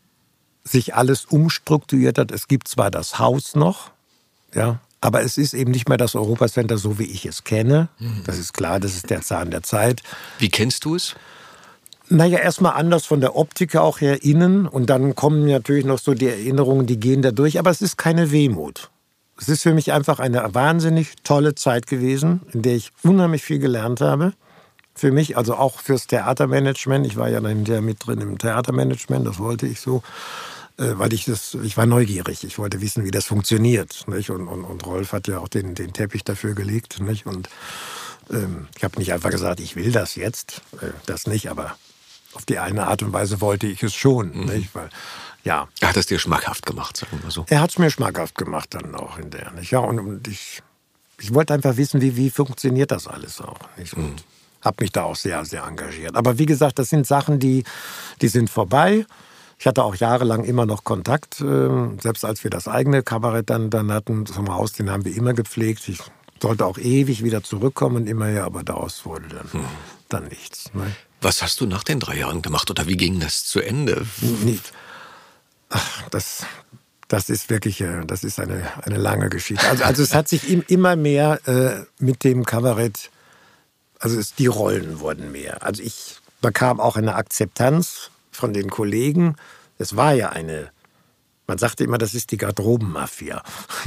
sich alles umstrukturiert hat. Es gibt zwar das Haus noch, ja, aber es ist eben nicht mehr das Europacenter, so wie ich es kenne. Mhm. Das ist klar, das ist der Zahn der Zeit.
Wie kennst du es?
Naja, erstmal anders von der Optik auch her innen. Und dann kommen natürlich noch so die Erinnerungen, die gehen da durch. Aber es ist keine Wehmut. Es ist für mich einfach eine wahnsinnig tolle Zeit gewesen, in der ich unheimlich viel gelernt habe. für mich, also auch fürs Theatermanagement. Ich war ja dann hinterher mit drin im Theatermanagement, das wollte ich so, äh, weil ich das, ich war neugierig. Ich wollte wissen, wie das funktioniert. Nicht? Und, und, und Rolf hat ja auch den, den Teppich dafür gelegt. Nicht? Und ähm, ich habe nicht einfach gesagt, ich will das jetzt, äh, das nicht, aber auf die eine Art und Weise wollte ich es schon. Mhm. Nicht? Weil, ja.
Er hat es dir schmackhaft gemacht, sagen wir so.
Er hat es mir schmackhaft gemacht dann auch in der. Nicht? Ja, und, und ich, ich wollte einfach wissen, wie, wie funktioniert das alles auch. Nicht? Und mhm. habe mich da auch sehr, sehr engagiert. Aber wie gesagt, das sind Sachen, die, die sind vorbei. Ich hatte auch jahrelang immer noch Kontakt, äh, selbst als wir das eigene Kabarett dann, dann hatten. Zum Haus, den haben wir immer gepflegt. Ich sollte auch ewig wieder zurückkommen, immer ja, aber daraus wurde dann, hm. dann nichts. Ne?
Was hast du nach den drei Jahren gemacht oder wie ging das zu Ende?
Nicht. Ach, das, das ist wirklich das ist eine, eine lange Geschichte. Also, also es hat sich immer mehr äh, mit dem Kabarett, also es, die Rollen wurden mehr. Also ich bekam auch eine Akzeptanz von den Kollegen. Es war ja eine, man sagte immer, das ist die Garderobenmafia.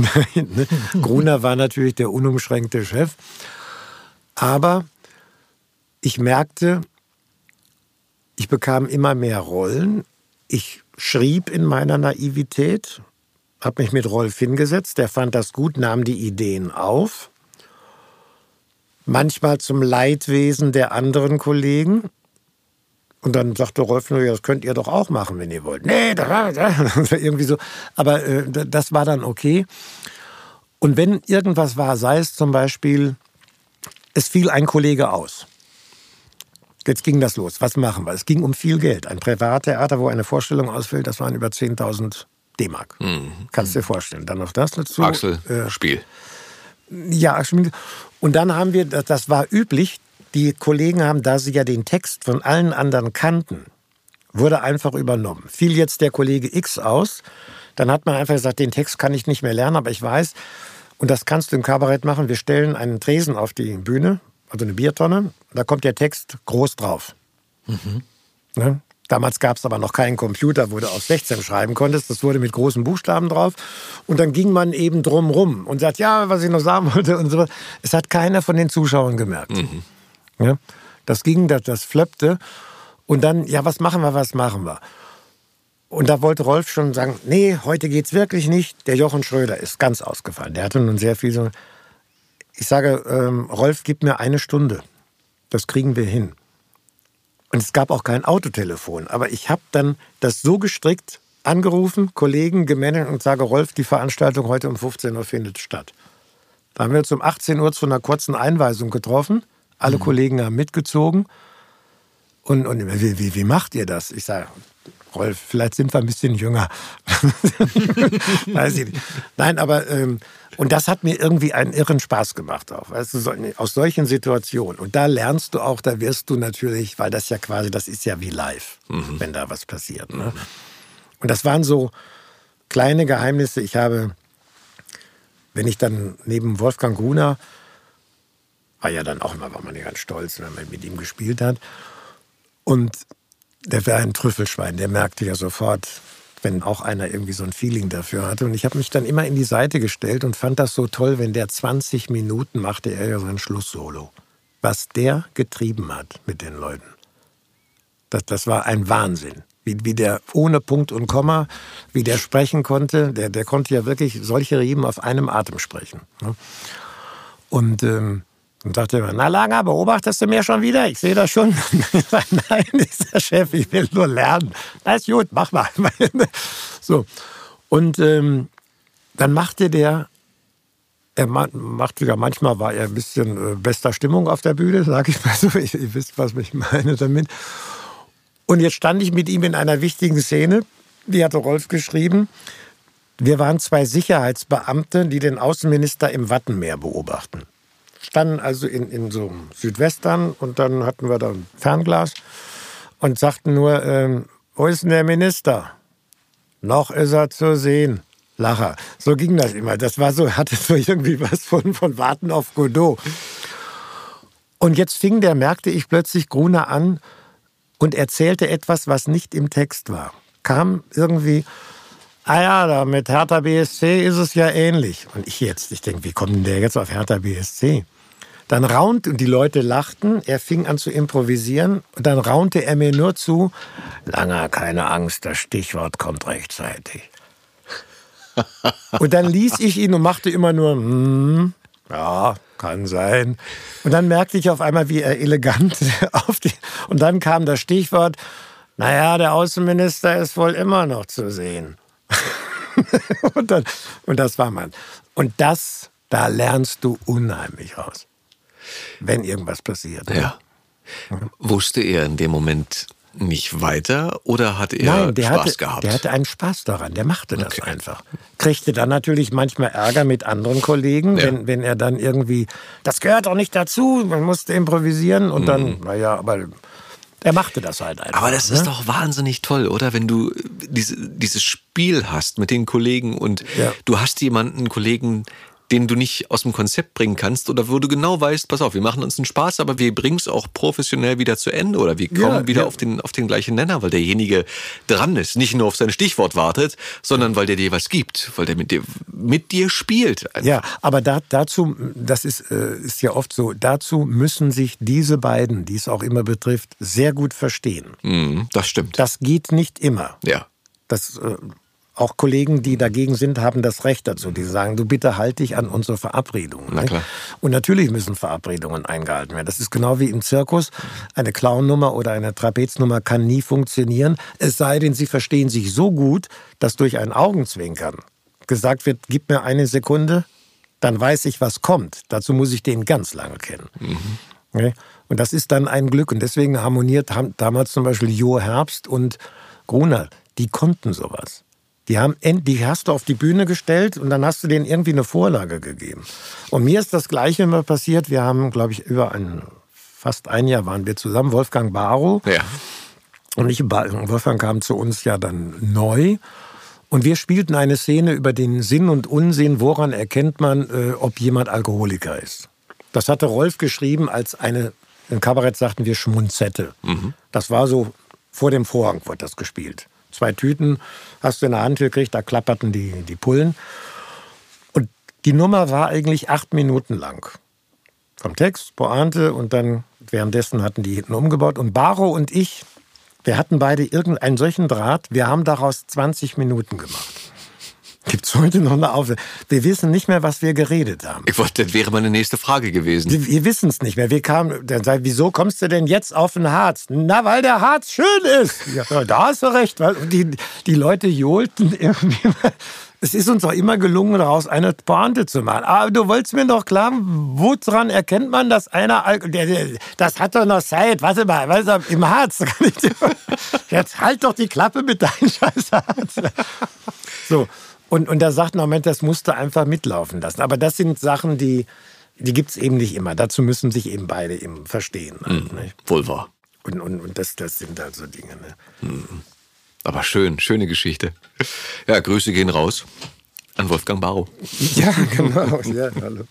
Gruner war natürlich der unumschränkte Chef. Aber ich merkte, ich bekam immer mehr Rollen. Ich schrieb in meiner Naivität, habe mich mit Rolf hingesetzt, der fand das gut, nahm die Ideen auf. Manchmal zum Leidwesen der anderen Kollegen. Und dann sagte Rolf nur, ja, das könnt ihr doch auch machen, wenn ihr wollt. Nee, das war irgendwie so. Aber äh, das war dann okay. Und wenn irgendwas war, sei es zum Beispiel, es fiel ein Kollege aus. Jetzt ging das los. Was machen wir? Es ging um viel Geld. Ein Privattheater, wo eine Vorstellung ausfällt, das waren über zehntausend D-Mark. Mhm. Kannst du dir vorstellen. Dann noch das dazu.
Axel, äh, Spiel.
Ja, und dann haben wir, das war üblich, die Kollegen haben, da sie ja den Text von allen anderen kannten, wurde einfach übernommen. Fiel jetzt der Kollege X aus, dann hat man einfach gesagt, den Text kann ich nicht mehr lernen, aber ich weiß, und das kannst du im Kabarett machen, wir stellen einen Tresen auf die Bühne, also eine Biertonne, da kommt der Text groß drauf. Mhm. Ne? Damals gab es aber noch keinen Computer, wo du auf sechzehn schreiben konntest. Das wurde mit großen Buchstaben drauf. Und dann ging man eben drum rum und sagt, ja, was ich noch sagen wollte und so. Es hat keiner von den Zuschauern gemerkt. Mhm. Ja, das ging, das, das flöppte. Und dann, ja, was machen wir, was machen wir? Und da wollte Rolf schon sagen, nee, heute geht's wirklich nicht. Der Jochen Schröder ist ganz ausgefallen. Der hatte nun sehr viel so. Ich sage, ähm, Rolf, gib mir eine Stunde. Das kriegen wir hin. Und es gab auch kein Autotelefon. Aber ich habe dann das so gestrickt angerufen, Kollegen gemanagt und sage, Rolf, die Veranstaltung heute um fünfzehn Uhr findet statt. Da haben wir uns um achtzehn Uhr zu einer kurzen Einweisung getroffen. Alle mhm. Kollegen haben mitgezogen. Und, und wie, wie, wie macht ihr das? Ich sage, Rolf, vielleicht sind wir ein bisschen jünger. Weiß ich nicht. Nein, aber ähm, und das hat mir irgendwie einen irren Spaß gemacht auch. Weißt du, so, aus solchen Situationen. Und da lernst du auch, da wirst du natürlich, weil das ja quasi, das ist ja wie live, mhm. wenn da was passiert. Ne? Und das waren so kleine Geheimnisse. Ich habe, wenn ich dann neben Wolfgang Gruner, war ja dann auch immer, war man ja ganz stolz, wenn man mit ihm gespielt hat. Und der war ein Trüffelschwein, der merkte ja sofort, wenn auch einer irgendwie so ein Feeling dafür hatte. Und ich habe mich dann immer in die Seite gestellt und fand das so toll, wenn der zwanzig Minuten machte er ja sein Schlusssolo. Was der getrieben hat mit den Leuten. Das, das war ein Wahnsinn. Wie, wie der ohne Punkt und Komma, wie der sprechen konnte. Der, der konnte ja wirklich solche Riemen auf einem Atem sprechen. Und ähm, Und sagte immer, na Langer, beobachtest du mir schon wieder? Ich sehe das schon. Nein, ist der Chef, ich will nur lernen. Na ist gut, mach mal. So. Und ähm, dann machte der, er machte ja, manchmal war er ein bisschen äh, bester Stimmung auf der Bühne, sag ich mal so. Ich, ihr wisst, was ich meine damit. Und jetzt stand ich mit ihm in einer wichtigen Szene, die hatte Rolf geschrieben. Wir waren zwei Sicherheitsbeamte, die den Außenminister im Wattenmeer beobachten. Standen also in, in so einem Südwestern und dann hatten wir da ein Fernglas und sagten nur, ähm, wo ist denn der Minister? Noch ist er zu sehen. Lacher. So ging das immer. Das war so, hatte so irgendwie was von, von Warten auf Godot. Und jetzt fing der, merkte ich plötzlich, Gruner an und erzählte etwas, was nicht im Text war. Kam irgendwie, ah ja, da mit Hertha B S C ist es ja ähnlich. Und ich jetzt, ich denke, wie kommt denn der jetzt auf Hertha B S C? Dann raunt, und die Leute lachten, er fing an zu improvisieren und dann raunte er mir nur zu, Langer, keine Angst, das Stichwort kommt rechtzeitig. Und dann ließ ich ihn und machte immer nur, hm, ja, kann sein. Und dann merkte ich auf einmal, wie er elegant auf die, und dann kam das Stichwort, naja, der Außenminister ist wohl immer noch zu sehen. und, dann, und das war man. Und das, da lernst du unheimlich raus. Wenn irgendwas passiert.
Ja. Mhm. Wusste er in dem Moment nicht weiter oder hat er
Nein, der
Spaß
hatte,
gehabt?
Der hatte einen Spaß daran, der machte das
Okay.
einfach. Kriegte dann natürlich manchmal Ärger mit anderen Kollegen,
Ja.
wenn, wenn er dann irgendwie, das gehört doch nicht dazu, man musste improvisieren und dann,
Mhm.
naja, aber er machte das halt einfach.
Aber das
ne?
ist doch wahnsinnig toll, oder? Wenn du diese, dieses Spiel hast mit den Kollegen und
Ja.
du hast jemanden, einen Kollegen, den du nicht aus dem Konzept bringen kannst oder wo du genau weißt, pass auf, wir machen uns einen Spaß, aber wir bringen es auch professionell wieder zu Ende oder wir kommen
Ja,
wieder
ja.
auf den, auf den gleichen Nenner, weil derjenige dran ist, nicht nur auf sein Stichwort wartet, sondern weil der dir was gibt, weil der mit dir, mit dir spielt. einfach.
Ja, aber da, dazu, das ist, äh, ist ja oft so, dazu müssen sich diese beiden, die es auch immer betrifft, sehr gut verstehen.
Mhm, das stimmt.
Das geht nicht immer.
ja.
Das, äh, auch Kollegen, die dagegen sind, haben das Recht dazu. Die sagen, du bitte halt dich an unsere Verabredungen.
Na
nicht?
klar.
Und natürlich müssen Verabredungen eingehalten werden. Das ist genau wie im Zirkus. Eine Clownnummer oder eine Trapeznummer kann nie funktionieren. Es sei denn, sie verstehen sich so gut, dass durch ein Augenzwinkern gesagt wird, gib mir eine Sekunde, dann weiß ich, was kommt. Dazu muss ich den ganz lange kennen. Mhm. Und das ist dann ein Glück. Und deswegen harmoniert haben damals zum Beispiel Jo Herbst und Gruner. Die konnten sowas. Die, haben, die hast du auf die Bühne gestellt und dann hast du denen irgendwie eine Vorlage gegeben. Und mir ist das Gleiche immer passiert. Wir haben, glaube ich, über ein, fast ein Jahr waren wir zusammen, Wolfgang Barrow.
Ja.
Und ich, Wolfgang kam zu uns ja dann neu. Und wir spielten eine Szene über den Sinn und Unsinn, woran erkennt man, äh, ob jemand Alkoholiker ist. Das hatte Rolf geschrieben als eine, im Kabarett sagten wir Schmunzette. Mhm. Das war so, vor dem Vorhang wurde das gespielt. Zwei Tüten hast du in der Hand gekriegt, da klapperten die, die Pullen. Und die Nummer war eigentlich acht Minuten lang. Vom Text, Pointe und dann währenddessen hatten die hinten umgebaut. Und Barrow und ich, wir hatten beide irgendeinen solchen Draht, wir haben daraus zwanzig Minuten gemacht. Gibt's heute noch eine Aufnahme. Wir wissen nicht mehr, was wir geredet haben.
Ich wollte, das wäre meine nächste Frage gewesen.
Wir, wir wissen es nicht mehr. Wir kamen, dann sagt, wieso kommst du denn jetzt auf den Harz? Na, weil der Harz schön ist. Ja, da hast du recht. Und die, die Leute johlten irgendwie. Es ist uns auch immer gelungen, daraus eine Pointe zu machen. Aber du wolltest mir doch klar, woran erkennt man, dass einer... Al- der, der, das hat doch noch Zeit. Warte mal, was ist im Harz? Jetzt halt doch die Klappe mit deinem scheiß Harz. So. Und, und da sagt man, Moment, das musst du einfach mitlaufen lassen. Aber das sind Sachen, die, die gibt es eben nicht immer. Dazu müssen sich eben beide eben verstehen. Also,
Mhm.
nicht?
Wohl wahr.
Und, und, und das, das sind halt so Dinge. Ne?
Mhm. Aber schön, schöne Geschichte. Ja, Grüße gehen raus an Wolfgang Barrow.
Ja, genau. Ja, hallo.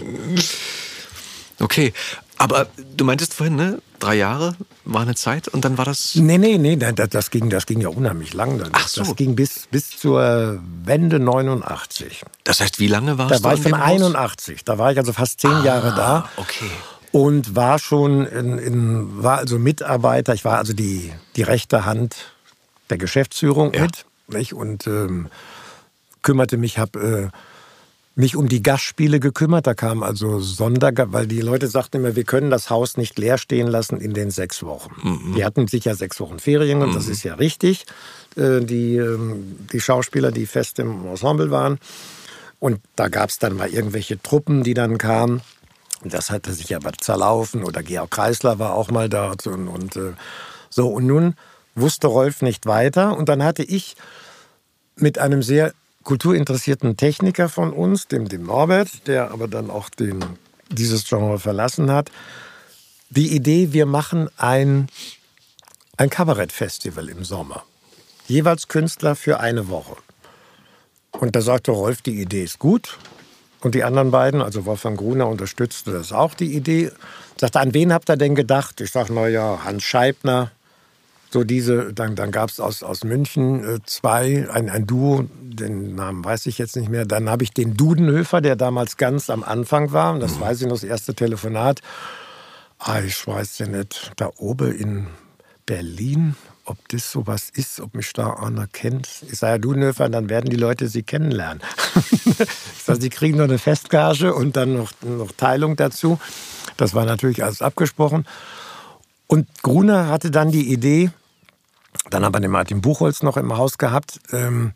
Okay, aber du meintest vorhin, ne? Drei Jahre war eine Zeit und dann war das...
Nee, nee, nee, das, das, ging, das ging ja unheimlich lang. Das,
Ach so.
Das ging bis, bis zur Wende neunundachtzig.
Das heißt, wie lange warst
Da
du
war ich
in
von
dem Haus?
einundachtzig. Da war ich also fast zehn Jahre da.
Ah, okay.
Und war schon in, in, war also Mitarbeiter. Ich war also die, die rechte Hand der Geschäftsführung
Ja.
mit. Nicht? Und ähm, kümmerte mich, habe äh, mich um die Gastspiele gekümmert. Da kam also Sondergast, weil die Leute sagten immer, wir können das Haus nicht leer stehen lassen in den sechs Wochen. Mhm. Die hatten sicher sechs Wochen Ferien und mhm. das ist ja richtig. Äh, die, ähm, die Schauspieler, die fest im Ensemble waren. Und da gab es dann mal irgendwelche Truppen, die dann kamen. Das hatte sich aber zerlaufen. Oder Georg Kreisler war auch mal da. Und, und äh, so. Und nun wusste Rolf nicht weiter. Und dann hatte ich mit einem sehr kulturinteressierten Techniker von uns, dem, dem Norbert, der aber dann auch den, dieses Genre verlassen hat, die Idee, wir machen ein, ein Kabarettfestival im Sommer. Jeweils Künstler für eine Woche. Und da sagte Rolf, die Idee ist gut. Und die anderen beiden, also Wolfgang Gruner, unterstützte das auch, die Idee. Sagte, an wen habt ihr denn gedacht? Ich sage, na ja, Hans Scheibner, So diese, dann, dann gab es aus, aus München äh, zwei, ein, ein Duo, den Namen weiß ich jetzt nicht mehr. Dann habe ich den Dudenhöfer, der damals ganz am Anfang war. Und das mhm. weiß ich noch, das erste Telefonat. Ah, ich weiß ja nicht, da oben in Berlin, ob das sowas ist, ob mich da einer kennt. Ich sage ja Dudenhöfer, dann werden die Leute sie kennenlernen. Das heißt, sie kriegen nur eine Festgage und dann noch, noch Teilung dazu. Das war natürlich alles abgesprochen. Und Gruner hatte dann die Idee, dann haben wir den Martin Buchholz noch im Haus gehabt, ähm,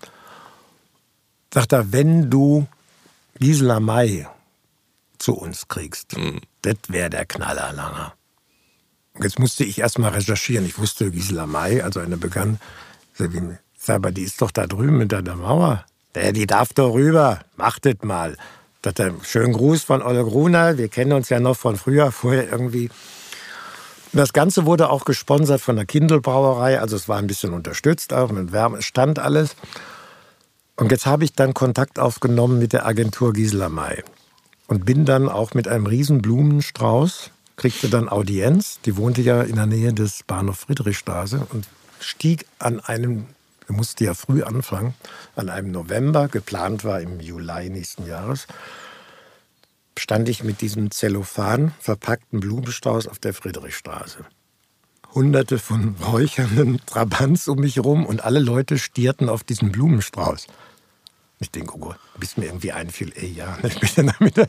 sagt er, wenn du Gisela May zu uns kriegst, mhm. das wäre der Knaller, Langer. Jetzt musste ich erst mal recherchieren. Ich wusste, Gisela May, also eine Bekannte, ich sag, aber die ist doch da drüben hinter der Mauer. Der, die darf doch rüber, macht das mal. Das der schönen Gruß von Olle Gruner, wir kennen uns ja noch von früher, vorher irgendwie. Das Ganze wurde auch gesponsert von der Kindl-Brauerei, also es war ein bisschen unterstützt, auch mit Wärme, stand alles. Und jetzt habe ich dann Kontakt aufgenommen mit der Agentur Gisela May und bin dann auch mit einem riesen Blumenstrauß, kriegte dann Audienz, die wohnte ja in der Nähe des Bahnhof Friedrichstraße und stieg an einem, wir mussten ja früh anfangen, an einem November, geplant war im Juli nächsten Jahres, stand ich mit diesem Zellophan verpackten Blumenstrauß auf der Friedrichstraße. Hunderte von räuchernden Trabants um mich rum und alle Leute stierten auf diesen Blumenstrauß. Ich denke, oh, bis mir irgendwie einfiel, ey, ja, ich bin dann damit,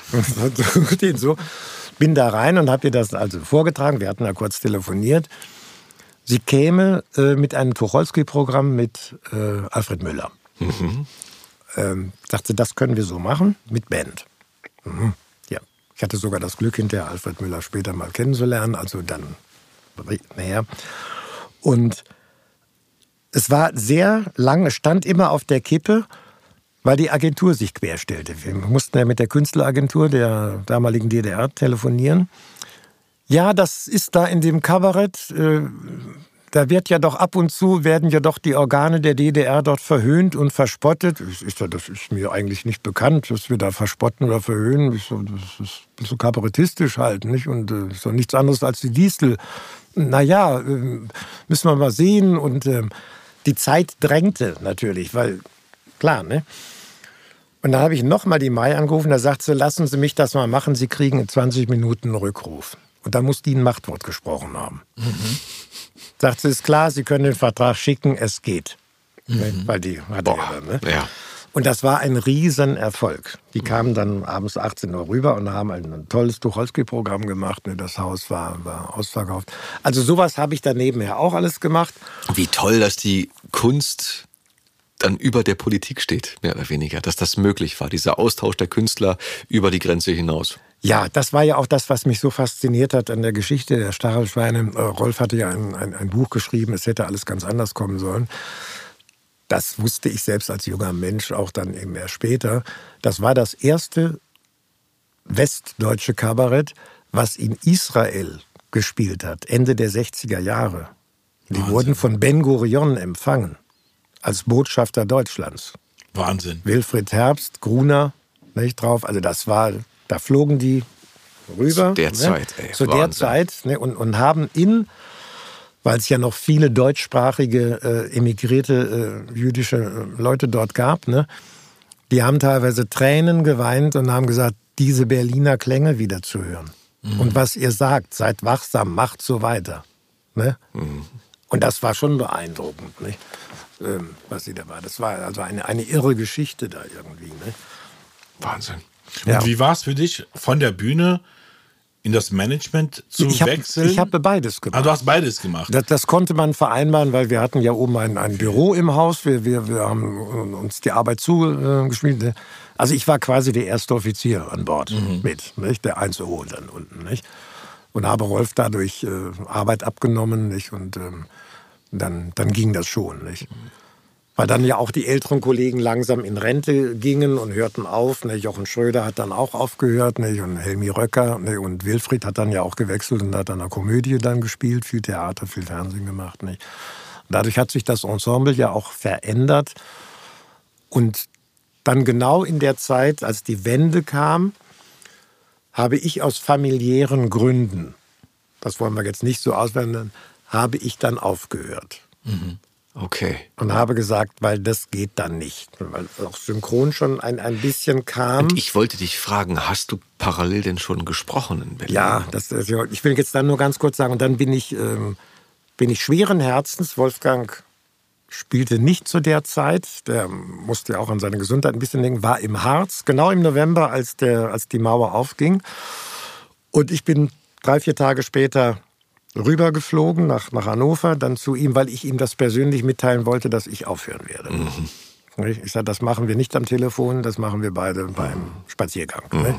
und den so, bin da rein und habe ihr das also vorgetragen. Wir hatten da kurz telefoniert. Sie käme äh, mit einem Tucholsky-Programm mit äh, Alfred Müller. Mhm. Ähm, sagte, das können wir so machen mit Band. Mhm. Ja, ich hatte sogar das Glück, hinterher Alfred Müller später mal kennenzulernen, also dann näher. Und es war sehr lang, es stand immer auf der Kippe, weil die Agentur sich querstellte. Wir mussten ja mit der Künstleragentur der damaligen D D R telefonieren. Ja, das ist da in dem Kabarett, äh, da wird ja doch ab und zu, werden ja doch die Organe der D D R dort verhöhnt und verspottet. Ich, ich, das ist mir eigentlich nicht bekannt, dass wir da verspotten oder verhöhnen. Ich, das ist so kabarettistisch halt, nicht? Und äh, ist doch nichts anderes als die Distel. Naja, äh, müssen wir mal sehen. Und äh, die Zeit drängte natürlich, weil, klar, ne? Und dann habe ich nochmal die Mai angerufen, da sagt sie, lassen Sie mich das mal machen, Sie kriegen in zwanzig Minuten einen Rückruf. Und dann muss die ein Machtwort gesprochen haben. Mhm. Sagt sie, ist klar, Sie können den Vertrag schicken, es geht. Mhm. Weil die hatte ja dann, ne?
Ja.
Und das war ein Riesenerfolg. Die kamen dann abends achtzehn Uhr rüber und haben ein, ein tolles Tucholsky-Programm gemacht. Das Haus war, war ausverkauft. Also sowas habe ich dann nebenher auch alles gemacht.
Wie toll, dass die Kunst dann über der Politik steht, mehr oder weniger. Dass das möglich war, dieser Austausch der Künstler über die Grenze hinaus.
Ja, das war ja auch das, was mich so fasziniert hat an der Geschichte der Stachelschweine. Rolf hatte ja ein, ein, ein Buch geschrieben, es hätte alles ganz anders kommen sollen. Das wusste ich selbst als junger Mensch auch dann eben erst später. Das war das erste westdeutsche Kabarett, was in Israel gespielt hat, Ende der sechziger Jahre. Die Wahnsinn. Wurden von Ben Gurion empfangen, als Botschafter Deutschlands.
Wahnsinn.
Wilfried Herbst, Gruner, nicht drauf. Also das war, da flogen die rüber.
Zu der
ne?
Zeit, ey.
Zu
Wahnsinn.
der Zeit. Ne? Und, und haben in, weil es ja noch viele deutschsprachige, äh, emigrierte äh, jüdische äh, Leute dort gab, ne? Die haben teilweise Tränen geweint und haben gesagt, diese Berliner Klänge wieder zu hören. Mhm. Und was ihr sagt, seid wachsam, macht so weiter. Ne? Mhm. Und das war schon beeindruckend, nicht? Ähm, was sie da war. Das war also eine, eine irre Geschichte da irgendwie. Ne?
Wahnsinn.
Und
Ja.
wie war es für dich, von der Bühne in das Management zu
ich hab,
wechseln?
Ich habe beides gemacht.
Ah, du hast beides gemacht.
Das, das konnte man vereinbaren, weil wir hatten ja oben ein, ein Büro im Haus. Wir, wir, wir haben uns die Arbeit zugespielt. Also ich war quasi der erste Offizier an Bord mhm. mit, nicht? Der eins O dann unten. Nicht? Und habe Rolf dadurch äh, Arbeit abgenommen. Nicht? Und ähm, dann, dann ging das schon. Nicht? Weil dann ja auch die älteren Kollegen langsam in Rente gingen und hörten auf. Ne? Jochen Schröder hat dann auch aufgehört, nicht? Und Helmi Röcker, ne? Und Wilfried hat dann ja auch gewechselt und hat dann eine Komödie dann gespielt, viel Theater, viel Fernsehen gemacht. Nicht? Dadurch hat sich das Ensemble ja auch verändert. Und dann genau in der Zeit, als die Wende kam, habe ich aus familiären Gründen, das wollen wir jetzt nicht so auswenden, habe ich dann aufgehört.
Mhm. Okay.
Und habe gesagt, weil das geht dann nicht. Weil auch synchron schon ein, ein bisschen kam.
Und ich wollte dich fragen, hast du parallel denn schon gesprochen in Berlin?
Ja, das, ich will jetzt dann nur ganz kurz sagen, und dann bin ich, ähm, bin ich schweren Herzens, Wolfgang spielte nicht zu der Zeit, der musste ja auch an seine Gesundheit ein bisschen denken, war im Harz, genau im November, als, der, als die Mauer aufging. Und ich bin drei, vier Tage später rübergeflogen nach, nach Hannover, dann zu ihm, weil ich ihm das persönlich mitteilen wollte, dass ich aufhören werde. Mhm. Ich sagte, das machen wir nicht am Telefon, das machen wir beide beim Spaziergang. Mhm.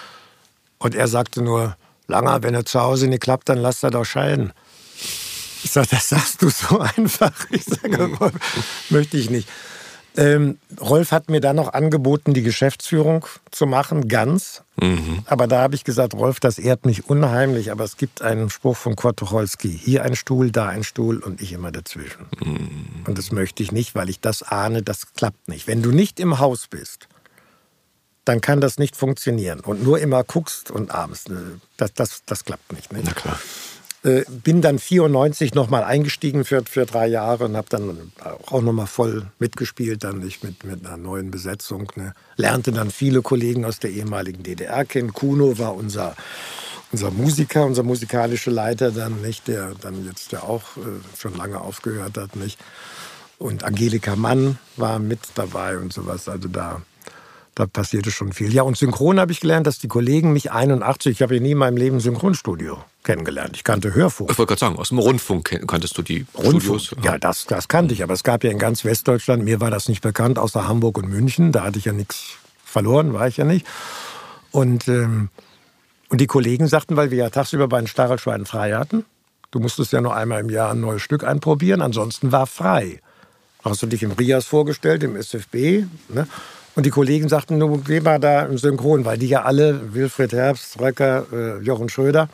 Und er sagte nur, Langer, wenn er zu Hause nicht klappt, dann lass er doch scheiden. Ich sage, das sagst du so einfach. Ich sage, Rolf, möchte ich nicht. Ähm, Rolf hat mir dann noch angeboten, die Geschäftsführung zu machen, ganz. Mhm. Aber da habe ich gesagt, Rolf, das ehrt mich unheimlich. Aber es gibt einen Spruch von Kurt Tucholsky. Hier ein Stuhl, da ein Stuhl und ich immer dazwischen. Mhm. Und das möchte ich nicht, weil ich das ahne, das klappt nicht. Wenn du nicht im Haus bist, dann kann das nicht funktionieren. Und nur immer guckst und abends, das, das, das klappt nicht. Ne?
Na klar.
Äh, bin dann vierundneunzig noch mal eingestiegen für, für drei Jahre und habe dann auch noch mal voll mitgespielt, dann nicht mit, mit einer neuen Besetzung. Ne? Lernte dann viele Kollegen aus der ehemaligen D D R kennen. Kuno war unser, unser Musiker, unser musikalischer Leiter dann, nicht, der dann jetzt der auch äh, schon lange aufgehört hat. Nicht? Und Angelika Mann war mit dabei und sowas. Also da... Da passierte schon viel. Ja, und Synchron habe ich gelernt, dass die Kollegen mich einundachtzig, ich habe ja nie in meinem Leben Synchronstudio kennengelernt. Ich kannte Hörfunk.
Ich wollte gerade sagen, aus dem Rundfunk kanntest du die
Rundfunk,
Studios?
Ja, das, das kannte ich. Aber es gab ja in ganz Westdeutschland, mir war das nicht bekannt, außer Hamburg und München. Da hatte ich ja nichts verloren, war ich ja nicht. Und, ähm, und die Kollegen sagten, weil wir ja tagsüber bei den Stachelschweinen frei hatten, du musstest ja nur einmal im Jahr ein neues Stück einprobieren, ansonsten war frei. Hast du dich im Rias vorgestellt, im S F B, ne? Und die Kollegen sagten, du geh mal da im Synchron, weil die ja alle, Wilfried Herbst, Röcker, äh, Jochen Schröder,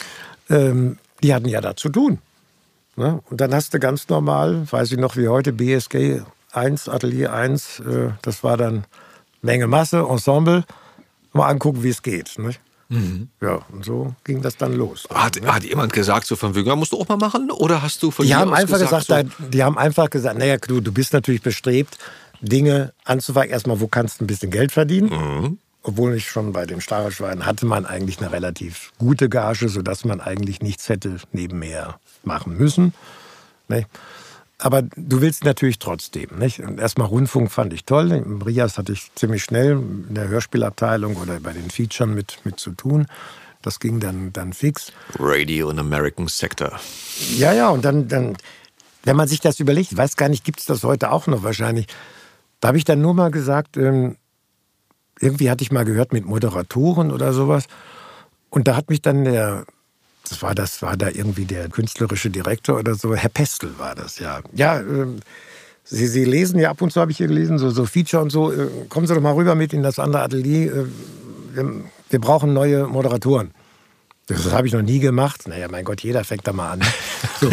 ähm, die hatten ja da zu tun. Ne? Und dann hast du ganz normal, weiß ich noch wie heute, B S G eins, Atelier eins, äh, das war dann Menge Masse, Ensemble, mal angucken, wie es geht. Ne? Mhm. Ja, und so ging das dann los.
Hat, hat jemand gesagt, so von wegen, musst du auch mal machen? Oder hast du von
die
dir
haben
aus
einfach
gesagt,
gesagt,
so
da, die haben einfach gesagt, naja, du, du bist natürlich bestrebt, Dinge anzufangen. Erstmal, wo kannst du ein bisschen Geld verdienen? Mhm. Obwohl ich schon bei den Stachelschweinen hatte man eigentlich eine relativ gute Gage, sodass man eigentlich nichts hätte nebenher machen müssen. Ne? Aber du willst natürlich trotzdem. Nicht? Und erstmal Rundfunk fand ich toll. Im Rias hatte ich ziemlich schnell in der Hörspielabteilung oder bei den Featuren mit, mit zu tun. Das ging dann, dann fix.
Radio und American Sector.
Ja, ja, und dann, dann, wenn man sich das überlegt, ich weiß gar nicht, gibt es das heute auch noch wahrscheinlich. Da habe ich dann nur mal gesagt, ähm, irgendwie hatte ich mal gehört mit Moderatoren oder sowas. Und da hat mich dann der, das war, das war da irgendwie der künstlerische Direktor oder so, Herr Pestel war das, ja. Ja, ähm, Sie, Sie lesen ja ab und zu, habe ich hier gelesen, so, so Feature und so. Äh, kommen Sie doch mal rüber mit in das andere Atelier. Äh, wir, wir brauchen neue Moderatoren. Das habe ich noch nie gemacht. Naja, mein Gott, jeder fängt da mal an. So.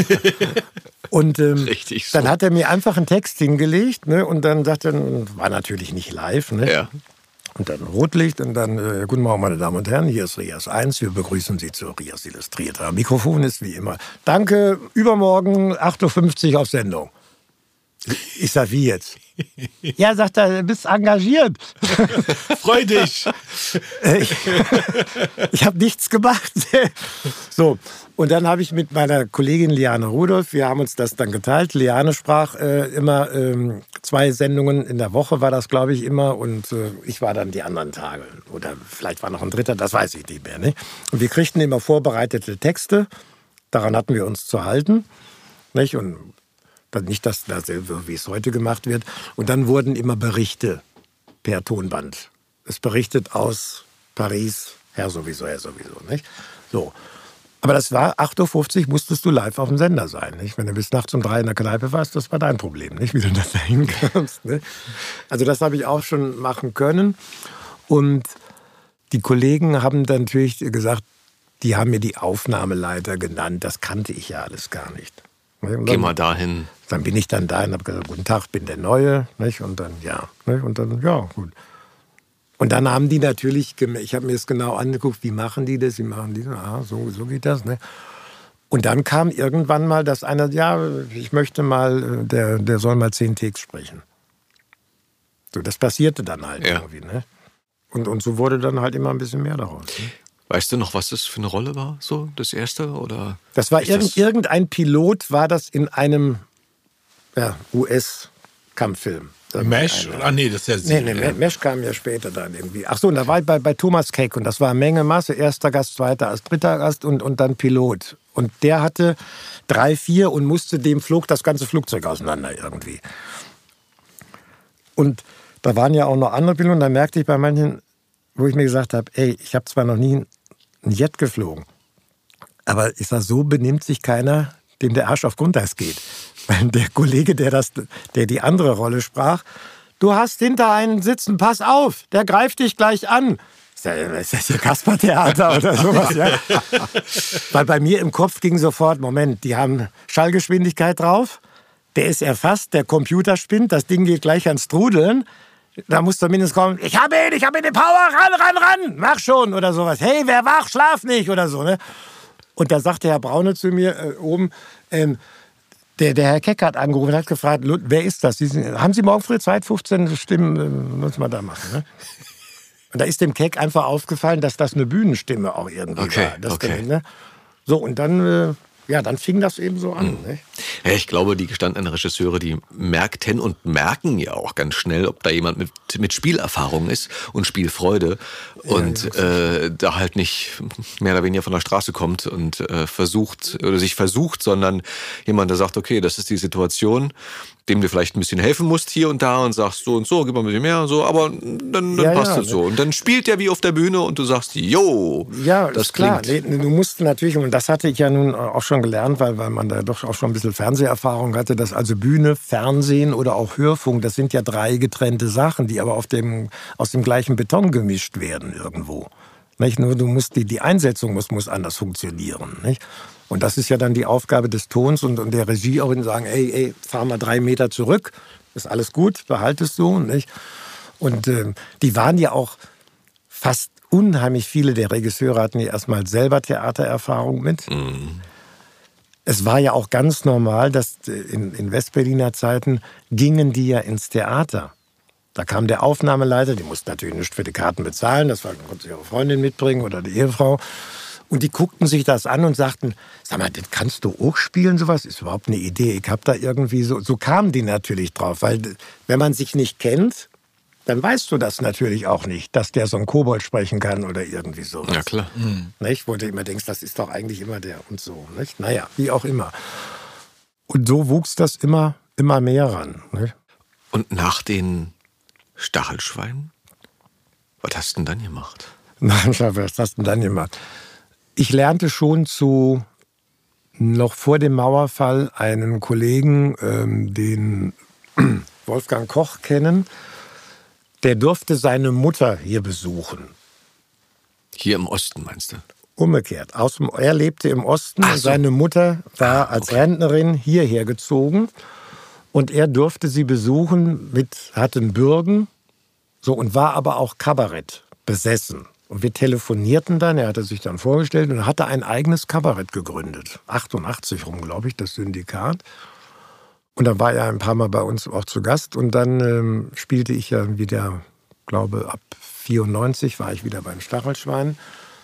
Und ähm,
Richtig so.
Dann hat er mir einfach einen Text hingelegt, ne, und dann sagt er, war natürlich nicht live, ne?
Ja.
Und dann Rotlicht und dann, äh, guten Morgen, meine Damen und Herren, hier ist Rias eins, wir begrüßen Sie zu Rias Illustrierter. Mikrofon ist wie immer. Danke, übermorgen acht Uhr fünfzig auf Sendung. Ich sag, wie jetzt? Ja, sagt er, du bist engagiert.
Freu dich.
Ich, ich habe nichts gemacht. So, und dann habe ich mit meiner Kollegin Liane Rudolph, wir haben uns das dann geteilt. Liane sprach äh, immer ähm, zwei Sendungen in der Woche, war das, glaube ich, immer. Und äh, ich war dann die anderen Tage. Oder vielleicht war noch ein dritter, das weiß ich nicht mehr. Ne? Und wir kriegten immer vorbereitete Texte. Daran hatten wir uns zu halten. Nicht? Und nicht das, wie es heute gemacht wird. Und dann wurden immer Berichte per Tonband. Es berichtet aus Paris, Herr sowieso, Herr sowieso. Nicht? So. Aber das war, acht Uhr fünfzig musstest du live auf dem Sender sein. Nicht? Wenn du bis nachts um drei in der Kneipe warst, das war dein Problem, nicht? Wie du da hinkamst. Ne? Also das habe ich auch schon machen können. Und die Kollegen haben dann natürlich gesagt, die haben mir die Aufnahmeleiter genannt. Das kannte ich ja alles gar nicht. Dann,
geh mal dahin.
Dann bin ich dann da und habe gesagt, guten Tag, bin der Neue. Nicht? Und dann, ja. Nicht? Und dann, ja, gut. Und dann haben die natürlich, ich habe mir das genau angeguckt, wie machen die das, wie machen die das, ah, so, so geht das. Ne? Und dann kam irgendwann mal, dass einer, ja, ich möchte mal, der, der soll mal zehn Takes sprechen. So, das passierte dann halt
Ja.
irgendwie, ne? Und, und so wurde dann halt immer ein bisschen mehr daraus. Ne?
Weißt du noch, was das für eine Rolle war, so das erste? Oder
Das war
ist
irgend,
das-
irgendein Pilot, war das in einem ja, U S-Kampffilm.
Mesh? Ah, nee, das ist ja
Nee, nee, Mesh kam ja später dann irgendwie. Ach so, und da war ich bei, bei Thomas Keck und das war Menge Masse, erster Gast, zweiter Gast, dritter Gast und, und dann Pilot. Und der hatte drei, vier und musste, dem flog das ganze Flugzeug auseinander irgendwie. Und da waren ja auch noch andere Piloten und da merkte ich bei manchen, wo ich mir gesagt habe, ey, ich habe zwar noch nie ein Jet geflogen, aber ich sag, so benimmt sich keiner, dem der Arsch auf Grundeis geht. Weil der Kollege, der, das, der die andere Rolle sprach, du hast hinter einen sitzen, pass auf, der greift dich gleich an. Ist das hier Kaspertheater oder sowas? Ja? Weil bei mir im Kopf ging sofort, Moment, die haben Schallgeschwindigkeit drauf, der ist erfasst, der Computer spinnt, das Ding geht gleich ans Trudeln. Da muss zumindest kommen, ich hab ihn, ich hab ihn, die Power, ran, ran, ran, mach schon oder sowas. Hey, wer wach, schlaf nicht oder so. Ne? Und da sagte Herr Braune zu mir äh, oben, ähm, der, der Herr Keck hat angerufen und hat gefragt, wer ist das? Sie sind, haben Sie morgen früh Zeit, fünfzehn Stimmen, äh, muss man da machen. Ne? Und da ist dem Keck einfach aufgefallen, dass das eine Bühnenstimme auch irgendwie
Okay,
war. Das
okay.
dann, ne? So, und dann, äh, ja, dann fing das eben so an. Ne?
Ja, ich glaube, die gestandenen Regisseure, die merkten und merken ja auch ganz schnell, ob da jemand mit, mit Spielerfahrung ist und Spielfreude und äh, da halt nicht mehr oder weniger von der Straße kommt und äh, versucht oder sich versucht, sondern jemand, der sagt, okay, das ist die Situation, dem du vielleicht ein bisschen helfen musst hier und da und sagst so und so, gib mal ein bisschen mehr und so, aber dann, dann
Ja,
passt
ja,
es so. Und dann spielt der wie auf der Bühne und du sagst, jo,
Ja,
das
ist klar.
klingt.
Nee, du musst natürlich, und das hatte ich ja nun auch schon gelernt, weil, weil man da doch auch schon ein bisschen Fernseherfahrung hatte, dass also Bühne, Fernsehen oder auch Hörfunk, das sind ja drei getrennte Sachen, die aber auf dem, aus dem gleichen Beton gemischt werden irgendwo. Nicht? Nur du musst die, die Einsetzung muss, muss anders funktionieren. Nicht? Und das ist ja dann die Aufgabe des Tons und, und der Regie auch, in sagen, ey, ey, fahr mal drei Meter zurück, ist alles gut, behalt es so. Nicht? Und äh, die waren ja auch fast unheimlich viele der Regisseure hatten ja erstmal selber Theatererfahrung mit.
Mhm.
Es war ja auch ganz normal, dass in, in Westberliner Zeiten gingen die ja ins Theater. Da kam der Aufnahmeleiter, die mussten natürlich nicht für die Karten bezahlen, das war, konnte sich ihre Freundin mitbringen oder die Ehefrau. Und die guckten sich das an und sagten, sag mal, das kannst du auch spielen, sowas? Ist überhaupt eine Idee. Ich habe da irgendwie so, so kamen die natürlich drauf. Weil wenn man sich nicht kennt, dann weißt du das natürlich auch nicht, dass der so ein Kobold sprechen kann oder irgendwie sowas.
Ja, klar.
Nicht? Wo du immer denkst, das ist doch eigentlich immer der und so. Nicht? Naja, wie auch immer. Und so wuchs das immer, immer mehr ran. Nicht?
Und nach den Stachelschweinen, was hast du denn dann gemacht?
Nein, was hast du denn dann gemacht? Ich lernte schon zu, noch vor dem Mauerfall, einen Kollegen, ähm, den Wolfgang Koch kennen. Der durfte seine Mutter hier besuchen.
Hier im Osten, meinst du?
Umgekehrt. Aus dem, er lebte im Osten
Ach
und
so.
seine Mutter war als Rentnerin hierher gezogen. Und er durfte sie besuchen, mit, hatte einen Bürgen so, und war aber auch Kabarett besessen. Und wir telefonierten dann, er hatte sich dann vorgestellt und hatte ein eigenes Kabarett gegründet. achtundachtzig rum, glaube ich, das Syndikat. Und dann war er ein paar Mal bei uns auch zu Gast. Und dann ähm, spielte ich ja wieder, glaube ab vierundneunzig war ich wieder beim Stachelschwein.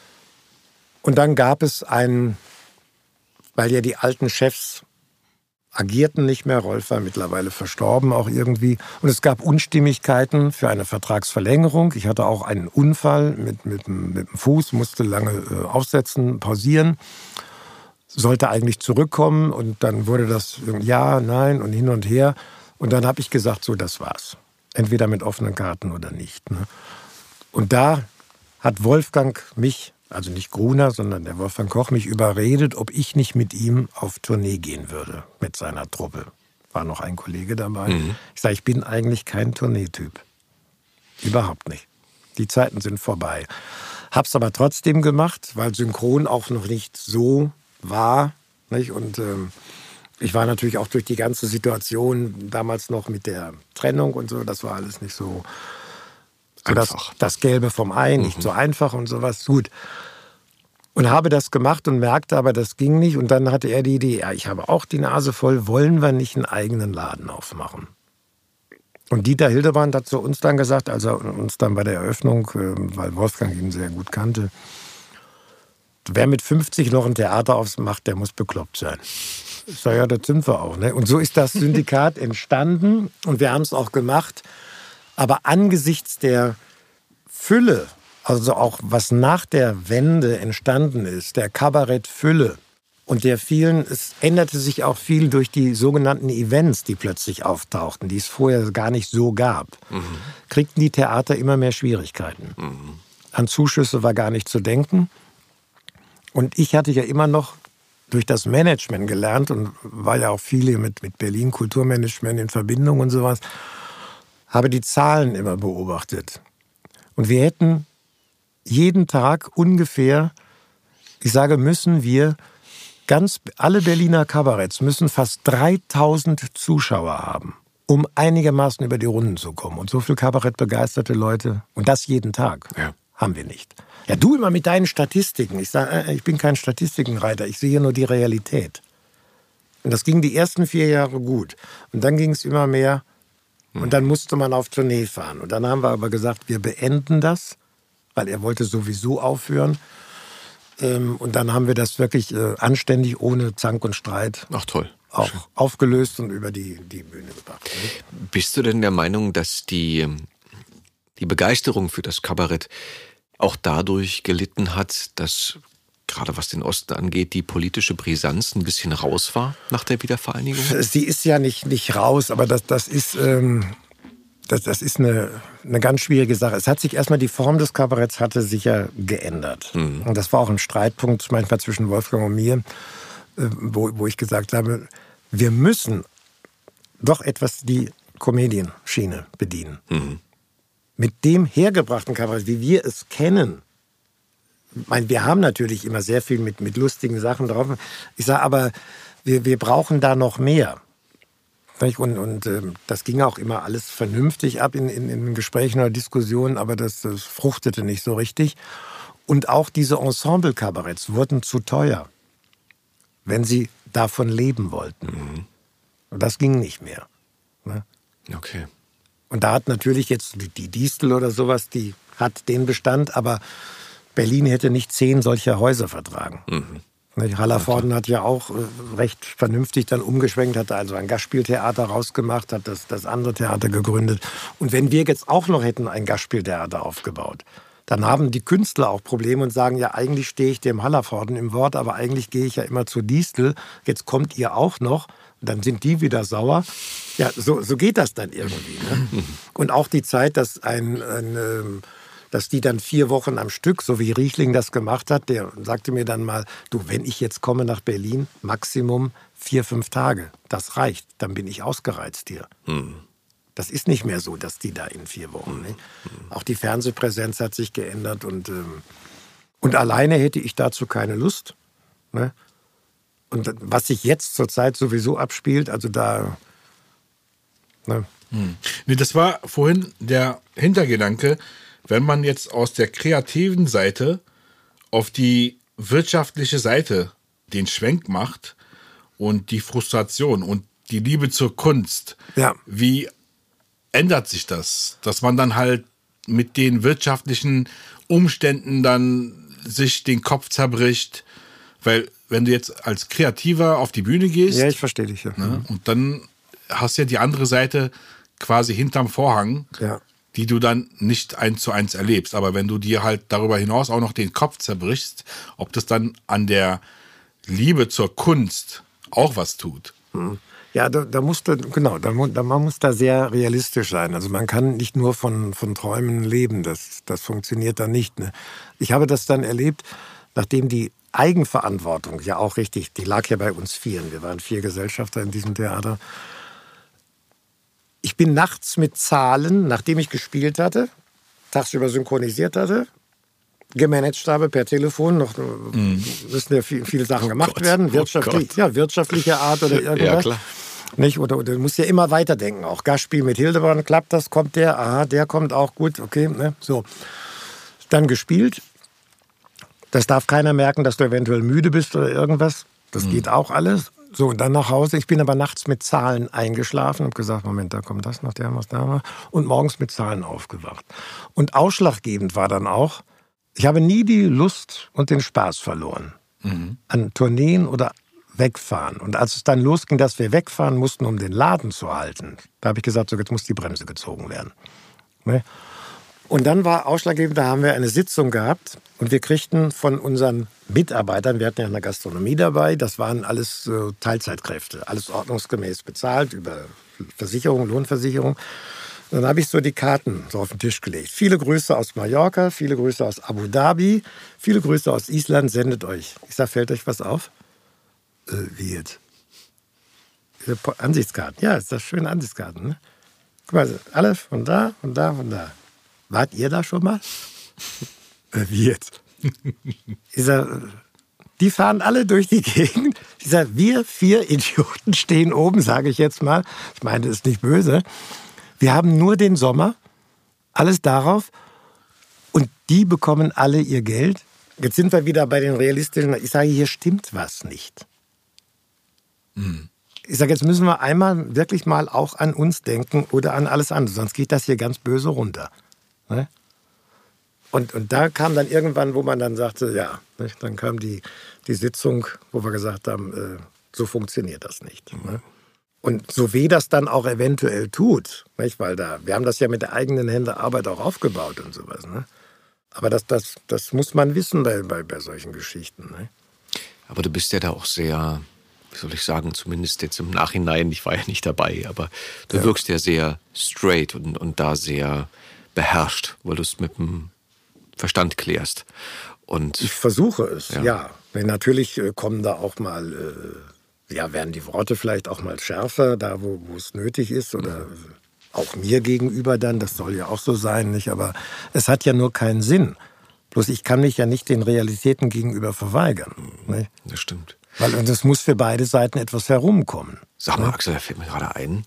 Und dann gab es einen, weil ja die alten Chefs agierten nicht mehr, Rolf war mittlerweile verstorben auch irgendwie. Und es gab Unstimmigkeiten für eine Vertragsverlängerung. Ich hatte auch einen Unfall mit, mit, mit dem Fuß, musste lange äh, aufsetzen, pausieren. Sollte eigentlich zurückkommen und dann wurde das ja, nein und hin und her. Und dann habe ich gesagt, so, das war's. Entweder mit offenen Karten oder nicht. Ne? Und da hat Wolfgang mich, also nicht Gruner, sondern der Wolfgang Koch, mich überredet, ob ich nicht mit ihm auf Tournee gehen würde, mit seiner Truppe. War noch ein Kollege dabei. Mhm. Ich sage, ich bin eigentlich kein Tourneetyp. Überhaupt nicht. Die Zeiten sind vorbei. Hab's aber trotzdem gemacht, weil Synchron auch noch nicht so war. Nicht? Und ähm, ich war natürlich auch durch die ganze Situation damals noch mit der Trennung und so, das war alles nicht so, so das, das Gelbe vom Ei, nicht mhm. so einfach und sowas. Gut. Und habe das gemacht und merkte aber, das ging nicht. Und dann hatte er die Idee, ja, ich habe auch die Nase voll, wollen wir nicht einen eigenen Laden aufmachen? Und Dieter Hildebrand hat zu uns dann gesagt, als er uns dann bei der Eröffnung, weil Wolfgang ihn sehr gut kannte, wer mit fünfzig noch ein Theater aufmacht, der muss bekloppt sein. Ich sage, ja, das sind wir auch. Ne? Und so ist das Syndikat entstanden und wir haben es auch gemacht. Aber angesichts der Fülle, also auch was nach der Wende entstanden ist, der Kabarettfülle und der vielen, es änderte sich auch viel durch die sogenannten Events, die plötzlich auftauchten, die es vorher gar nicht so gab, mhm. kriegten die Theater immer mehr Schwierigkeiten. Mhm. An Zuschüsse war gar nicht zu denken. Und ich hatte ja immer noch durch das Management gelernt und war ja auch viel mit, mit Berlin Kulturmanagement in Verbindung und sowas, habe die Zahlen immer beobachtet. Und wir hätten jeden Tag ungefähr, ich sage, müssen wir, ganz alle Berliner Kabaretts müssen fast dreitausend Zuschauer haben, um einigermaßen über die Runden zu kommen. Und so viel kabarettbegeisterte Leute, und das jeden Tag, ja. haben wir nicht. Ja, du immer mit deinen Statistiken. Ich sage, ich bin kein Statistikenreiter, ich sehe nur die Realität. Und das ging die ersten vier Jahre gut. Und dann ging es immer mehr. Und dann musste man auf Tournee fahren. Und dann haben wir aber gesagt, wir beenden das, weil er wollte sowieso aufhören. Und dann haben wir das wirklich anständig, ohne Zank und Streit,
Ach, toll.
auch Schön. aufgelöst und über die, die Bühne gebracht.
Bist du denn der Meinung, dass die, die Begeisterung für das Kabarett auch dadurch gelitten hat, dass, gerade was den Osten angeht, die politische Brisanz ein bisschen raus war nach der Wiedervereinigung?
Sie ist ja nicht, nicht raus, aber das, das ist, ähm, das, das ist eine, eine ganz schwierige Sache. Es hat sich erstmal, die Form des Kabaretts hatte sich ja geändert. Mhm. Und das war auch ein Streitpunkt manchmal zwischen Wolfgang und mir, äh, wo, wo ich gesagt habe, wir müssen doch etwas die Comedian-Schiene bedienen. Mhm. Mit dem hergebrachten Kabarett, wie wir es kennen, ich meine, wir haben natürlich immer sehr viel mit, mit lustigen Sachen drauf. Ich sage aber, wir, wir brauchen da noch mehr. Und, und äh, das ging auch immer alles vernünftig ab in, in, in Gesprächen oder Diskussionen, aber das, das fruchtete nicht so richtig. Und auch diese Ensemble-Kabaretts wurden zu teuer, wenn sie davon leben wollten. Mhm. Und das ging nicht mehr. Ne?
Okay.
Und da hat natürlich jetzt die Distel oder sowas, die hat den Bestand, aber Berlin hätte nicht zehn solcher Häuser vertragen. Mhm. Hallervorden hat ja auch recht vernünftig dann umgeschwenkt, hat also ein Gastspieltheater rausgemacht, hat das, das andere Theater gegründet. Und wenn wir jetzt auch noch hätten ein Gastspieltheater aufgebaut, dann haben die Künstler auch Probleme und sagen, ja, eigentlich stehe ich dem Hallervorden im Wort, aber eigentlich gehe ich ja immer zur Distel, jetzt kommt ihr auch noch. Dann sind die wieder sauer. Ja, so, so geht das dann irgendwie. Ne? Und auch die Zeit, dass, ein, ein, dass die dann vier Wochen am Stück, so wie Riechling das gemacht hat, der sagte mir dann mal, du, wenn ich jetzt komme nach Berlin, Maximum vier, fünf Tage, das reicht, dann bin ich ausgereizt hier. Mhm. Das ist nicht mehr so, dass die da in vier Wochen. Ne? Mhm. Auch die Fernsehpräsenz hat sich geändert und, ähm, und alleine hätte ich dazu keine Lust. Ne? Und was sich jetzt zurzeit sowieso abspielt, also da... Ne.
Hm. Nee, das war vorhin der Hintergedanke, wenn man jetzt aus der kreativen Seite auf die wirtschaftliche Seite den Schwenk macht und die Frustration und die Liebe zur Kunst,
ja.
Wie ändert sich das? Dass man dann halt mit den wirtschaftlichen Umständen dann sich den Kopf zerbricht, weil wenn du jetzt als Kreativer auf die Bühne gehst...
Ja, ich verstehe dich. Ja.
Ne, und dann hast du ja die andere Seite quasi hinterm Vorhang,
ja.
die du dann nicht eins zu eins erlebst. Aber wenn du dir halt darüber hinaus auch noch den Kopf zerbrichst, ob das dann an der Liebe zur Kunst auch was tut.
Ja, da, da musst du, genau, da, da, man muss da sehr realistisch sein. Also man kann nicht nur von, von Träumen leben, das, das funktioniert dann nicht. Ne? Ich habe das dann erlebt, nachdem die Eigenverantwortung ja auch richtig, die lag ja bei uns vieren. Wir waren vier Gesellschafter in diesem Theater. Ich bin nachts mit Zahlen, nachdem ich gespielt hatte, tagsüber synchronisiert hatte, gemanagt habe per Telefon. Noch mm. müssen ja viel, viele Sachen gemacht oh werden, wirtschaftlich, oh ja, wirtschaftliche Art oder irgendwas. Ja, klar. Nicht? Oder, oder du musst ja immer weiterdenken. Auch Gastspiel mit Hildebrand, klappt das, kommt der, aha, der kommt auch gut, okay, ne? So. Dann gespielt. Das darf keiner merken, dass du eventuell müde bist oder irgendwas. Das mhm. geht auch alles. So, und dann nach Hause. Ich bin aber nachts mit Zahlen eingeschlafen und gesagt, Moment, da kommt das noch, der was da war. Und morgens mit Zahlen aufgewacht. Und ausschlaggebend war dann auch, ich habe nie die Lust und den Spaß verloren. Mhm. An Tourneen oder wegfahren. Und als es dann losging, dass wir wegfahren mussten, um den Laden zu halten, da habe ich gesagt, so, jetzt muss die Bremse gezogen werden. Ne? Und dann war ausschlaggebend, da haben wir eine Sitzung gehabt und wir kriegten von unseren Mitarbeitern, wir hatten ja eine Gastronomie dabei, das waren alles äh, Teilzeitkräfte, alles ordnungsgemäß bezahlt über Versicherung, Lohnversicherung. Und dann habe ich so die Karten so auf den Tisch gelegt. Viele Grüße aus Mallorca, viele Grüße aus Abu Dhabi, viele Grüße aus Island, sendet euch. Ich sage, fällt euch was auf? Äh, wie jetzt? Diese Ansichtskarten, ja, ist das schöne Ansichtskarten, ne? Guck mal, alle von da, von da, von da. Wart ihr da schon mal? äh, wie jetzt? Ich sag, die fahren alle durch die Gegend. Ich sag, wir vier Idioten stehen oben, sage ich jetzt mal. Ich meine, das ist nicht böse. Wir haben nur den Sommer, alles darauf. Und die bekommen alle ihr Geld. Jetzt sind wir wieder bei den realistischen. Ich sage, hier stimmt was nicht. Hm. Ich sage, jetzt müssen wir einmal wirklich mal auch an uns denken oder an alles andere. Sonst geht das hier ganz böse runter. Ne? Und, und da kam dann irgendwann, wo man dann sagte, ja, ne? Dann kam die, die Sitzung, wo wir gesagt haben, äh, so funktioniert das nicht. Mhm. Ne? Und so weh das dann auch eventuell tut, nicht? Weil da, wir haben das ja mit der eigenen Hände Arbeit auch aufgebaut und sowas. Ne? Aber das, das, das muss man wissen bei, bei, bei solchen Geschichten. Ne?
Aber du bist ja da auch sehr, wie soll ich sagen, zumindest jetzt im Nachhinein, ich war ja nicht dabei, aber du ja. wirkst ja sehr straight und, und da sehr beherrscht, weil du es mit dem Verstand klärst. Und
ich versuche es, ja. ja. Natürlich äh, kommen da auch mal, äh, ja, werden die Worte vielleicht auch mal schärfer, da wo, wo es nötig ist oder mhm. auch mir gegenüber dann, das soll ja auch so sein, nicht? Aber es hat ja nur keinen Sinn. Bloß ich kann mich ja nicht den Realitäten gegenüber verweigern. Mhm. Nicht?
Das stimmt.
Weil und es muss für beide Seiten etwas herumkommen.
Sag mal,
ne?
Axel, da fällt mir gerade ein,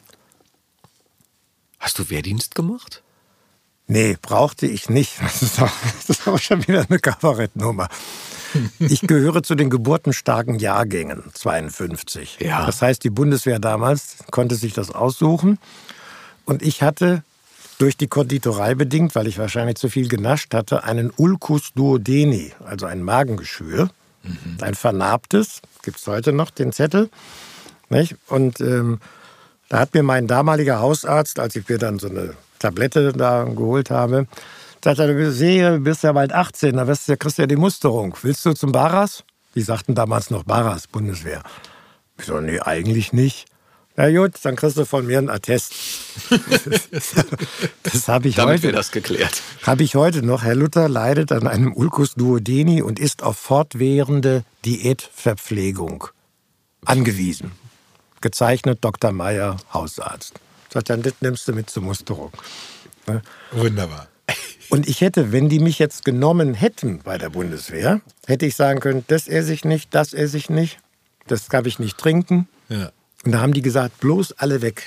hast du Wehrdienst gemacht?
Nee, brauchte ich nicht. Das ist auch, das ist auch schon wieder eine Kabarettnummer. Ich gehöre zu den geburtenstarken Jahrgängen, zweiundfünfzig.
Ja.
Das heißt, die Bundeswehr damals konnte sich das aussuchen. Und ich hatte durch die Konditorei bedingt, weil ich wahrscheinlich zu viel genascht hatte, einen Ulcus duodeni, also ein Magengeschwür. Mhm. Ein vernarbtes, gibt es heute noch, den Zettel. Nicht? Und ähm, da hat mir mein damaliger Hausarzt, als ich mir dann so eine Tablette da geholt habe, sagt er, du sehe, bist ja bald achtzehn, da wirst du, kriegst du ja die Musterung. Willst du zum Barras? Die sagten damals noch Barras, Bundeswehr. Ich so, nee, eigentlich nicht. Na gut, dann kriegst du von mir einen Attest. Das habe ich
Damit
heute.
wäre das geklärt.
Habe ich heute noch. Herr Luther leidet an einem Ulcus duodeni und ist auf fortwährende Diätverpflegung angewiesen. Gezeichnet Doktor Meyer, Hausarzt. Sagt dann, das nimmst du mit zur Musterung. Ne?
Wunderbar.
Und ich hätte, wenn die mich jetzt genommen hätten bei der Bundeswehr, hätte ich sagen können, das esse ich nicht, das esse ich nicht, das kann ich nicht trinken.
Ja.
Und da haben die gesagt, bloß alle weg.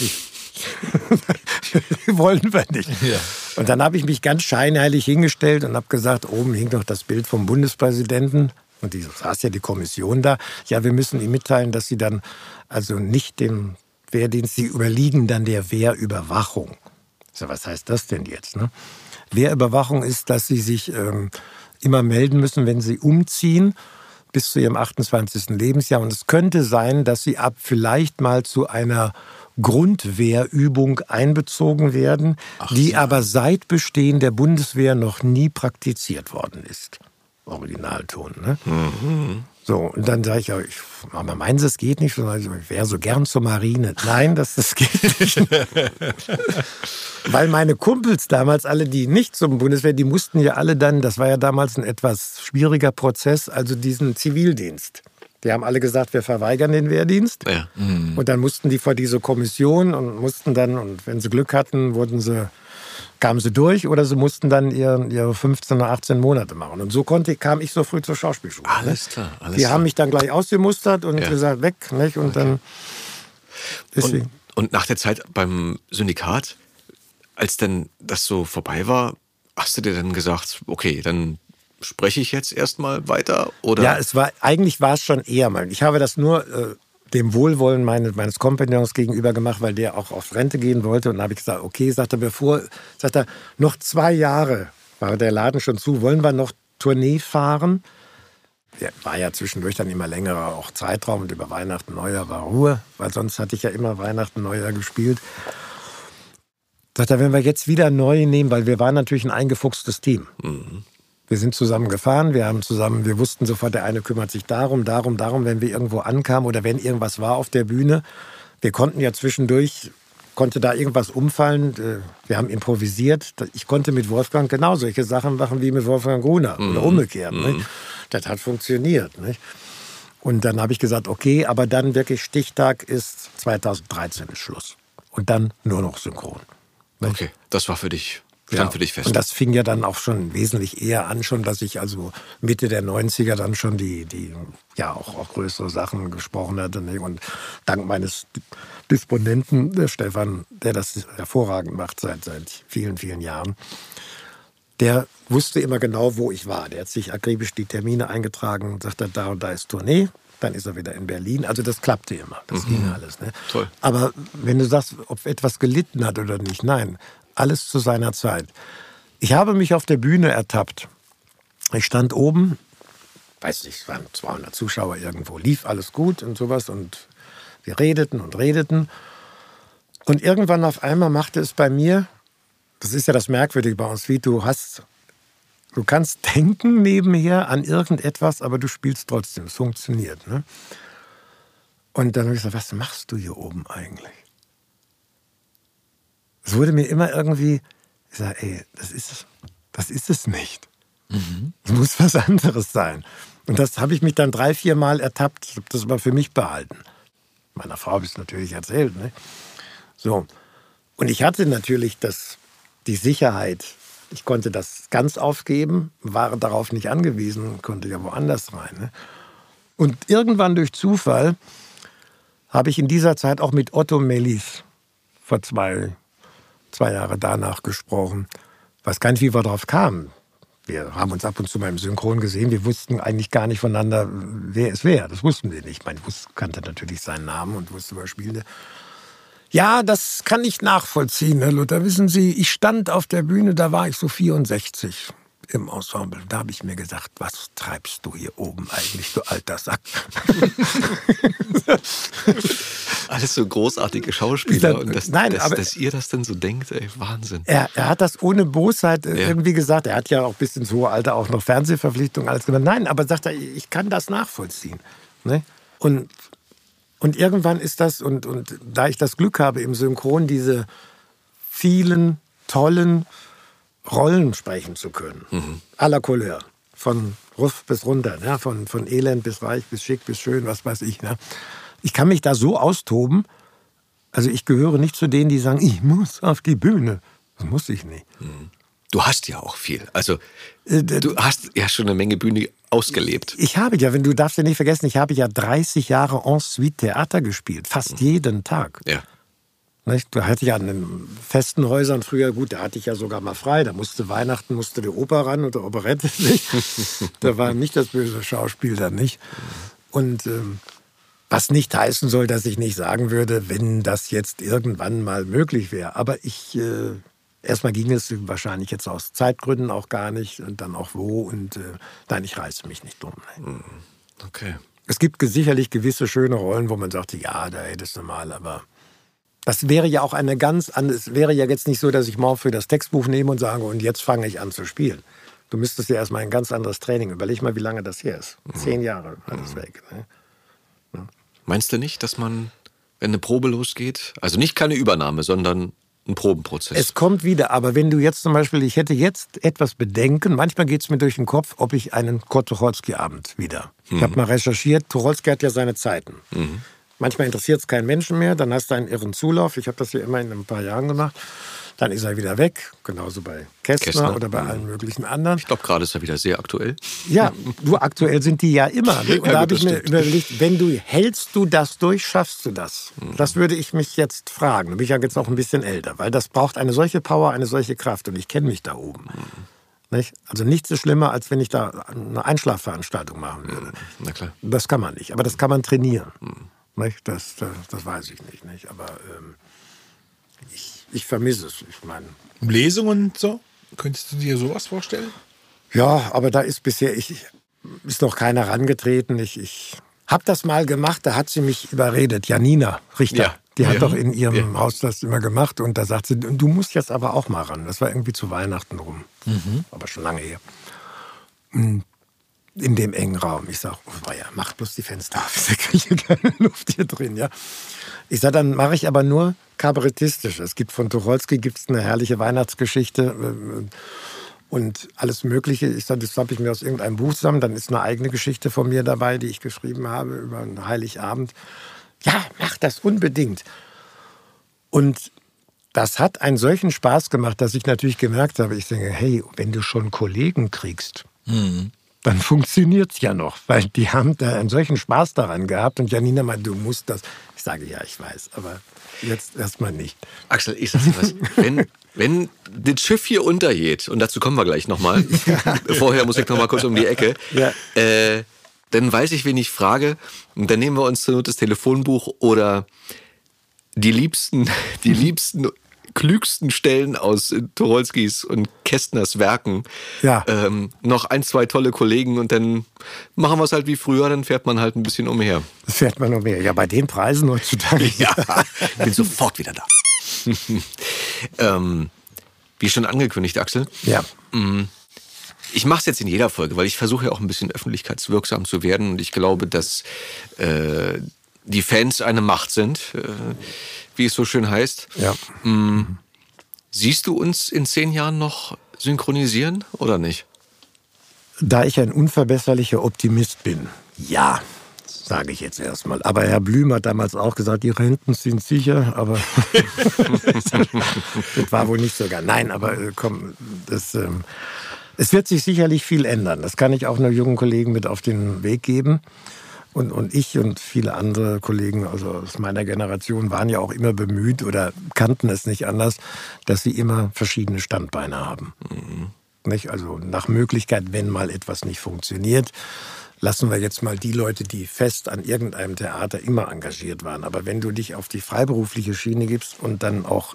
Wollen wir nicht.
Ja.
Und dann habe ich mich ganz scheinheilig hingestellt und habe gesagt, oben hing noch das Bild vom Bundespräsidenten. Und die saß ja die Kommission da. Ja, wir müssen ihm mitteilen, dass sie dann also nicht dem Wehrdienst, sie überliegen dann der Wehrüberwachung. So, was heißt das denn jetzt? Ne? Wehrüberwachung ist, dass sie sich ähm, immer melden müssen, wenn sie umziehen, bis zu ihrem achtundzwanzigsten Lebensjahr. Und es könnte sein, dass sie ab vielleicht mal zu einer Grundwehrübung einbezogen werden, Ach, die ja. aber seit Bestehen der Bundeswehr noch nie praktiziert worden ist. Originalton, ne? Mhm. So, und dann sage ich, ja, ich, aber meinen Sie, es geht nicht? Also, ich wäre so gern zur Marine. Nein, das, das geht nicht. Weil meine Kumpels damals, alle, die nicht zum Bundeswehr, die mussten ja alle dann, das war ja damals ein etwas schwieriger Prozess, also diesen Zivildienst. Die haben alle gesagt, wir verweigern den Wehrdienst.
Ja.
Mhm. Und dann mussten die vor diese Kommission und mussten dann, und wenn sie Glück hatten, wurden sie... kamen sie durch oder sie mussten dann ihre, ihre fünfzehn oder achtzehn Monate machen. Und so konnte, kam ich so früh zur Schauspielschule.
Alles klar. Alles
Die
klar.
haben mich dann gleich ausgemustert und
ja.
gesagt, weg. Nicht? Und, okay. dann deswegen.
Und, und nach der Zeit beim Syndikat, als dann das so vorbei war, hast du dir dann gesagt, okay, dann spreche ich jetzt erstmal weiter? Oder?
Ja, es war, eigentlich war es schon eher mal. Ich habe das nur äh, dem Wohlwollen meines, meines Kompagnons gegenüber gemacht, weil der auch auf Rente gehen wollte. Und dann habe ich gesagt, okay, sagt er, bevor, sagt er, noch zwei Jahre war der Laden schon zu, wollen wir noch Tournee fahren? Ja, war ja zwischendurch dann immer längerer auch Zeitraum und über Weihnachten, Neujahr war Ruhe, weil sonst hatte ich ja immer Weihnachten, Neujahr gespielt. Sagt er, wenn wir jetzt wieder neu nehmen, weil wir waren natürlich ein eingefuchstes Team. Mhm. Wir sind zusammen gefahren, wir haben zusammen, wir wussten sofort, der eine kümmert sich darum, darum, darum, wenn wir irgendwo ankamen oder wenn irgendwas war auf der Bühne. Wir konnten ja zwischendurch, konnte da irgendwas umfallen, wir haben improvisiert. Ich konnte mit Wolfgang genau solche Sachen machen wie mit Wolfgang Gruner mhm. oder umgekehrt. Mhm. Nicht? Das hat funktioniert. Nicht? Und dann habe ich gesagt, okay, aber dann wirklich Stichtag ist zweitausenddreizehn ist Schluss. Und dann nur noch synchron. Nicht?
Okay, das war für dich... Stand
ja,
für dich fest.
Und das fing ja dann auch schon wesentlich eher an, schon, dass ich also Mitte der neunziger dann schon die, die ja auch, auch größere Sachen gesprochen hatte. Und dank meines Disponenten, der Stefan, der das hervorragend macht seit, seit vielen, vielen Jahren, der wusste immer genau, wo ich war. Der hat sich akribisch die Termine eingetragen und sagte, da und da ist Tournee. Dann ist er wieder in Berlin. Also das klappte immer. Das mhm. ging alles. Ne?
Toll.
Aber wenn du sagst, ob etwas gelitten hat oder nicht, nein. Alles zu seiner Zeit. Ich habe mich auf der Bühne ertappt. Ich stand oben, weiß nicht, es waren zweihundert Zuschauer irgendwo, lief alles gut und sowas und wir redeten und redeten. Und irgendwann auf einmal machte es bei mir, das ist ja das Merkwürdige bei uns, wie du hast, du kannst denken nebenher an irgendetwas, aber du spielst trotzdem, es funktioniert. Ne? Und dann habe ich gesagt, was machst du hier oben eigentlich? Es wurde mir immer irgendwie, ich sage, ey, das ist, das ist es nicht. Mhm. Es muss was anderes sein. Und das habe ich mich dann drei, vier Mal ertappt. Ich habe das aber für mich behalten. Meiner Frau habe ich es natürlich erzählt. Ne? So. Und ich hatte natürlich das, die Sicherheit, ich konnte das ganz aufgeben, war darauf nicht angewiesen, konnte ja woanders rein. Ne? Und irgendwann durch Zufall habe ich in dieser Zeit auch mit Otto Mellis vor zwei zwei Jahre danach gesprochen. Ich weiß gar nicht, wie wir darauf kamen. Wir haben uns ab und zu mal im Synchron gesehen. Wir wussten eigentlich gar nicht voneinander, wer es wäre. Das wussten wir nicht. Ich wusste, kannte natürlich seinen Namen und wusste, wer spielte. Ja, das kann ich nachvollziehen, Herr Luther. Wissen Sie, ich stand auf der Bühne, da war ich so vierundsechzig im Ensemble. Da habe ich mir gedacht, was treibst du hier oben eigentlich, du alter Sack?
Alles so großartige Schauspieler.
Dann,
und dass,
nein,
dass,
aber
dass ihr das denn so denkt, ey, Wahnsinn.
Er, er hat das ohne Bosheit
Ja.
irgendwie gesagt. Er hat ja auch bis ins hohe Alter auch noch Fernsehverpflichtungen alles gemacht. Nein, aber sagt er, ich kann das nachvollziehen. Ne? Und, und irgendwann ist das, und, und da ich das Glück habe, im Synchron diese vielen tollen Rollen sprechen zu können. Mhm. À la Couleur. Von Ruff bis runter. Ne? Von, von elend bis reich, bis schick, bis schön, was weiß ich. Ne? Ich kann mich da so austoben. Also ich gehöre nicht zu denen, die sagen, ich muss auf die Bühne. Das muss ich nicht.
Mhm. Du hast ja auch viel. Also du hast ja schon eine Menge Bühne ausgelebt.
Ich habe ja, wenn du darfst ja nicht vergessen, ich habe ja dreißig Jahre en suite Theater gespielt. Fast mhm. jeden Tag.
Ja.
Da hatte ich ja an den festen Häusern früher, gut, da hatte ich ja sogar mal frei. Da musste Weihnachten, musste die Oper ran und der Operette nicht. Da war nicht das böse Schauspiel dann nicht. Und ähm, was nicht heißen soll, dass ich nicht sagen würde, wenn das jetzt irgendwann mal möglich wäre. Aber ich, äh, erstmal ging es wahrscheinlich jetzt aus Zeitgründen auch gar nicht und dann auch wo. Und äh, nein, ich reiße mich nicht drum. Nein.
Okay.
Es gibt sicherlich gewisse schöne Rollen, wo man sagt, ja, da hättest du mal, aber... Das wäre ja auch eine ganz andere, es wäre ja jetzt nicht so, dass ich morgen für das Textbuch nehme und sage, und jetzt fange ich an zu spielen. Du müsstest ja erstmal ein ganz anderes Training. Überleg mal, wie lange das her ist. Mhm. Zehn Jahre alles mhm. weg. Ne? Ja.
Meinst du nicht, dass man, wenn eine Probe losgeht, also nicht keine Übernahme, sondern ein Probenprozess?
Es kommt wieder, aber wenn du jetzt zum Beispiel, ich hätte jetzt etwas Bedenken, manchmal geht es mir durch den Kopf, ob ich einen Kurt-Tucholsky-Abend wieder. Mhm. Ich habe mal recherchiert, Tucholsky hat ja seine Zeiten. Mhm. Manchmal interessiert es keinen Menschen mehr, dann hast du einen irren Zulauf. Ich habe das hier immer in ein paar Jahren gemacht. Dann ist er wieder weg, genauso bei Kästner, Kästner. oder bei allen möglichen anderen.
Ich glaube, gerade ist er wieder sehr aktuell.
Ja, du, aktuell sind die ja immer. Ne? Und ja, da habe ich mir überlegt, wenn du, hältst du das durch, schaffst du das? Mhm. Das würde ich mich jetzt fragen. Da bin ich ja jetzt auch ein bisschen älter, weil das braucht eine solche Power, eine solche Kraft. Und ich kenne mich da oben. Mhm. Nicht? Also nichts ist schlimmer, als wenn ich da eine Einschlafveranstaltung machen würde.
Na klar.
Das kann man nicht, aber das kann man trainieren. Mhm. Nicht? Das, das, das weiß ich nicht. nicht? Aber ähm, ich, ich vermisse es. Ich meine,
Lesungen und so? Könntest du dir sowas vorstellen?
ja, aber da ist bisher ich, ist noch keiner herangetreten. Ich, ich habe das mal gemacht, da hat sie mich überredet. Janina Richter.
Ja.
Die hat
Ja.
doch in ihrem
Ja.
Haus das immer gemacht. Und da sagt sie, du musst jetzt aber auch mal ran. Das war irgendwie zu Weihnachten rum. Mhm. Aber schon lange her. In dem engen Raum. Ich sage, oh ja, mach bloß die Fenster auf. Ich kriege keine Luft hier drin. Ja. Ich sage, dann mache ich aber nur kabarettistisch. Es gibt von Tucholsky gibt's eine herrliche Weihnachtsgeschichte und alles Mögliche. Ich sage, das habe ich mir aus irgendeinem Buch zusammen. Dann ist eine eigene Geschichte von mir dabei, die ich geschrieben habe über einen Heiligabend. Ja, mach das unbedingt. Und das hat einen solchen Spaß gemacht, dass ich natürlich gemerkt habe, ich denke, hey, wenn du schon Kollegen kriegst, mhm. dann funktioniert es ja noch. Weil die haben da einen solchen Spaß daran gehabt. Und Janina meint, du musst das. Ich sage, ja, ich weiß, aber jetzt erstmal nicht.
Axel, ich sag dir was. Wenn, wenn das Schiff hier untergeht, und dazu kommen wir gleich nochmal, ja. Vorher muss ich nochmal kurz um die Ecke,
Ja.
äh, dann weiß ich, wen ich frage. Und dann nehmen wir uns zur Not das Telefonbuch oder die liebsten, die liebsten, klügsten Stellen aus Tucholskys und Kästners Werken.
Ja.
Ähm, noch ein, zwei tolle Kollegen und dann machen wir es halt wie früher, dann fährt man halt ein bisschen umher.
Das fährt man noch mehr. Ja, bei den Preisen heutzutage.
Ja, ich bin sofort wieder da. ähm, wie schon angekündigt, Axel.
Ja.
Ich mache es jetzt in jeder Folge, weil ich versuche ja auch ein bisschen öffentlichkeitswirksam zu werden und ich glaube, dass äh, die Fans eine Macht sind, äh, wie es so schön heißt.
Ja.
Mhm. Siehst du uns in zehn Jahren noch synchronisieren oder nicht?
Da ich ein unverbesserlicher Optimist bin, ja, sage ich jetzt erstmal. Aber Herr Blüm hat damals auch gesagt, die Renten sind sicher, aber das war wohl nicht sogar. Nein, aber äh, komm, das, ähm, es wird sich sicherlich viel ändern. Das kann ich auch nur jungen Kollegen mit auf den Weg geben. Und, und ich und viele andere Kollegen also aus meiner Generation waren ja auch immer bemüht oder kannten es nicht anders, dass sie immer verschiedene Standbeine haben. Mhm. Nicht? Also nach Möglichkeit, wenn mal etwas nicht funktioniert, lassen wir jetzt mal die Leute, die fest an irgendeinem Theater immer engagiert waren. Aber wenn du dich auf die freiberufliche Schiene gibst und dann auch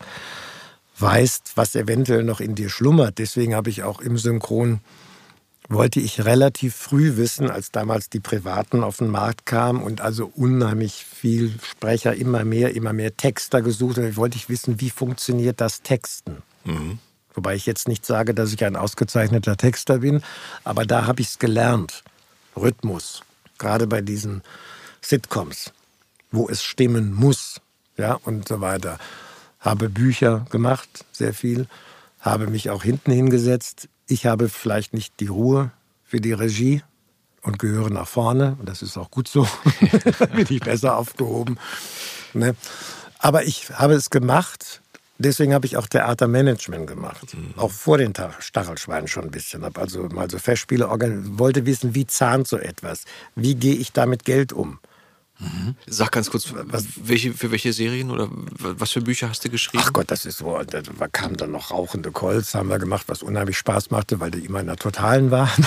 weißt, was eventuell noch in dir schlummert, deswegen habe ich auch im Synchron, wollte ich relativ früh wissen, als damals die Privaten auf den Markt kamen und also unheimlich viel Sprecher, immer mehr, immer mehr Texter gesucht haben, wollte ich wissen, wie funktioniert das Texten. Mhm. Wobei ich jetzt nicht sage, dass ich ein ausgezeichneter Texter bin, aber da habe ich es gelernt. Rhythmus, gerade bei diesen Sitcoms, wo es stimmen muss, ja, und so weiter. Habe Bücher gemacht, sehr viel, habe mich auch hinten hingesetzt. Ich habe vielleicht nicht die Ruhe für die Regie und gehöre nach vorne. Und das ist auch gut so. Da bin ich besser aufgehoben. Ne? Aber ich habe es gemacht. Deswegen habe ich auch Theatermanagement gemacht. Mhm. Auch vor den Stachelschweinen schon ein bisschen. Habe also mal so Festspiele organisiert. Wollte wissen, wie zahnt so etwas? Wie gehe ich da mit Geld um?
Mhm. Sag ganz kurz, was, welche, für welche Serien oder was für Bücher hast du geschrieben?
Ach Gott, das ist so, da kamen dann noch Rauchende Colts, haben wir gemacht, was unheimlich Spaß machte, weil die immer in der Totalen waren.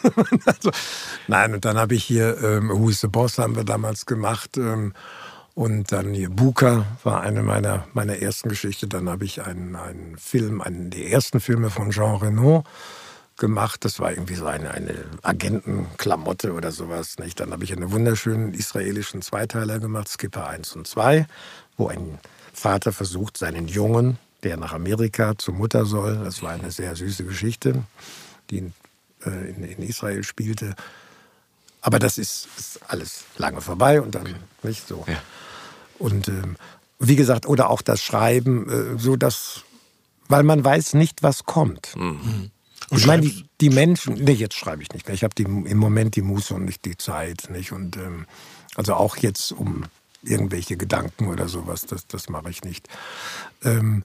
Also, nein, und dann habe ich hier ähm, Who is the Boss haben wir damals gemacht ähm, und dann hier Buka war eine meiner, meiner ersten Geschichten. Dann habe ich einen, einen Film, einen der ersten Filme von Jean Reno gemacht. Das war irgendwie so eine, eine Agentenklamotte oder sowas. Nicht? Dann habe ich einen wunderschönen israelischen Zweiteiler gemacht, Skipper eins und zwei, wo ein Vater versucht, seinen Jungen, der nach Amerika zur Mutter soll, das war eine sehr süße Geschichte, die in, äh, in, in Israel spielte. Aber das ist, ist alles lange vorbei und dann okay. nicht so. Ja. Und ähm, wie gesagt, oder auch das Schreiben, äh, so dass, weil man weiß nicht, was kommt. Mhm. Ich meine, die, die Menschen, nee, jetzt schreibe ich nicht mehr. Ich habe im Moment die Muße und nicht die Zeit. Nicht? Und ähm, also auch jetzt um irgendwelche Gedanken oder sowas, das, das mache ich nicht. Ähm,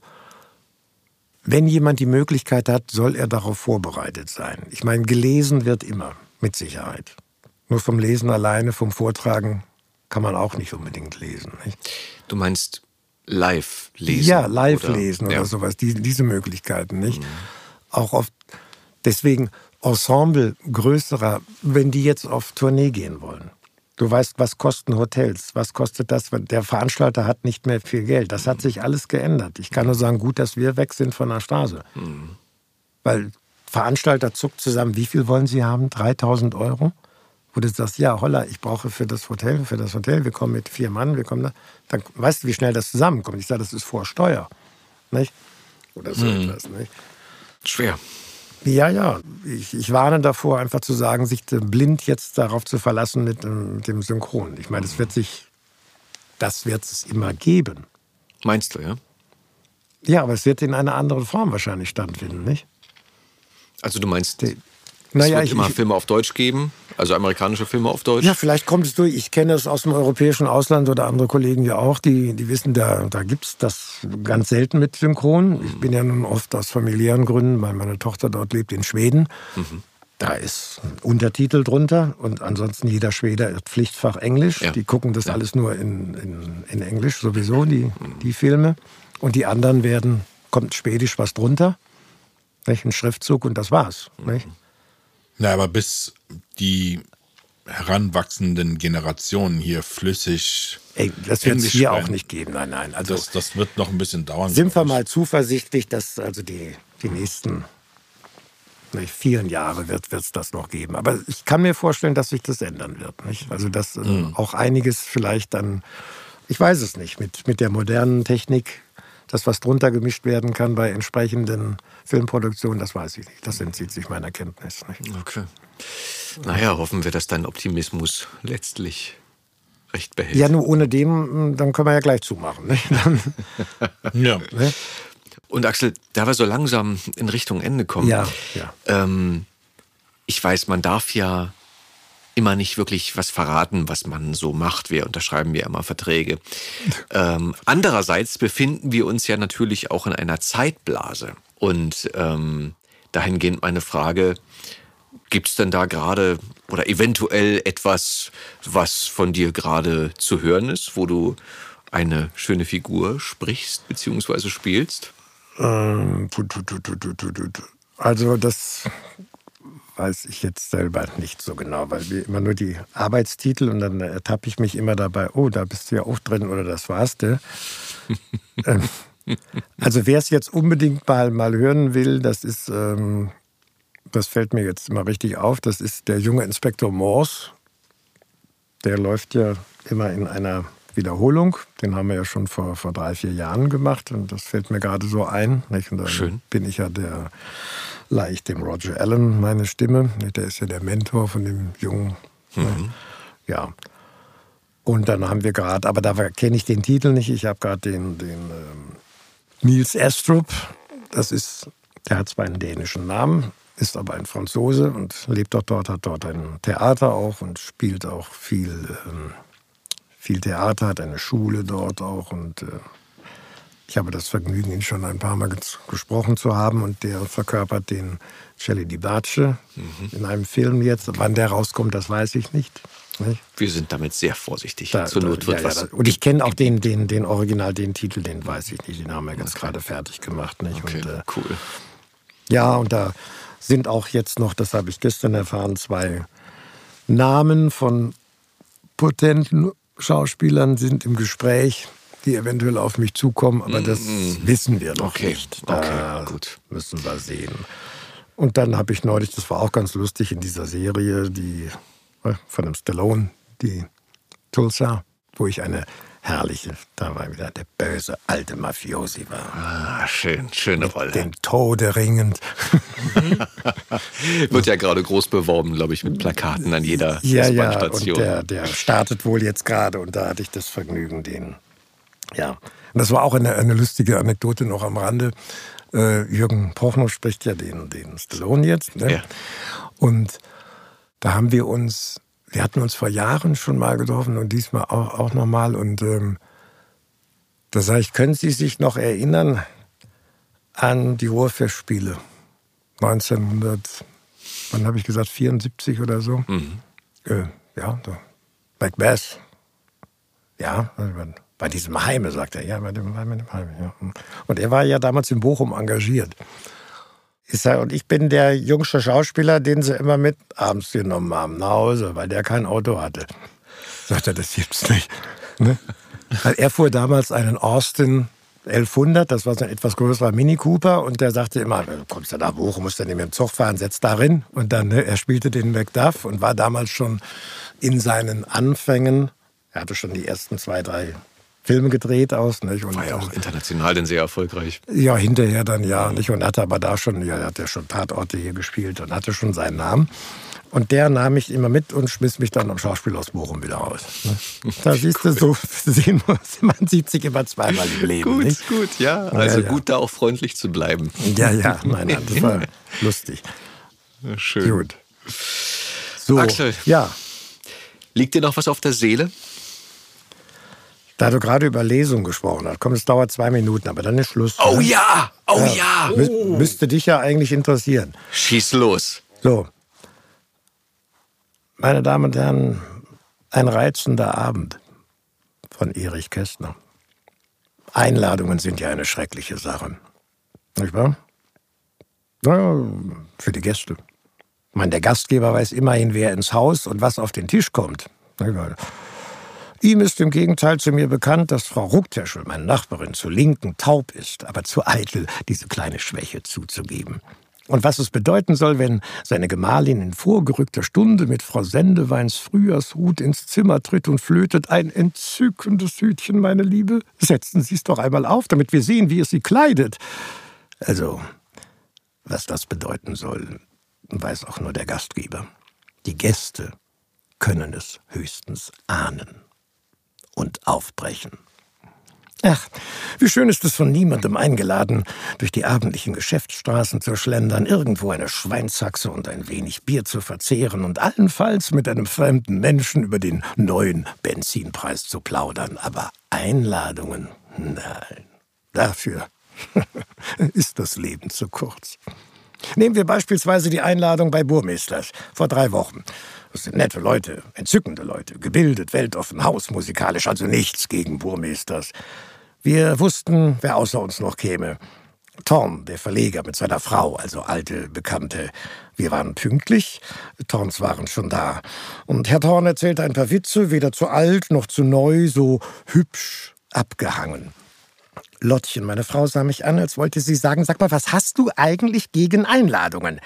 wenn jemand die Möglichkeit hat, soll er darauf vorbereitet sein. Ich meine, gelesen wird immer, mit Sicherheit. Nur vom Lesen alleine, vom Vortragen kann man auch nicht unbedingt lesen. Nicht?
Du meinst live lesen?
Ja, live oder, lesen oder
ja.
sowas, die, diese Möglichkeiten. Nicht? Mhm. Auch oft Deswegen Ensemble größerer, wenn die jetzt auf Tournee gehen wollen. Du weißt, was kosten Hotels, was kostet das? Der Veranstalter hat nicht mehr viel Geld. Das hat sich alles geändert. Ich kann nur sagen, gut, dass wir weg sind von der Straße. Mhm. Weil Veranstalter zuckt zusammen, wie viel wollen sie haben? dreitausend Euro? Wo du sagst, ja, holla, ich brauche für das Hotel, für das Hotel, wir kommen mit vier Mann, wir kommen da. Dann weißt du, wie schnell das zusammenkommt. Ich sage, das ist vor Steuer. Nicht? Oder so mhm. etwas. Nicht?
Schwer.
Ja, ja. Ich, ich warne davor, einfach zu sagen, sich blind jetzt darauf zu verlassen mit, mit dem Synchron. Ich meine, das wird sich, das wird es immer geben.
Meinst du, ja?
Ja, aber es wird in einer anderen Form wahrscheinlich stattfinden, nicht?
Also du meinst, es
naja,
wird
ich,
immer
ich,
Filme auf Deutsch geben, also amerikanische Filme auf Deutsch?
Ja, vielleicht kommt es durch. Ich kenne es aus dem europäischen Ausland oder andere Kollegen ja auch, die, die wissen, da, da gibt es das ganz selten mit Synchron. Ich bin ja nun oft aus familiären Gründen, weil meine Tochter dort lebt in Schweden. Mhm. Da ist ein Untertitel drunter und ansonsten jeder Schwede hat Pflichtfach Englisch. Ja. Die gucken das ja. alles nur in, in, in Englisch sowieso, die, die Filme. Und die anderen werden, kommt Schwedisch was drunter, nicht? Ein Schriftzug und das war's. Nicht?
Na, aber bis die heranwachsenden Generationen hier flüssig
Ey, das wird es hier auch nicht geben, nein, nein. Also
das, das wird noch ein bisschen dauern.
Sind wir mal zuversichtlich, dass also die, die nächsten nicht, vielen Jahre wird es das noch geben. Aber ich kann mir vorstellen, dass sich das ändern wird. Nicht? Also dass mhm. äh, auch einiges vielleicht dann, ich weiß es nicht, mit, mit der modernen Technik, dass was drunter gemischt werden kann bei entsprechenden Filmproduktionen, das weiß ich nicht. Das entzieht sich meiner Kenntnis. Nicht?
Okay. Naja, hoffen wir, dass dein Optimismus letztlich recht behält.
Ja, nur ohne dem, dann können wir ja gleich zumachen. Nicht? Dann,
ja.
Ne?
Und Axel, da wir so langsam in Richtung Ende kommen,
ja, ja.
Ähm, ich weiß, man darf ja immer nicht wirklich was verraten, was man so macht. Wir unterschreiben ja immer Verträge. ähm, andererseits befinden wir uns ja natürlich auch in einer Zeitblase. Und ähm, dahingehend meine Frage, gibt es denn da gerade oder eventuell etwas, was von dir gerade zu hören ist, wo du eine schöne Figur sprichst bzw. spielst?
Ähm, also das weiß ich jetzt selber nicht so genau, weil wir immer nur die Arbeitstitel und dann ertappe ich mich immer dabei, oh, da bist du ja auch drin oder das war's, du. ähm, also wer es jetzt unbedingt mal, mal hören will, das ist, ähm, das fällt mir jetzt immer richtig auf, das ist der junge Inspektor Morse. Der läuft ja immer in einer Wiederholung. Den haben wir ja schon vor, vor drei, vier Jahren gemacht und das fällt mir gerade so ein. Nicht? Und dann
Schön.
bin ich ja der, leihe ich dem Roger Allen meine Stimme. Der ist ja der Mentor von dem Jungen. Mhm. Ja. Und dann haben wir gerade, aber da kenne ich den Titel nicht, ich habe gerade den, den ähm, Niels Astrup. Das ist, der hat zwar einen dänischen Namen, ist aber ein Franzose und lebt dort, dort, hat dort ein Theater auch und spielt auch viel, ähm, viel Theater, hat eine Schule dort auch und äh, ich habe das Vergnügen, ihn schon ein paar Mal ges- gesprochen zu haben und der verkörpert den Shelley Dibace mhm. in einem Film jetzt. Wann der rauskommt, das weiß ich nicht. nicht?
Wir sind damit sehr vorsichtig.
Da,
Zur Not
da,
wird
ja,
was.
Ja, und ich kenne auch den, den, den Original, den Titel, den weiß ich nicht. Den haben wir jetzt
Okay.
gerade fertig gemacht. Nicht?
Okay,
Und, äh,
cool.
ja, und da sind auch jetzt noch, das habe ich gestern erfahren, zwei Namen von potenten Schauspielern sind im Gespräch, die eventuell auf mich zukommen, aber das mm. wissen wir noch
Okay.
nicht. Da
Okay, gut.
müssen wir sehen. Und dann habe ich neulich, das war auch ganz lustig, in dieser Serie, die von dem Stallone, die Tulsa, wo ich eine herrliche, da war wieder der böse alte Mafiosi war.
Ah, schön, schöne Rolle.
Den Tode ringend.
Wird ja gerade groß beworben, glaube ich, mit Plakaten an jeder
Ja, ja,
S-Bahn-Station.
und der, der startet wohl jetzt gerade und da hatte ich das Vergnügen, den, ja. Und das war auch eine, eine lustige Anekdote noch am Rande. Äh, Jürgen Prochnow spricht ja den, den Stallone jetzt. Ne?
Ja.
Und da haben wir uns, wir hatten uns vor Jahren schon mal getroffen und diesmal auch, auch nochmal. Und ähm, da sage ich, können Sie sich noch erinnern an die Ruhrfestspiele? neunzehnhundert, wann habe ich gesagt, vierundsiebzig oder so?
Mhm.
Äh, ja, so. Macbeth. Ja, bei diesem Heime, sagt er. Ja, bei dem Heime. Ja. Und er war ja damals in Bochum engagiert. Ist er, und ich bin der jüngste Schauspieler, den sie immer mit abends genommen haben, nach Hause, weil der kein Auto hatte. Sagt er, das gibt's nicht. Ne? Weil er fuhr damals einen Austin elfhundert, das war so ein etwas größerer Mini Cooper, und der sagte immer, du kommst ja nach Bochum, musst dann nicht mit dem Zug fahren, setz darin. Und dann, ne, er spielte den Macduff und war damals schon in seinen Anfängen, er hatte schon die ersten zwei, drei Filme gedreht aus. Nicht? Und
war ja auch international denn sehr erfolgreich.
Ja, hinterher dann ja. Nicht? Und hatte aber da schon, ja, er hat ja schon Tatorte hier gespielt und hatte schon seinen Namen. Und der nahm mich immer mit und schmiss mich dann am Schauspiel aus Bochum wieder raus. Ne? Da siehst du, so sehen muss, man sieht sich immer zweimal im Leben.
Gut,
nicht?
gut, ja. Also
ja, ja.
gut, da auch freundlich zu bleiben.
Ja, ja, nein, nein, das war lustig.
Schön.
Gut. So,
Axel.
Ja.
Liegt dir noch was auf der Seele?
Da du gerade über Lesung gesprochen hast, komm, es dauert zwei Minuten, aber dann ist Schluss.
Oh
ne?
ja, oh ja.
Mü müsste dich ja eigentlich interessieren.
Schieß los.
So. Meine Damen und Herren, ein reizender Abend von Erich Kästner. Einladungen sind ja eine schreckliche Sache. Nicht wahr? Naja, für die Gäste. Ich meine, der Gastgeber weiß immerhin, wer ins Haus und was auf den Tisch kommt. Ihm ist im Gegenteil zu mir bekannt, dass Frau Ruckteschel, meine Nachbarin, zur Linken taub ist, aber zu eitel, diese kleine Schwäche zuzugeben. Und was es bedeuten soll, wenn seine Gemahlin in vorgerückter Stunde mit Frau Sendeweins Frühjahrshut ins Zimmer tritt und flötet: ein entzückendes Hütchen, meine Liebe. Setzen Sie es doch einmal auf, damit wir sehen, wie es Sie kleidet. Also, was das bedeuten soll, weiß auch nur der Gastgeber. Die Gäste können es höchstens ahnen und aufbrechen. Ach, wie schön ist es, von niemandem eingeladen, durch die abendlichen Geschäftsstraßen zu schlendern, irgendwo eine Schweinshaxe und ein wenig Bier zu verzehren und allenfalls mit einem fremden Menschen über den neuen Benzinpreis zu plaudern. Aber Einladungen? Nein, dafür ist das Leben zu kurz. Nehmen wir beispielsweise die Einladung bei Burmesters vor drei Wochen. Das sind nette Leute, entzückende Leute, gebildet, weltoffen, hausmusikalisch, also nichts gegen Burmesters. Wir wussten, wer außer uns noch käme. Thorn, der Verleger, mit seiner Frau, also alte Bekannte. Wir waren pünktlich, Thorns waren schon da. Und Herr Thorn erzählte ein paar Witze, weder zu alt noch zu neu, so hübsch abgehangen. Lottchen, meine Frau, sah mich an, als wollte sie sagen: Sag mal, was hast du eigentlich gegen Einladungen?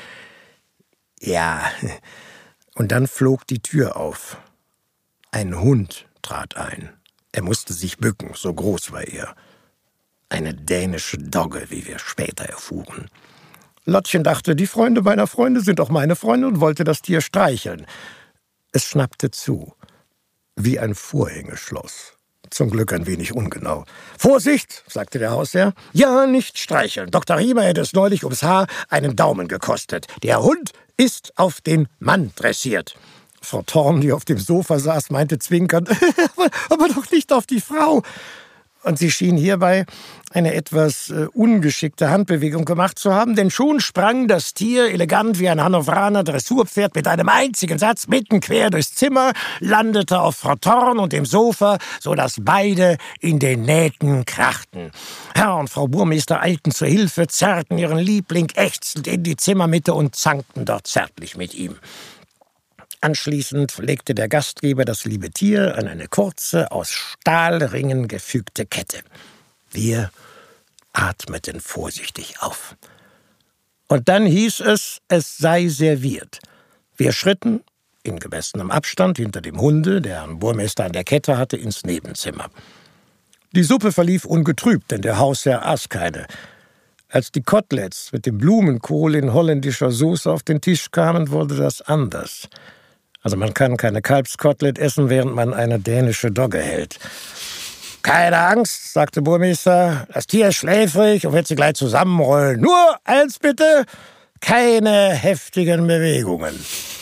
Ja, und dann flog die Tür auf. Ein Hund trat ein. Er musste sich bücken, so groß war er. Eine dänische Dogge, wie wir später erfuhren. Lottchen dachte, die Freunde meiner Freunde sind auch meine Freunde, und wollte das Tier streicheln. Es schnappte zu, wie ein Vorhängeschloss. Zum Glück ein wenig ungenau. »Vorsicht«, sagte der Hausherr. »Ja, nicht streicheln. Doktor Riemer hätte es neulich ums Haar einen Daumen gekostet. Der Hund ist auf den Mann dressiert.« Frau Thorn, die auf dem Sofa saß, meinte zwinkernd, aber, aber doch nicht auf die Frau. Und sie schien hierbei eine etwas äh, ungeschickte Handbewegung gemacht zu haben, denn schon sprang das Tier, elegant wie ein Hannoveraner Dressurpferd, mit einem einzigen Satz mitten quer durchs Zimmer, landete auf Frau Thorn und dem Sofa, so dass beide in den Nähten krachten. Herr und Frau Burmester eilten zur Hilfe, zerrten ihren Liebling ächzend in die Zimmermitte und zankten dort zärtlich mit ihm. Anschließend legte der Gastgeber das liebe Tier an eine kurze, aus Stahlringen gefügte Kette. Wir atmeten vorsichtig auf. Und dann hieß es, es sei serviert. Wir schritten, in gemessenem Abstand hinter dem Hunde, der Herrn Burmester an der Kette hatte, ins Nebenzimmer. Die Suppe verlief ungetrübt, denn der Hausherr aß keine. Als die Koteletts mit dem Blumenkohl in holländischer Soße auf den Tisch kamen, wurde das anders. Also man kann keine Kalbskotelett essen, während man eine dänische Dogge hält. »Keine Angst«, sagte Burmester, »das Tier ist schläfrig und wird sie gleich zusammenrollen. Nur eins bitte, keine heftigen Bewegungen.«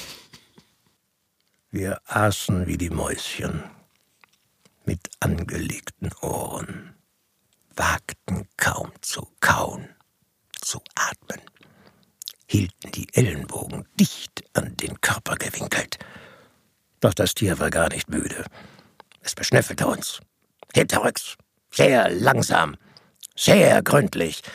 Wir aßen wie die Mäuschen, mit angelegten Ohren, wagten kaum zu kauen, zu atmen, hielten die Ellenbogen dicht an den Körper gewinkelt. Doch das Tier war gar nicht müde. Es beschnüffelte uns, hinterrücks, sehr langsam, sehr gründlich,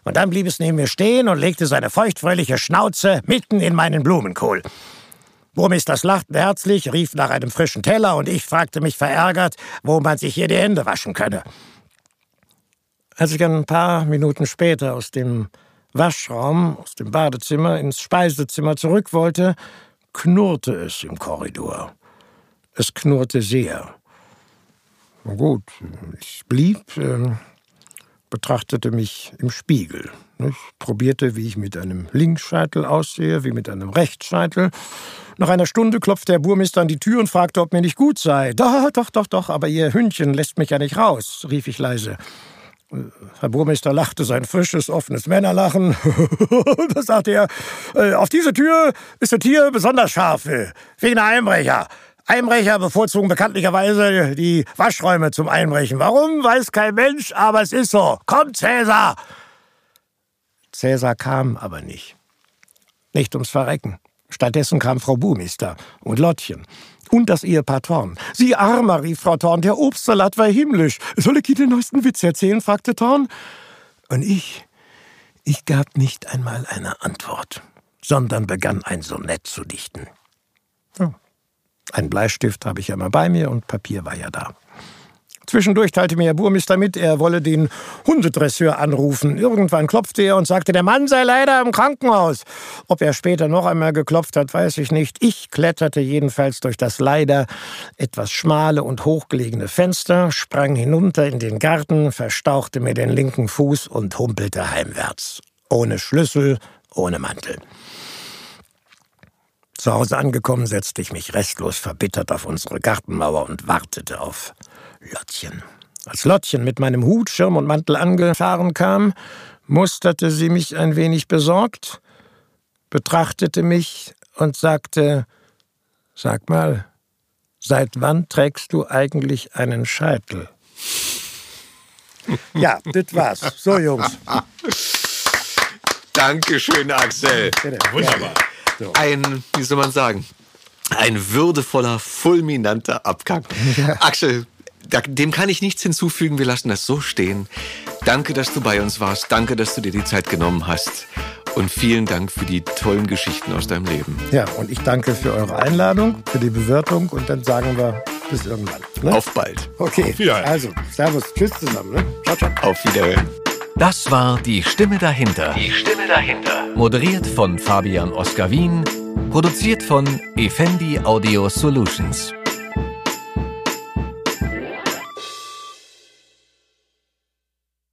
Und dann blieb es neben mir stehen und legte seine feuchtfröhliche Schnauze mitten in meinen Blumenkohl. Burmisters lachten herzlich, rief nach einem frischen Teller und ich fragte mich verärgert, wo man sich hier die Hände waschen könne. Als ich ein paar Minuten später aus dem Waschraum, aus dem Badezimmer ins Speisezimmer zurück wollte, knurrte es im Korridor. Es knurrte sehr. Na gut, ich blieb, äh, betrachtete mich im Spiegel. Ich probierte, wie ich mit einem Linksscheitel aussehe, wie mit einem Rechtsscheitel. Nach einer Stunde klopfte der Burmister an die Tür und fragte, ob mir nicht gut sei. Doch, doch, doch, doch, aber Ihr Hündchen lässt mich ja nicht raus, rief ich leise. Herr Burmister lachte sein frisches, offenes Männerlachen. Da sagte er, äh, auf diese Tür ist das Tier besonders scharf, wegen der Einbrecher. Einbrecher bevorzugen bekanntlicherweise die Waschräume zum Einbrechen. Warum, weiß kein Mensch, aber es ist so. Kommt, Cäsar! Cäsar kam aber nicht. Nicht ums Verrecken. Stattdessen kam Frau Burmister und Lottchen. Und das Ehepaar Thorn. »Sie Armer«, rief Frau Thorn, »der Obstsalat war himmlisch. Soll ich Ihnen den neuesten Witz erzählen?« fragte Thorn. Und ich, ich gab nicht einmal eine Antwort, sondern begann ein Sonett zu dichten. Ja. Ein Bleistift habe ich ja immer bei mir und Papier war ja da. Zwischendurch teilte mir Herr Burmister mit, er wolle den Hundedresseur anrufen. Irgendwann klopfte er und sagte, der Mann sei leider im Krankenhaus. Ob er später noch einmal geklopft hat, weiß ich nicht. Ich kletterte jedenfalls durch das leider etwas schmale und hochgelegene Fenster, sprang hinunter in den Garten, verstauchte mir den linken Fuß und humpelte heimwärts. Ohne Schlüssel, ohne Mantel. Zu Hause angekommen, setzte ich mich restlos verbittert auf unsere Gartenmauer und wartete auf Lottchen. Als Lottchen mit meinem Hut, Schirm und Mantel angefahren kam, musterte sie mich ein wenig besorgt, betrachtete mich und sagte, »Sag mal, seit wann trägst du eigentlich einen Scheitel?« Ja, das war's. So, Jungs.
Dankeschön, Axel.
Bitte.
Wunderbar.
So.
Ein, wie soll man sagen, ein würdevoller, fulminanter Abgang.
Ja.
Axel, da, dem kann ich nichts hinzufügen. Wir lassen das so stehen. Danke, dass du bei uns warst. Danke, dass du dir die Zeit genommen hast. Und vielen Dank für die tollen Geschichten aus deinem Leben.
Ja, und ich danke für eure Einladung, für die Bewirtung und dann sagen wir bis irgendwann. Ne?
Auf bald.
Okay,
Auf Wiedersehen.
also, servus, tschüss zusammen. Ne? Ciao, ciao.
Auf Wiederhören.
Das war Die Stimme dahinter.
Die Stimme dahinter.
Moderiert von Fabian Oskar Wien. Produziert von Effendi Audio Solutions.